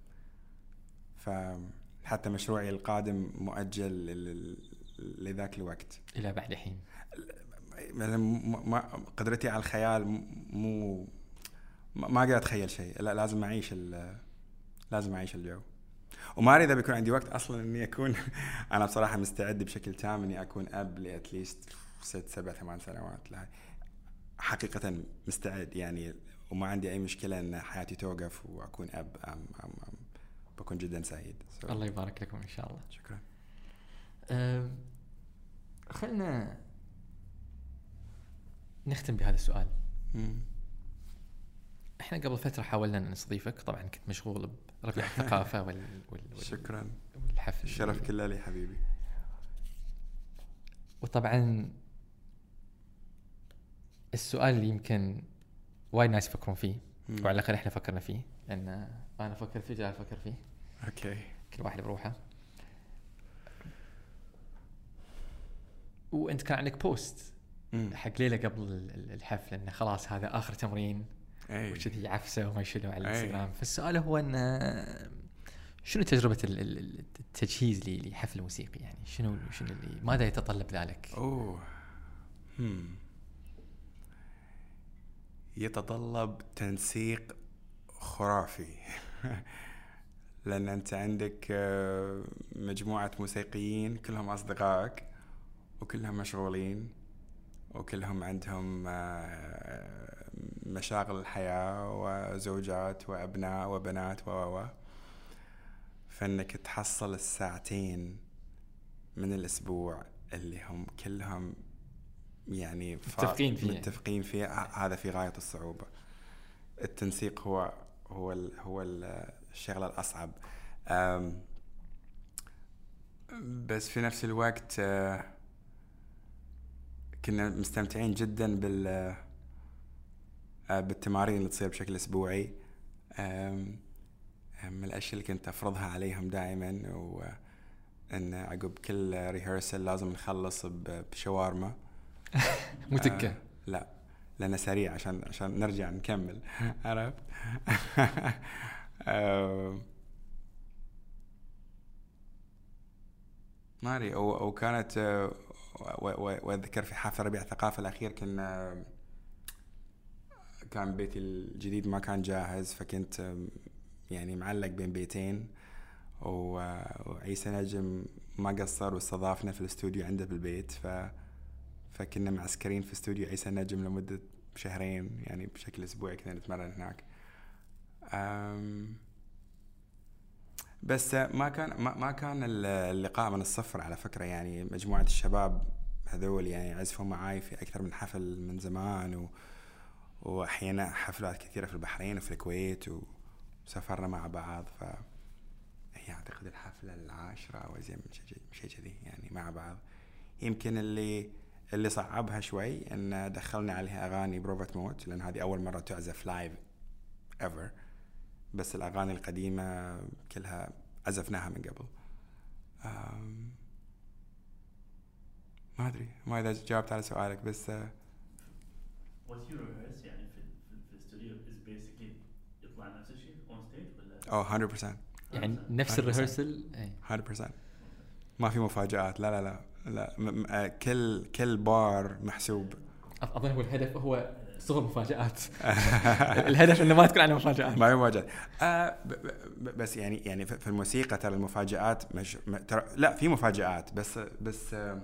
Speaker 2: فحتى مشروعي القادم مؤجل ل... لذاك الوقت
Speaker 1: إلى بعد حين.
Speaker 2: مثلا ما قدرتي على الخيال مو ما أقدر أتخيل شيء. لا لازم أعيش ال... لازم أعيش الجو. وما أريد إذا بيكون عندي وقت أصلاً إني أكون أنا بصراحة مستعد بشكل تام إني أكون أب لأتليست ست سبع ثمان سنوات. لها حقيقة مستعد يعني، وما عندي أي مشكلة إن حياتي توقف وأكون أب. أم أم أم بكون جداً سعيد.
Speaker 1: so. الله يبارك لكم إن شاء الله.
Speaker 2: شكراً.
Speaker 1: أه خلنا نختم بهذا السؤال.
Speaker 2: مم.
Speaker 1: إحنا قبل فترة حاولنا أن نستضيفك، طبعاً كنت مشغول بربيع الثقافة وال... وال... وال...
Speaker 2: شكراً.
Speaker 1: والحفل.
Speaker 2: الشرف كله لي حبيبي.
Speaker 1: وطبعاً السؤال اللي يمكن وايد ناس يفكرون فيه، وعلى الأقل إحنا فكرنا فيه، لأن أنا فكرت فيه جاي أفكر فيه.
Speaker 2: أوكي.
Speaker 1: كل واحد بروحه. وأنت كان عندك بوست
Speaker 2: مم.
Speaker 1: حق ليلة قبل الحفل إنه خلاص هذا آخر تمرين.
Speaker 2: أي.
Speaker 1: وكذي عفسه وما يشيله على
Speaker 2: أي.
Speaker 1: الانستغرام. فالسؤال هو ان شنو تجربه التجهيز لحفل موسيقي يعني؟ شنو شنو اللي ماذا يتطلب ذلك؟
Speaker 2: اوه هم. يتطلب تنسيق خرافي. لان انت عندك مجموعه موسيقيين كلهم اصدقائك وكلهم مشغولين وكلهم عندهم مشاغل الحياة وزوجات وأبناء وبنات و فإنك تحصل الساعتين من الأسبوع اللي هم كلهم يعني
Speaker 1: متفقين فيه
Speaker 2: متفقين فيه. هذا في غاية الصعوبة. التنسيق هو هو ال هو الشغلة الأصعب. بس في نفس الوقت كنا مستمتعين جدا بال بالتمارين اللي تصير بشكل أسبوعي. من الأشياء اللي كنت أفرضها عليهم دائما وأن عقب كل ريهرسل لازم نخلص بشوارما.
Speaker 1: متكة.
Speaker 2: آه لا لأنه سريع عشان عشان نرجع نكمل. عرفت. ما ادري. او كانت واذكر في حفل ربيع الثقافه الاخير كنا كان بيتي الجديد ما كان جاهز، فكنت يعني معلق بين بيتين، وعيسى نجم ما قصر واستضافنا في الاستوديو عنده بالبيت، ف فكنا معسكرين في استوديو عيسى نجم لمدة شهرين، يعني بشكل أسبوعي كنا نتمرن هناك. بس ما كان ما, ما كان اللقاء من الصفر على فكرة، يعني مجموعة الشباب هذول يعني عزفوا معاي في أكثر من حفل من زمان، و وأحيانا حفلات كثيرة في البحرين وفي الكويت، وسافرنا مع بعض. ف هي أعتقد الحفلة العاشرة أو زي شيء كذي يعني مع بعض. يمكن اللي اللي صعبها شوي إن دخلنا عليها أغاني بروفة موت، لأن هذه أول مرة تعزف لايف ever، بس الأغاني القديمة كلها عزفناها من قبل. ما أدري ما إذا جاوبت على سؤالك، بس
Speaker 3: What you rehearse يعني في في في الاستوديو is basically يطلع نفس الشيء on stage ولا؟
Speaker 2: أو one hundred percent
Speaker 1: يعني نفس الريهرسل
Speaker 2: one hundred percent ما في مفاجآت. لا لا لا لا م- م- كل كل بار محسوب.
Speaker 1: أظن هو الهدف هو صغر مفاجآت. الهدف إنه ما تكون عندنا مفاجآت.
Speaker 2: ما هي مفاجآت. آه بس يعني يعني في الموسيقى ترى المفاجآت مش ترى لا في مفاجآت، بس بس آه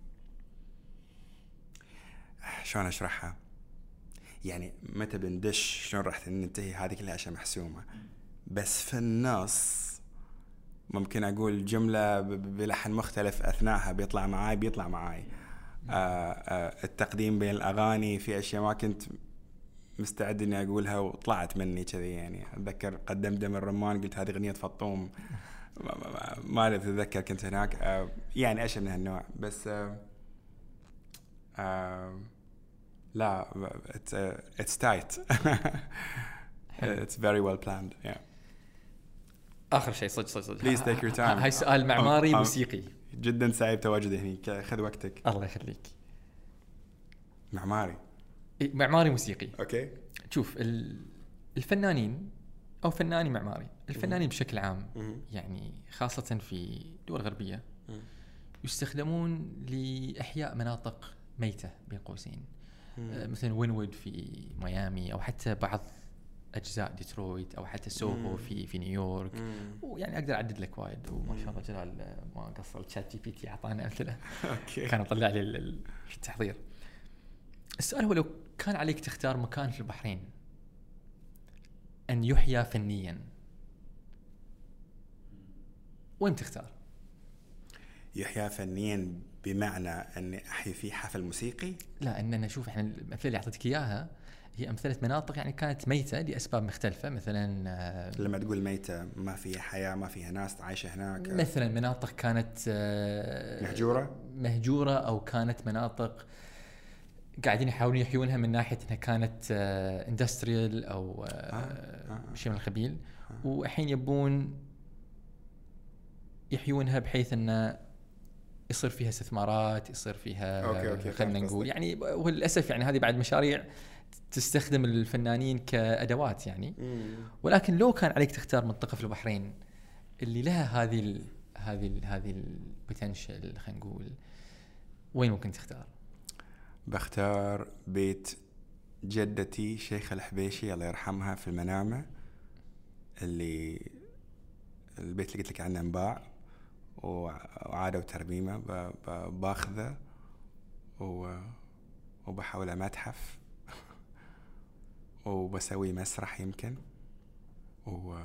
Speaker 2: شلون أشرحها؟ يعني متى بندش شلون راح ننتهي هذه كلها أشياء محسومة، بس في النص ممكن أقول جملة بلحن مختلف أثناءها بيطلع معاي بيطلع معاي. آه آه التقديم بين الأغاني في أشياء ما كنت مستعد إني أقولها وطلعت مني كذي. يعني أتذكر قدمت دم الرمان قلت هذه أغنية فطوم، ما, ما, ما أتذكر كنت هناك. آه يعني أشياء من هالنوع. بس آه آه لا it's, uh, it's tight it's very well planned. yeah.
Speaker 1: آخر شيء صدق صدق صدق
Speaker 2: please take your time.
Speaker 1: هاي سؤال معماري
Speaker 2: um, um,
Speaker 1: موسيقي.
Speaker 2: جدا سعيد تواجدي هنا، خذ وقتك.
Speaker 1: الله يخليك.
Speaker 2: معماري
Speaker 1: معماري موسيقي.
Speaker 2: اوكي.
Speaker 1: شوف الفنانين او فناني معماري، الفنانين بشكل عام يعني خاصة في دول غربية يستخدمون لإحياء مناطق ميتة بين قوسين، مثلا وينوود في ميامي، او حتى بعض اجزاء ديترويت، او حتى سوهو في في نيويورك. ويعني اقدر اعدد لك وايد، وما شاء الله جلال ما قصر. تشات جي بي تي اعطانا امثله كان يطلع لي التحضير. السؤال هو لو كان عليك تختار مكان في البحرين ان يحيا فنيا، وين تختار؟
Speaker 2: يحيا فنيا بمعنى اني احيي فيه حفل موسيقي؟
Speaker 1: لا، اننا نشوف احنا الامثله اللي اعطيتك اياها هي امثله مناطق يعني كانت ميته لاسباب مختلفه. مثلا
Speaker 2: لما تقول ميته ما فيها حياه، ما فيها ناس عايشه هناك.
Speaker 1: مثلا مناطق كانت
Speaker 2: مهجوره
Speaker 1: مهجوره او كانت مناطق قاعدين يحاولون يحيونها من ناحيه انها كانت اندستريال او آه آه شيء من الخبيل، آه والحين يبون يحيونها بحيث انه يصير فيها استثمارات، يصير فيها خلينا نقول يعني. وللاسف يعني هذه بعد مشاريع تستخدم الفنانين كادوات يعني. مم. ولكن لو كان عليك تختار منطقه في البحرين اللي لها هذه ال هذه ال هذه البوتنشل، خلينا نقول، وين ممكن تختار؟
Speaker 2: بختار بيت جدتي شيخة الحبيشي الله يرحمها في المنامة، اللي البيت اللي قلت لك عنه انباع وعادة وترميمة. باخذه وبحاول متحف وبسوي مسرح يمكن. و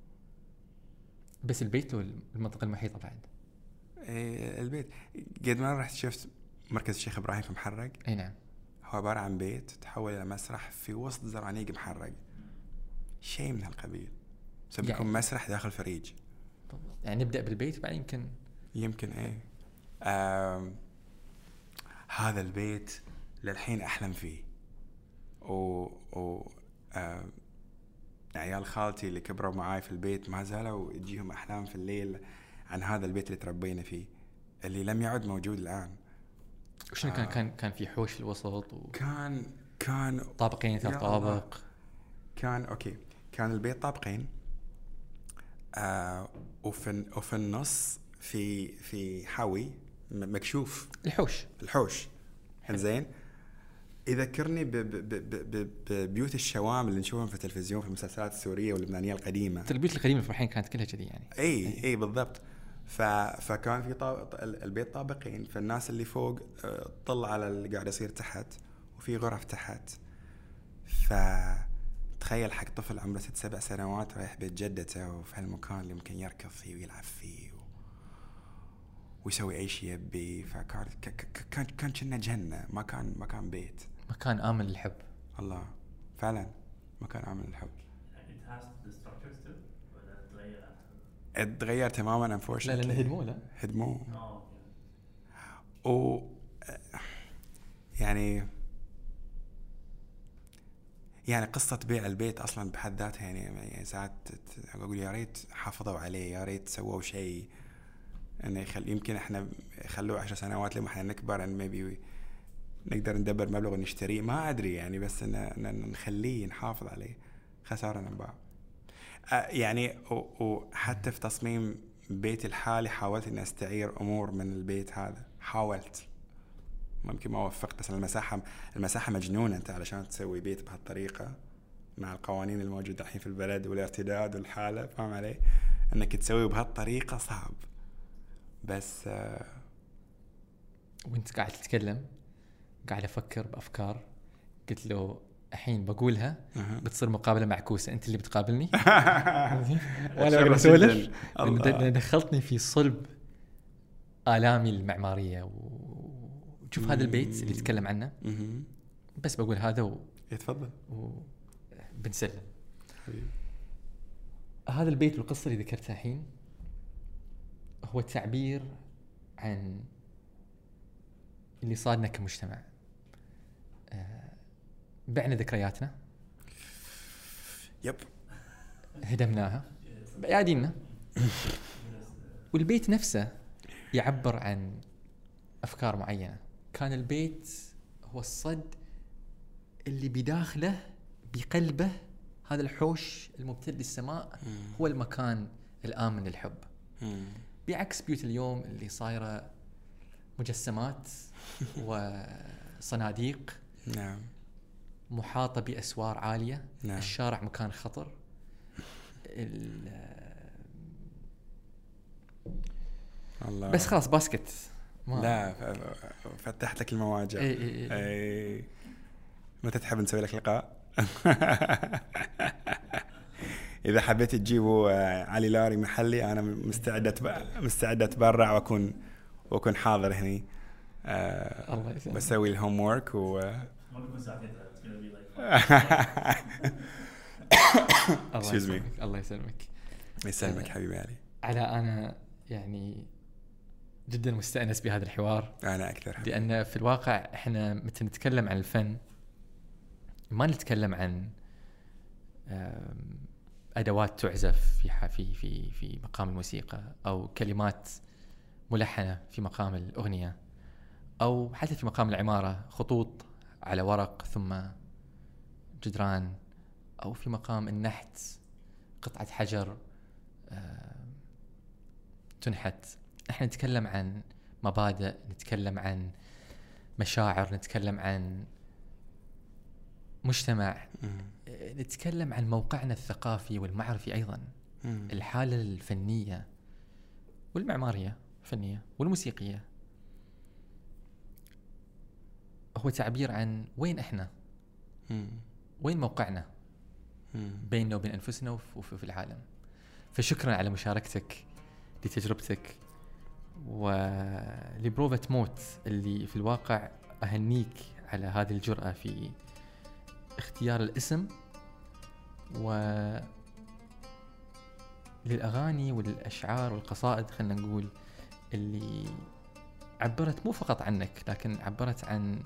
Speaker 1: بس البيت لو المنطقة المحيطة بعد؟
Speaker 2: إيه البيت قد ما رحت شفت مركز الشيخ إبراهيم في محرق.
Speaker 1: اي نعم.
Speaker 2: هو عبارة عن بيت تحول إلى مسرح في وسط زرعنيق محرق، شيء من هالقبيل. سبيكون يعني مسرح داخل فريج.
Speaker 1: يعني نبدأ بالبيت بعد يمكن
Speaker 2: يمكن ايه. آه هذا البيت للحين أحلم فيه. و, و آه عيال خالتي اللي كبروا معاي في البيت ما زالوا يجيهم أحلام في الليل عن هذا البيت اللي تربينا فيه، اللي لم يعد موجود الآن.
Speaker 1: وشنو كان؟ كان كان في حوش في الوسط و...
Speaker 2: كان كان
Speaker 1: طابقين ثلاث طابق.
Speaker 2: كان أوكي كان البيت طابقين، آه وفي وفي النص في في حوي مكشوف
Speaker 1: الحوش
Speaker 2: الحوش إنزين يذكرني ببيوت الشوام اللي نشوفهم في التلفزيون في المسلسلات السورية واللبنانية القديمة.
Speaker 1: البيوت القديمة في الحين كانت كلها كذي يعني.
Speaker 2: اي اي بالضبط. ف... فكان في طاب... البيت طابقين، فالناس اللي فوق طلع على اللي قاعد يصير تحت، وفي غرف تحت. فتخيل حق طفل عمره ست سبع سنوات رايح بيت جدته وفي هالمكان اللي ممكن يركض فيه ويلعب فيه و... ويسوي اي شيء يبي. فكان ك... ك... كان كان كنا جنة، ما كان ما كان بيت،
Speaker 1: مكان آمن للحب.
Speaker 2: الله فعلا مكان آمن للحب. اتغير تماما unfortunately.
Speaker 1: لا لأنه هدموه. لا
Speaker 2: هدموه. و يعني يعني قصة بيع البيت أصلا بحد ذاتها يعني, يعني ساعات أقول يا ريت حافظوا عليه، يا ريت سووا شيء إنه يخل يمكن إحنا خلوه عشر سنوات لما إحنا نكبر إن ميبي نقدر ندبر مبلغ ونشتريه، ما أدري يعني، بس إن نخليه نحافظ عليه. خسارة نباع. يعني وحتى في تصميم بيتي الحالي حاولت إني أستعير أمور من البيت هذا، حاولت ممكن ما وفقت، بس المساحة المساحة مجنونة أنت علشان تسوي بيت بهالطريقة مع القوانين الموجودة الحين في البلد والارتداد والحالة، فاهم علي؟ أنك تسوي بهالطريقة صعب. بس آه
Speaker 1: وانت قاعد تتكلم قاعد أفكر بأفكار، قلت له الحين بقولها أه. بتصير مقابلة معكوسة، أنت اللي بتقابلني وأنا أقدر أسولف. دخلتني في صلب آلامي المعمارية وشوف هذا البيت اللي تكلم عنه. بس بقول هذا و...
Speaker 2: يتفضل
Speaker 1: وبنسلم. هذا البيت والقصة اللي ذكرتها الحين هو تعبير عن اللي صادنا كمجتمع. بعنا ذكرياتنا،
Speaker 2: يب
Speaker 1: هدمناها بأيادينا، والبيت نفسه يعبر عن أفكار معينة. كان البيت هو الصد اللي بداخله بقلبه هذا الحوش الممتد للسماء، هو المكان الآمن للحب. بعكس بيوت اليوم اللي صايرة مجسمات وصناديق،
Speaker 2: نعم،
Speaker 1: محاطة بأسوار عالية، نعم. الشارع مكان خطر. الله. بس خلاص باسكت
Speaker 2: ما. لا فتحت لك المواجع.
Speaker 1: اي اي اي,
Speaker 2: أي. متى تحب نسوي لك لقاء؟ إذا حبيت تجيبوا علي لاري محلي أنا مستعد مستعد أتبرع وأكون وأكون حاضر هني.
Speaker 1: آه الله يسلمك.
Speaker 2: بسوي الهوم وورك و
Speaker 1: الله يسلمك. الله يسلمك.
Speaker 2: يسلمك حبيبي علي.
Speaker 1: على أنا يعني جدا مستأنس بهذا الحوار.
Speaker 2: أنا أكثر حبيبي.
Speaker 1: لأن في الواقع إحنا متى نتكلم عن الفن ما نتكلم عن أدوات تعزف في في في في مقام الموسيقى، أو كلمات ملحنة في مقام الأغنية، أو حتى في مقام العمارة خطوط على ورق ثم جدران، أو في مقام النحت قطعة حجر تنحت. احنا نتكلم عن مبادئ، نتكلم عن مشاعر، نتكلم عن مجتمع، نتكلم عن موقعنا الثقافي والمعرفي أيضا، الحالة الفنية والمعمارية الفنية والموسيقية. هو تعبير عن وين احنا، وين موقعنا بيننا وبين أنفسنا وفي العالم. فشكرا على مشاركتك لتجربتك ولبروفة موت اللي في الواقع أهنيك على هذه الجرأة في اختيار الاسم وللأغاني والأشعار والقصائد، خلنا نقول، اللي عبرت مو فقط عنك لكن عبرت عن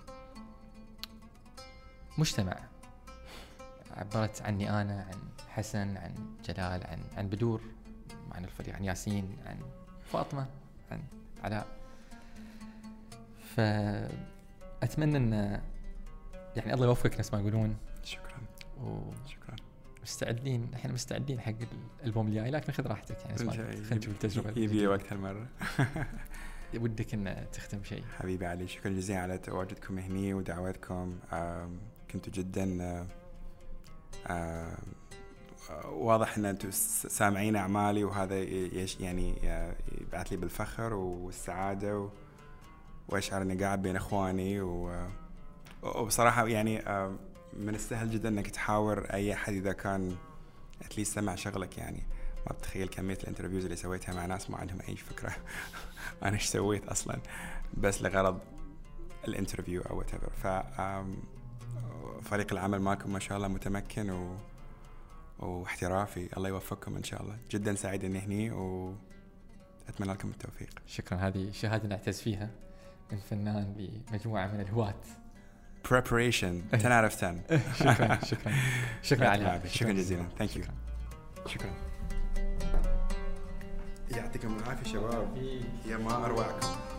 Speaker 1: مجتمع، عبرت عني أنا، عن حسن، عن جلال، عن عن بدور عن الفريق، عن ياسين، عن فاطمة، عن علاء. فأتمنى أن يعني الله يوفقك ناس ما يقولون.
Speaker 2: شكرا
Speaker 1: و...
Speaker 2: شكرا
Speaker 1: مستعدين احنا مستعدين حق الالبوم الجاي، لكن خذ راحتك يعني خلينا نشوف التجربه.
Speaker 2: يبي وقت هالمره.
Speaker 1: ودك ان تختم شيء؟
Speaker 2: حبيبي علي، شكرا جزيلا على تواجدكم هنا ودعوتكم. كنتوا جدا آه آه واضح ان انتم سامعين اعمالي، وهذا يعني يبعث لي بالفخر والسعاده و... واشعر اني قاعد بين اخواني و... وبصراحه يعني من السهل جدا انك تحاور اي احد اذا كان اتليست سمع شغلك. يعني ما بتخيل كميه الانترفيوز اللي سويتها مع ناس ما عندهم اي فكره انا ايش سويت اصلا، بس لغرض الانترفيو او whatever. ف فريق العمل معكم ما شاء الله متمكن و... واحترافي، الله يوفقكم ان شاء الله. جدا سعيد اني هني واتمنى لكم التوفيق.
Speaker 1: شكرا، هذه شهاده نعتز فيها من فنان لمجموعه من الهواة.
Speaker 2: preparation ten out of ten.
Speaker 1: شكرا شكرا شكرا علي،
Speaker 2: شكرا جزيلا. ثانك يو.
Speaker 1: شكرا.
Speaker 2: يعطيكم العافيه شباب، يا ما اروعكم.